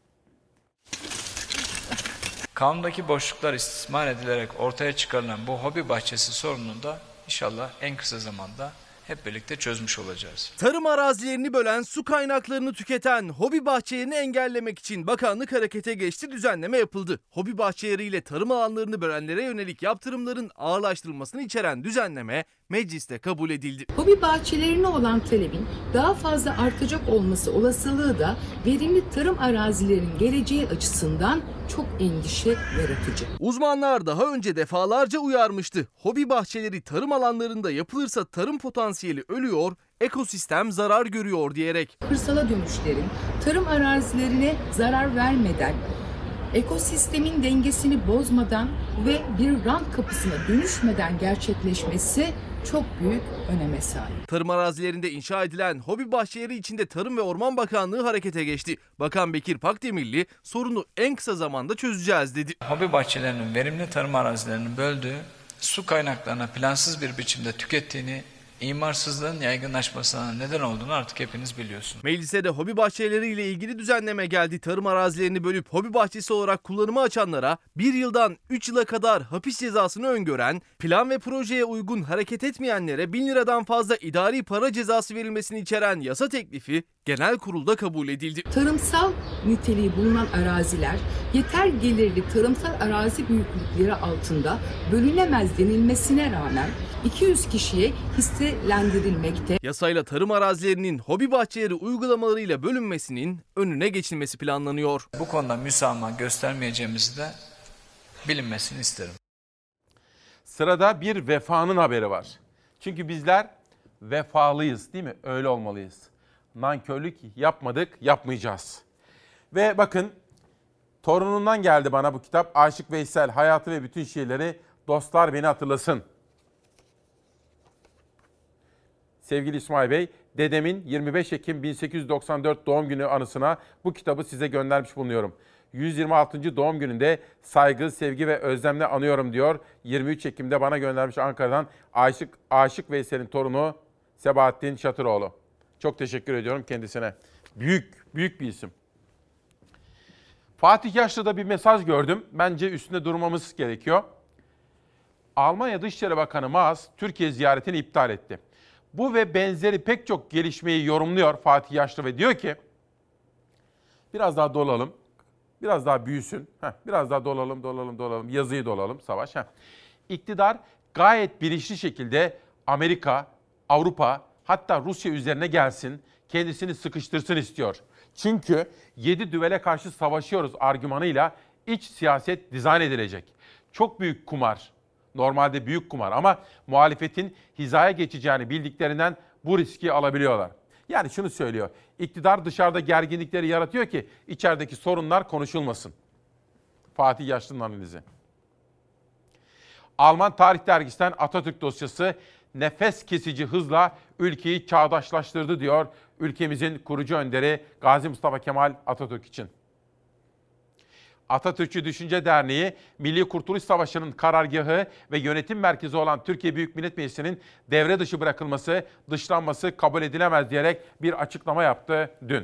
Kanundaki boşluklar istismar edilerek ortaya çıkarılan bu hobi bahçesi sorununu da inşallah en kısa zamanda hep birlikte çözmüş olacağız.
Tarım arazilerini bölen, su kaynaklarını tüketen hobi bahçelerini engellemek için bakanlık harekete geçti, düzenleme yapıldı. Hobi bahçeleriyle tarım alanlarını bölenlere yönelik yaptırımların ağırlaştırılmasını içeren düzenleme mecliste kabul edildi.
Hobi bahçelerine olan talebin daha fazla artacak olması olasılığı da verimli tarım arazilerinin geleceği açısından çok endişe yaratıcı.
Uzmanlar daha önce defalarca uyarmıştı. Hobi bahçeleri tarım alanlarında yapılırsa tarım potansiyeli ölüyor, ekosistem zarar görüyor diyerek.
Kırsala dönüşlerin tarım arazilerine zarar vermeden, ekosistemin dengesini bozmadan ve bir rant kapısına dönüşmeden gerçekleşmesi çok büyük öneme sahip.
Tarım arazilerinde inşa edilen hobi bahçeleri içinde Tarım ve Orman Bakanlığı harekete geçti. Bakan Bekir Pakdemirli sorunu en kısa zamanda çözeceğiz dedi.
Hobi bahçelerinin verimli tarım arazilerinin böldüğü, su kaynaklarına plansız bir biçimde tükettiğini imarsızlığın yaygınlaşmasına neden olduğunu artık hepiniz biliyorsunuz.
Meclise de hobi bahçeleriyle ilgili düzenleme geldi. Tarım arazilerini bölüp hobi bahçesi olarak kullanıma açanlara 1 yıldan 3 yıla kadar hapis cezasını öngören, plan ve projeye uygun hareket etmeyenlere 1000 liradan fazla idari para cezası verilmesini içeren yasa teklifi genel kurulda kabul edildi.
Tarımsal niteliği bulunan araziler yeter gelirli tarımsal arazi büyüklükleri altında bölünemez denilmesine rağmen 200 kişiye hisselendirilmekte.
Yasayla tarım arazilerinin hobi bahçeleri uygulamalarıyla bölünmesinin önüne geçilmesi planlanıyor.
Bu konuda müsamaha göstermeyeceğimizi de bilinmesini isterim.
Sırada bir vefanın haberi var. Çünkü bizler vefalıyız, değil mi? Öyle olmalıyız. Nankörlük yapmadık, yapmayacağız. Ve bakın, torunundan geldi bana bu kitap. Aşık Veysel, hayatı ve bütün şiirleri dostlar beni hatırlasın. Sevgili İsmail Bey, dedemin 25 Ekim 1894 doğum günü anısına bu kitabı size göndermiş bulunuyorum. 126. doğum gününde saygı, sevgi ve özlemle anıyorum diyor. 23 Ekim'de bana göndermiş Ankara'dan Aşık Veysel'in torunu Sebahattin Şatıroğlu. Çok teşekkür ediyorum kendisine. Büyük bir isim. Fatih Yaşlı'da bir mesaj gördüm. Bence üstünde durmamız gerekiyor. Almanya Dışişleri Bakanı Maas, Türkiye ziyaretini iptal etti. Bu ve benzeri pek çok gelişmeyi yorumluyor Fatih Yaşlı ve diyor ki, biraz daha dolalım, biraz daha büyüsün, biraz daha dolalım, yazıyı dolalım, savaş. İktidar gayet bilinçli şekilde Amerika, Avrupa, hatta Rusya üzerine gelsin, kendisini sıkıştırsın istiyor. Çünkü 7 düvele karşı savaşıyoruz argümanıyla iç siyaset dizayn edilecek. Çok büyük kumar, normalde büyük kumar ama muhalefetin hizaya geçeceğini bildiklerinden bu riski alabiliyorlar. Yani şunu söylüyor, iktidar dışarıda gerginlikleri yaratıyor ki içerideki sorunlar konuşulmasın. Fatih Yaşlı'nın analizi. Alman Tarih Dergisi'nden Atatürk dosyası nefes kesici hızla ülkeyi çağdaşlaştırdı diyor ülkemizin kurucu önderi Gazi Mustafa Kemal Atatürk için. Atatürkçü Düşünce Derneği, Milli Kurtuluş Savaşı'nın karargahı ve yönetim merkezi olan Türkiye Büyük Millet Meclisi'nin devre dışı bırakılması, dışlanması kabul edilemez diyerek bir açıklama yaptı dün.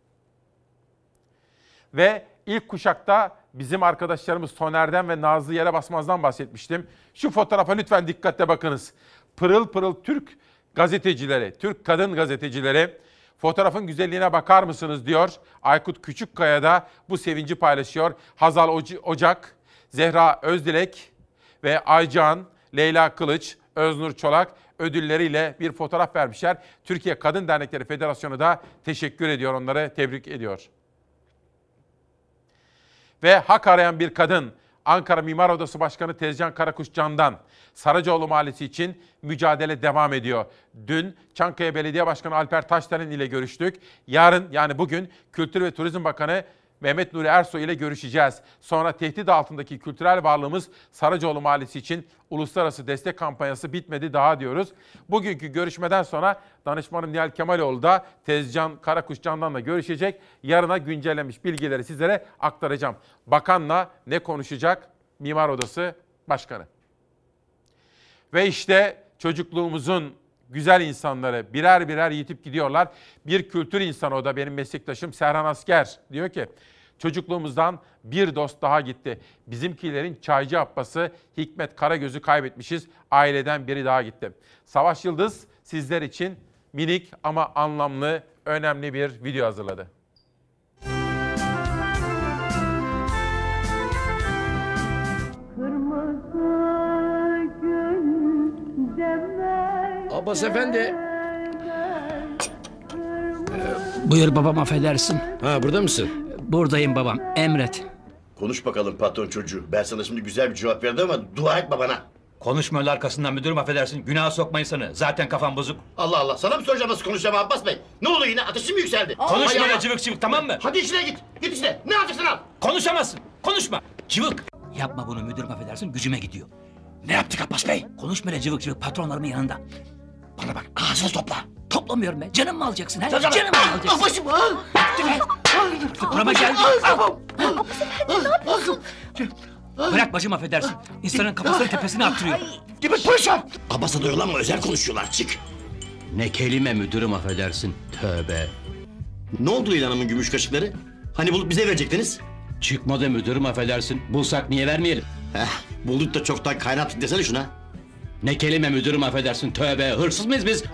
Ve ilk kuşakta bizim arkadaşlarımız Soner'den ve Nazlı Yere Basmaz'dan bahsetmiştim. Şu fotoğrafa lütfen dikkatle bakınız. Pırıl pırıl Türk gazetecileri, Türk kadın gazetecileri, fotoğrafın güzelliğine bakar mısınız diyor. Aykut Küçükkaya da bu sevinci paylaşıyor. Hazal Ocak, Zehra Özdilek ve Aycan, Leyla Kılıç, Öznur Çolak ödülleriyle bir fotoğraf vermişler. Türkiye Kadın Dernekleri Federasyonu da teşekkür ediyor, onları tebrik ediyor. Ve hak arayan bir kadın, Ankara Mimar Odası Başkanı Tezcan Karakuş Can'dan Saracoğlu Mahallesi için mücadele devam ediyor. Dün Çankaya Belediye Başkanı Alper Taşdelen ile görüştük. Yarın yani bugün Kültür ve Turizm Bakanı Mehmet Nuri Ersoy ile görüşeceğiz. Sonra tehdit altındaki kültürel varlığımız Saracoğlu Mahallesi için uluslararası destek kampanyası bitmedi daha diyoruz. Bugünkü görüşmeden sonra danışmanım Nihal Kemaloğlu da Tezcan Karakuş Can'dan da görüşecek. Yarına güncellenmiş bilgileri sizlere aktaracağım. Bakanla ne konuşacak? Mimar Odası Başkanı. Ve işte çocukluğumuzun güzel insanları birer birer yitip gidiyorlar. Bir kültür insanı, o da benim meslektaşım Serhan Asker, diyor ki çocukluğumuzdan bir dost daha gitti. Bizimkilerin Çaycı Abbas'ı Hikmet Karagöz'ü kaybetmişiz. Aileden biri daha gitti. Savaş Yıldız sizler için minik ama anlamlı, önemli bir video hazırladı.
Abbas Efendi.
Buyur babam, affedersin.
Ha, burada mısın?
Buradayım babam, emret.
Konuş bakalım patron çocuğu. Ben sana şimdi güzel bir cevap verdim ama dua et babana.
Konuşma öyle arkasından müdürüm, affedersin. Günaha sokmayın seni. Zaten kafam bozuk.
Allah Allah, sana mı soracağım nasıl konuşacağım Abbas Bey? Ne oldu yine, ateşin mi yükseldi?
Konuşma öyle cıvık cıvık, tamam mı?
Hadi işine git, git işine. Ne yapacaksın al?
Konuşamazsın, konuşma. Cıvık. Yapma bunu müdürüm, affedersin, gücüme gidiyor.
Ne yaptık Abbas Bey?
Konuşma öyle cıvık cıvık patronlarımın yanında. Bana bak, ağzını topla. Toplamıyorum be. Canım mı alacaksın? He? Canım mı alacaksın?
Başım al.
Burama geldi.
Al.
Ne yapıyorsun? Bırak bacım, affedersin. İnsanın kafasının tepesine attırıyor.
Gibi polis var. Abbas'a da yolanma, özel konuşuyorlar. Çık.
Ne kelime müdürüm, affedersin. Tövbe.
Ne oldu Leyla Hanım'ın gümüş kaşıkları? Hani bulup bize verecektiniz?
Çıkmadı müdürüm, affedersin. Bulsak niye vermeyelim?
Bulduk da çoktan kaynattık desene şuna.
Ne kelime müdürüm, affedersin. Tövbe, hırsız mıyız biz?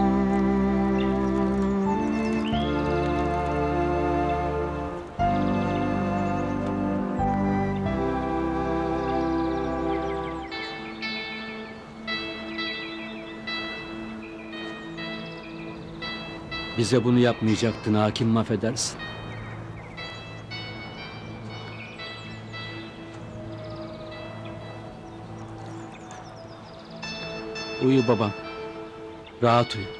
Bize bunu yapmayacaktın hakim, affedersin. Uyu babam. Rahat uyu.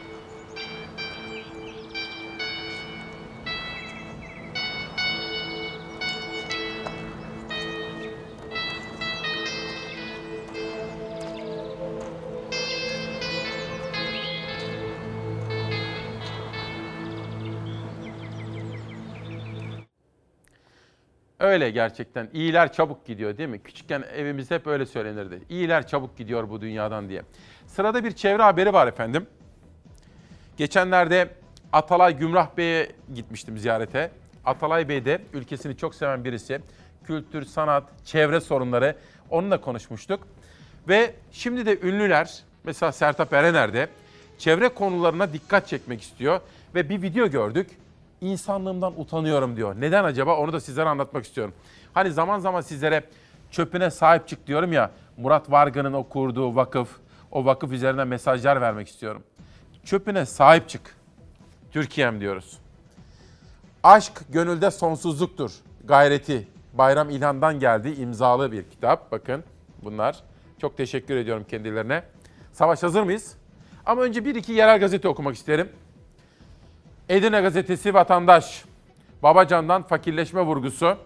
Öyle gerçekten. İyiler çabuk gidiyor değil mi? Küçükken evimizde hep öyle söylenirdi. İyiler çabuk gidiyor bu dünyadan diye. Sırada bir çevre haberi var efendim. Geçenlerde Atalay Gümrah Bey'e gitmiştim ziyarete. Atalay Bey de ülkesini çok seven birisi. Kültür, sanat, çevre sorunları, onunla konuşmuştuk. Ve şimdi de ünlüler, mesela Sertab Erener de çevre konularına dikkat çekmek istiyor. Ve bir video gördük. İnsanlığımdan utanıyorum diyor. Neden acaba? Onu da sizlere anlatmak istiyorum. Hani zaman zaman sizlere çöpüne sahip çık diyorum ya. Murat Varga'nın o kurduğu vakıf, o vakıf üzerinden mesajlar vermek istiyorum. Çöpüne sahip çık. Türkiye'm diyoruz. Aşk gönülde sonsuzluktur. Gayreti. Bayram İlhan'dan geldi. İmzalı bir kitap. Bakın bunlar. Çok teşekkür ediyorum kendilerine. Savaş, hazır mıyız? Ama önce bir iki yerel gazete okumak isterim. Edirne Gazetesi Vatandaş, Babacan'dan fakirleşme vurgusu.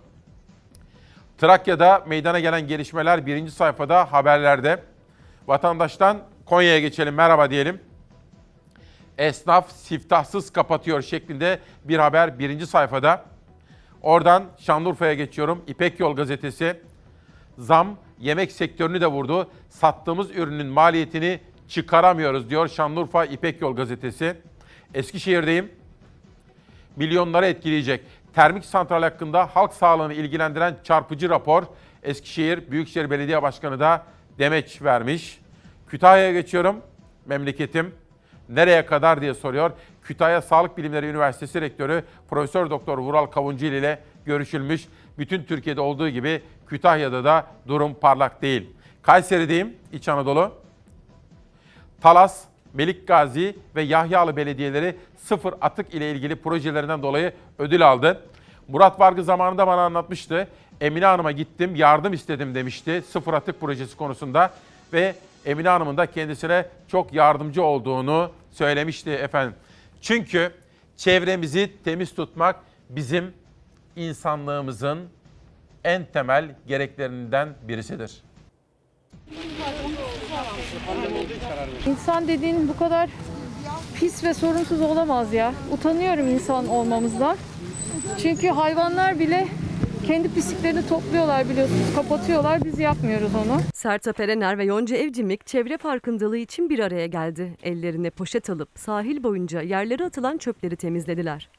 Trakya'da meydana gelen gelişmeler birinci sayfada haberlerde. Vatandaş'tan Konya'ya geçelim, merhaba diyelim. Esnaf siftahsız kapatıyor şeklinde bir haber birinci sayfada. Oradan Şanlıurfa'ya geçiyorum. İpek Yol Gazetesi. Zam yemek sektörünü de vurdu. Sattığımız ürünün maliyetini çıkaramıyoruz diyor Şanlıurfa İpek Yol Gazetesi. Eskişehir'deyim. Milyonları etkileyecek termik santral hakkında halk sağlığını ilgilendiren çarpıcı rapor. Eskişehir Büyükşehir Belediye Başkanı da demeç vermiş. Kütahya'ya geçiyorum. Memleketim nereye kadar diye soruyor. Kütahya Sağlık Bilimleri Üniversitesi Rektörü Profesör Doktor Vural Kavuncil ile görüşülmüş. Bütün Türkiye'de olduğu gibi Kütahya'da da durum parlak değil. Kayseri'deyim, İç Anadolu. Talas, Melikgazi ve Yahyalı belediyeleri sıfır atık ile ilgili projelerinden dolayı ödül aldı. Murat Vargı zamanında bana anlatmıştı. Emine Hanım'a gittim, yardım istedim demişti sıfır atık projesi konusunda. Ve Emine Hanım'ın da kendisine çok yardımcı olduğunu söylemişti efendim. Çünkü çevremizi temiz tutmak bizim insanlığımızın en temel gereklerinden birisidir.
İnsan dediğin bu kadar pis ve sorumsuz olamaz ya. Utanıyorum insan olmamızdan. Çünkü hayvanlar bile kendi pisliklerini topluyorlar biliyorsunuz, kapatıyorlar. Biz yapmıyoruz onu.
Sertab Erener ve Yonca Evcimik çevre farkındalığı için bir araya geldi. Ellerine poşet alıp sahil boyunca yerlere atılan çöpleri temizlediler.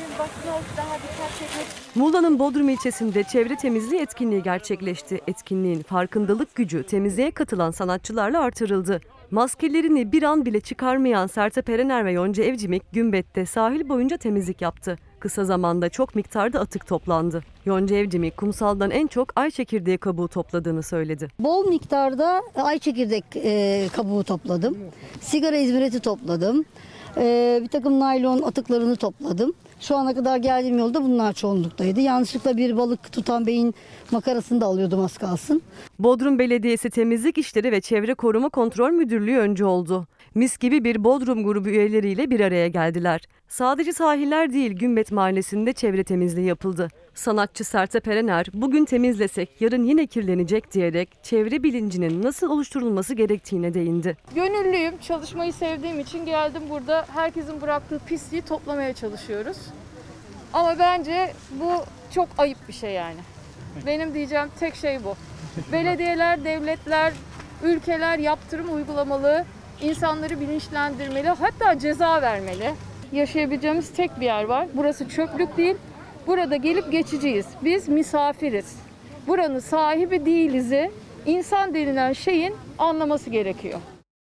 Muğla'nın Bodrum ilçesinde çevre temizliği etkinliği gerçekleşti. Etkinliğin farkındalık gücü temizliğe katılan sanatçılarla artırıldı. Maskelerini bir an bile çıkarmayan Sertab Erener ve Yonca Evcimik Gümbet'te sahil boyunca temizlik yaptı. Kısa zamanda çok miktarda atık toplandı. Yonca Evcimik kumsaldan en çok ay çekirdeği kabuğu topladığını söyledi.
Bol miktarda ay çekirdek kabuğu topladım. Sigara izmariti topladım. Bir takım naylon atıklarını topladım. Şu ana kadar geldiğim yolda bunlar çoğunluktaydı. Yanlışlıkla bir balık tutan beyin makarasını da alıyordum az kalsın.
Bodrum Belediyesi Temizlik İşleri ve Çevre Koruma Kontrol Müdürlüğü öncü oldu. Mis gibi bir Bodrum grubu üyeleriyle bir araya geldiler. Sadece sahiller değil, Gümbet Mahallesi'nde çevre temizliği yapıldı. Sanatçı Sertab Erener, bugün temizlesek yarın yine kirlenecek diyerek çevre bilincinin nasıl oluşturulması gerektiğine değindi.
Gönüllüyüm, çalışmayı sevdiğim için geldim burada. Herkesin bıraktığı pisliği toplamaya çalışıyoruz. Ama bence bu çok ayıp bir şey yani. Benim diyeceğim tek şey bu. Belediyeler, devletler, ülkeler yaptırım uygulamalı. İnsanları bilinçlendirmeli, hatta ceza vermeli. Yaşayabileceğimiz tek bir yer var. Burası çöplük değil. Burada gelip geçiciyiz. Biz misafiriz. Buranın sahibi değiliz'i insan denilen şeyin anlaması gerekiyor.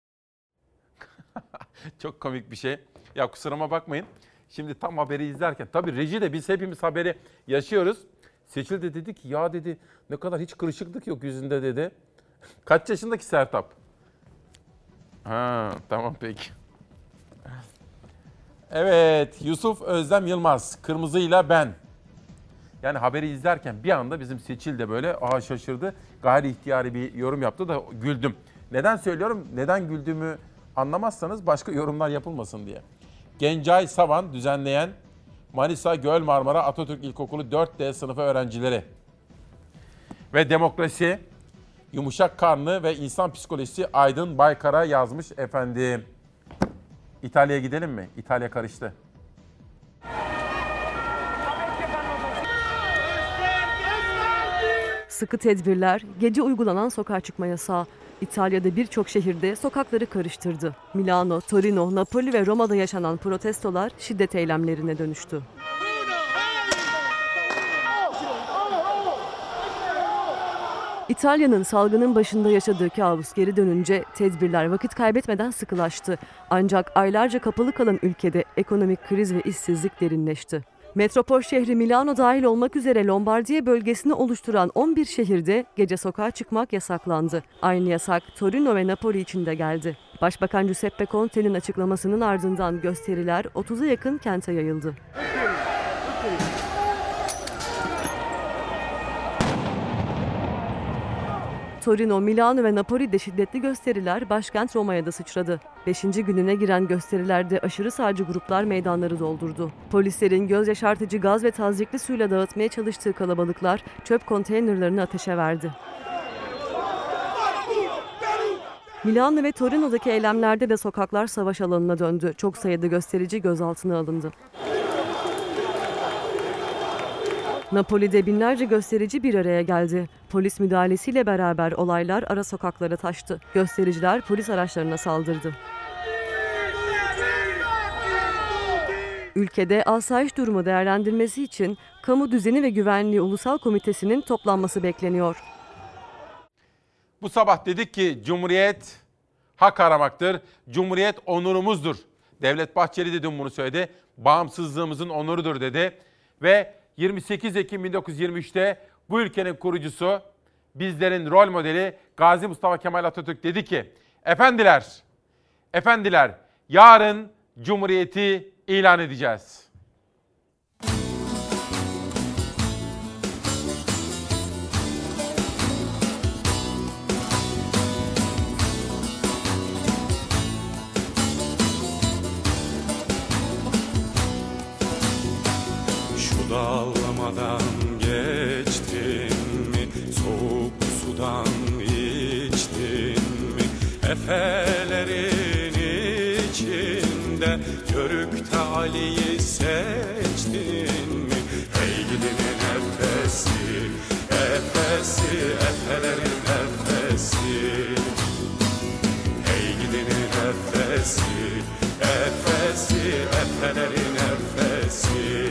Çok komik bir şey. Ya kusuruma bakmayın. Şimdi tam haberi izlerken, tabii rejide biz hepimiz haberi yaşıyoruz. Seçil de dedi ki ya dedi ne kadar hiç kırışıklık yok yüzünde dedi. Kaç yaşındaki Sertap? Ha tamam peki. Evet, Yusuf Özlem Yılmaz, Kırmızıyla Ben. Yani haberi izlerken bir anda bizim Seçil de böyle şaşırdı. Gayri ihtiyari bir yorum yaptı da güldüm. Neden söylüyorum? Neden güldüğümü anlamazsanız başka yorumlar yapılmasın diye. Gencay Savan düzenleyen Manisa Göl Marmara Atatürk İlkokulu 4D sınıfı öğrencileri. Ve Demokrasi, Yumuşak Karnı ve İnsan Psikolojisi Aydın Baykar'a yazmış efendim. İtalya'ya gidelim mi? İtalya karıştı.
Sıkı tedbirler, gece uygulanan sokağa çıkma yasağı. İtalya'da birçok şehirde sokakları karıştırdı. Milano, Torino, Napoli ve Roma'da yaşanan protestolar şiddet eylemlerine dönüştü. İtalya'nın salgının başında yaşadığı kabus geri dönünce tedbirler vakit kaybetmeden sıkılaştı. Ancak aylarca kapalı kalan ülkede ekonomik kriz ve işsizlik derinleşti. Metropol şehri Milano dahil olmak üzere Lombardiya bölgesini oluşturan 11 şehirde gece sokağa çıkmak yasaklandı. Aynı yasak Torino ve Napoli için de geldi. Başbakan Giuseppe Conte'nin açıklamasının ardından gösteriler 30'a yakın kente yayıldı. Torino, Milano ve Napoli'de şiddetli gösteriler başkent Roma'ya da sıçradı. 5. gününe giren gösterilerde aşırı sağcı gruplar meydanları doldurdu. Polislerin göz yaşartıcı gaz ve tazyikli suyla dağıtmaya çalıştığı kalabalıklar çöp konteynerlarını ateşe verdi. Milano ve Torino'daki eylemlerde de sokaklar savaş alanına döndü. Çok sayıda gösterici gözaltına alındı. Napoli'de binlerce gösterici bir araya geldi. Polis müdahalesiyle beraber olaylar ara sokaklara taştı. Göstericiler polis araçlarına saldırdı. Ülkede asayiş durumu değerlendirmesi için Kamu Düzeni ve Güvenliği Ulusal Komitesi'nin toplanması bekleniyor.
Bu sabah dedik ki Cumhuriyet hak aramaktır. Cumhuriyet onurumuzdur. Devlet Bahçeli de dün bunu söyledi. Bağımsızlığımızın onurudur dedi. Ve 28 Ekim 1923'te bu ülkenin kurucusu, bizlerin rol modeli Gazi Mustafa Kemal Atatürk dedi ki, efendiler, yarın Cumhuriyeti ilan edeceğiz.
Dağlamadan geçtin mi, soğuk sudan içtin mi, efelerin içinde Yörükte Ali'yi seçtin mi? Hey gidinin efesi, efelerin efesi. Hey gidinin efesi, efelerin efesi.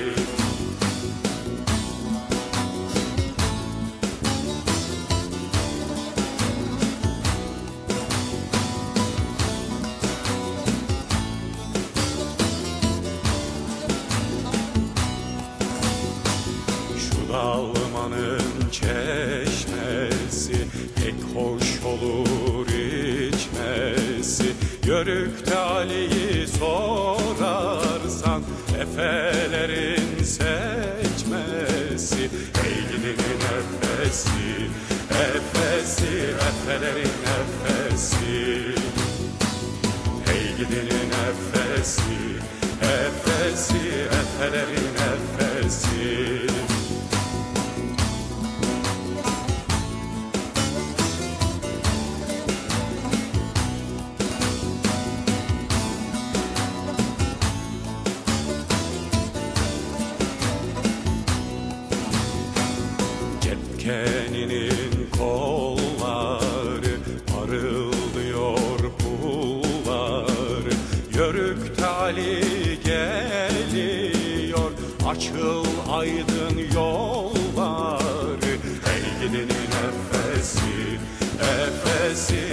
Dalmanın çeşmesi pek hoş olur içmesi. Yörükte Ali'yi sorarsan efelerin seçmesi. Hey gidinin efesi, efelerin efesi. Hey gidinin efesi, efelerin efesi. Cepkeninin kolları parıldıyor pulları. akıl aydın yolları. Hey gidenin efesi, efesi.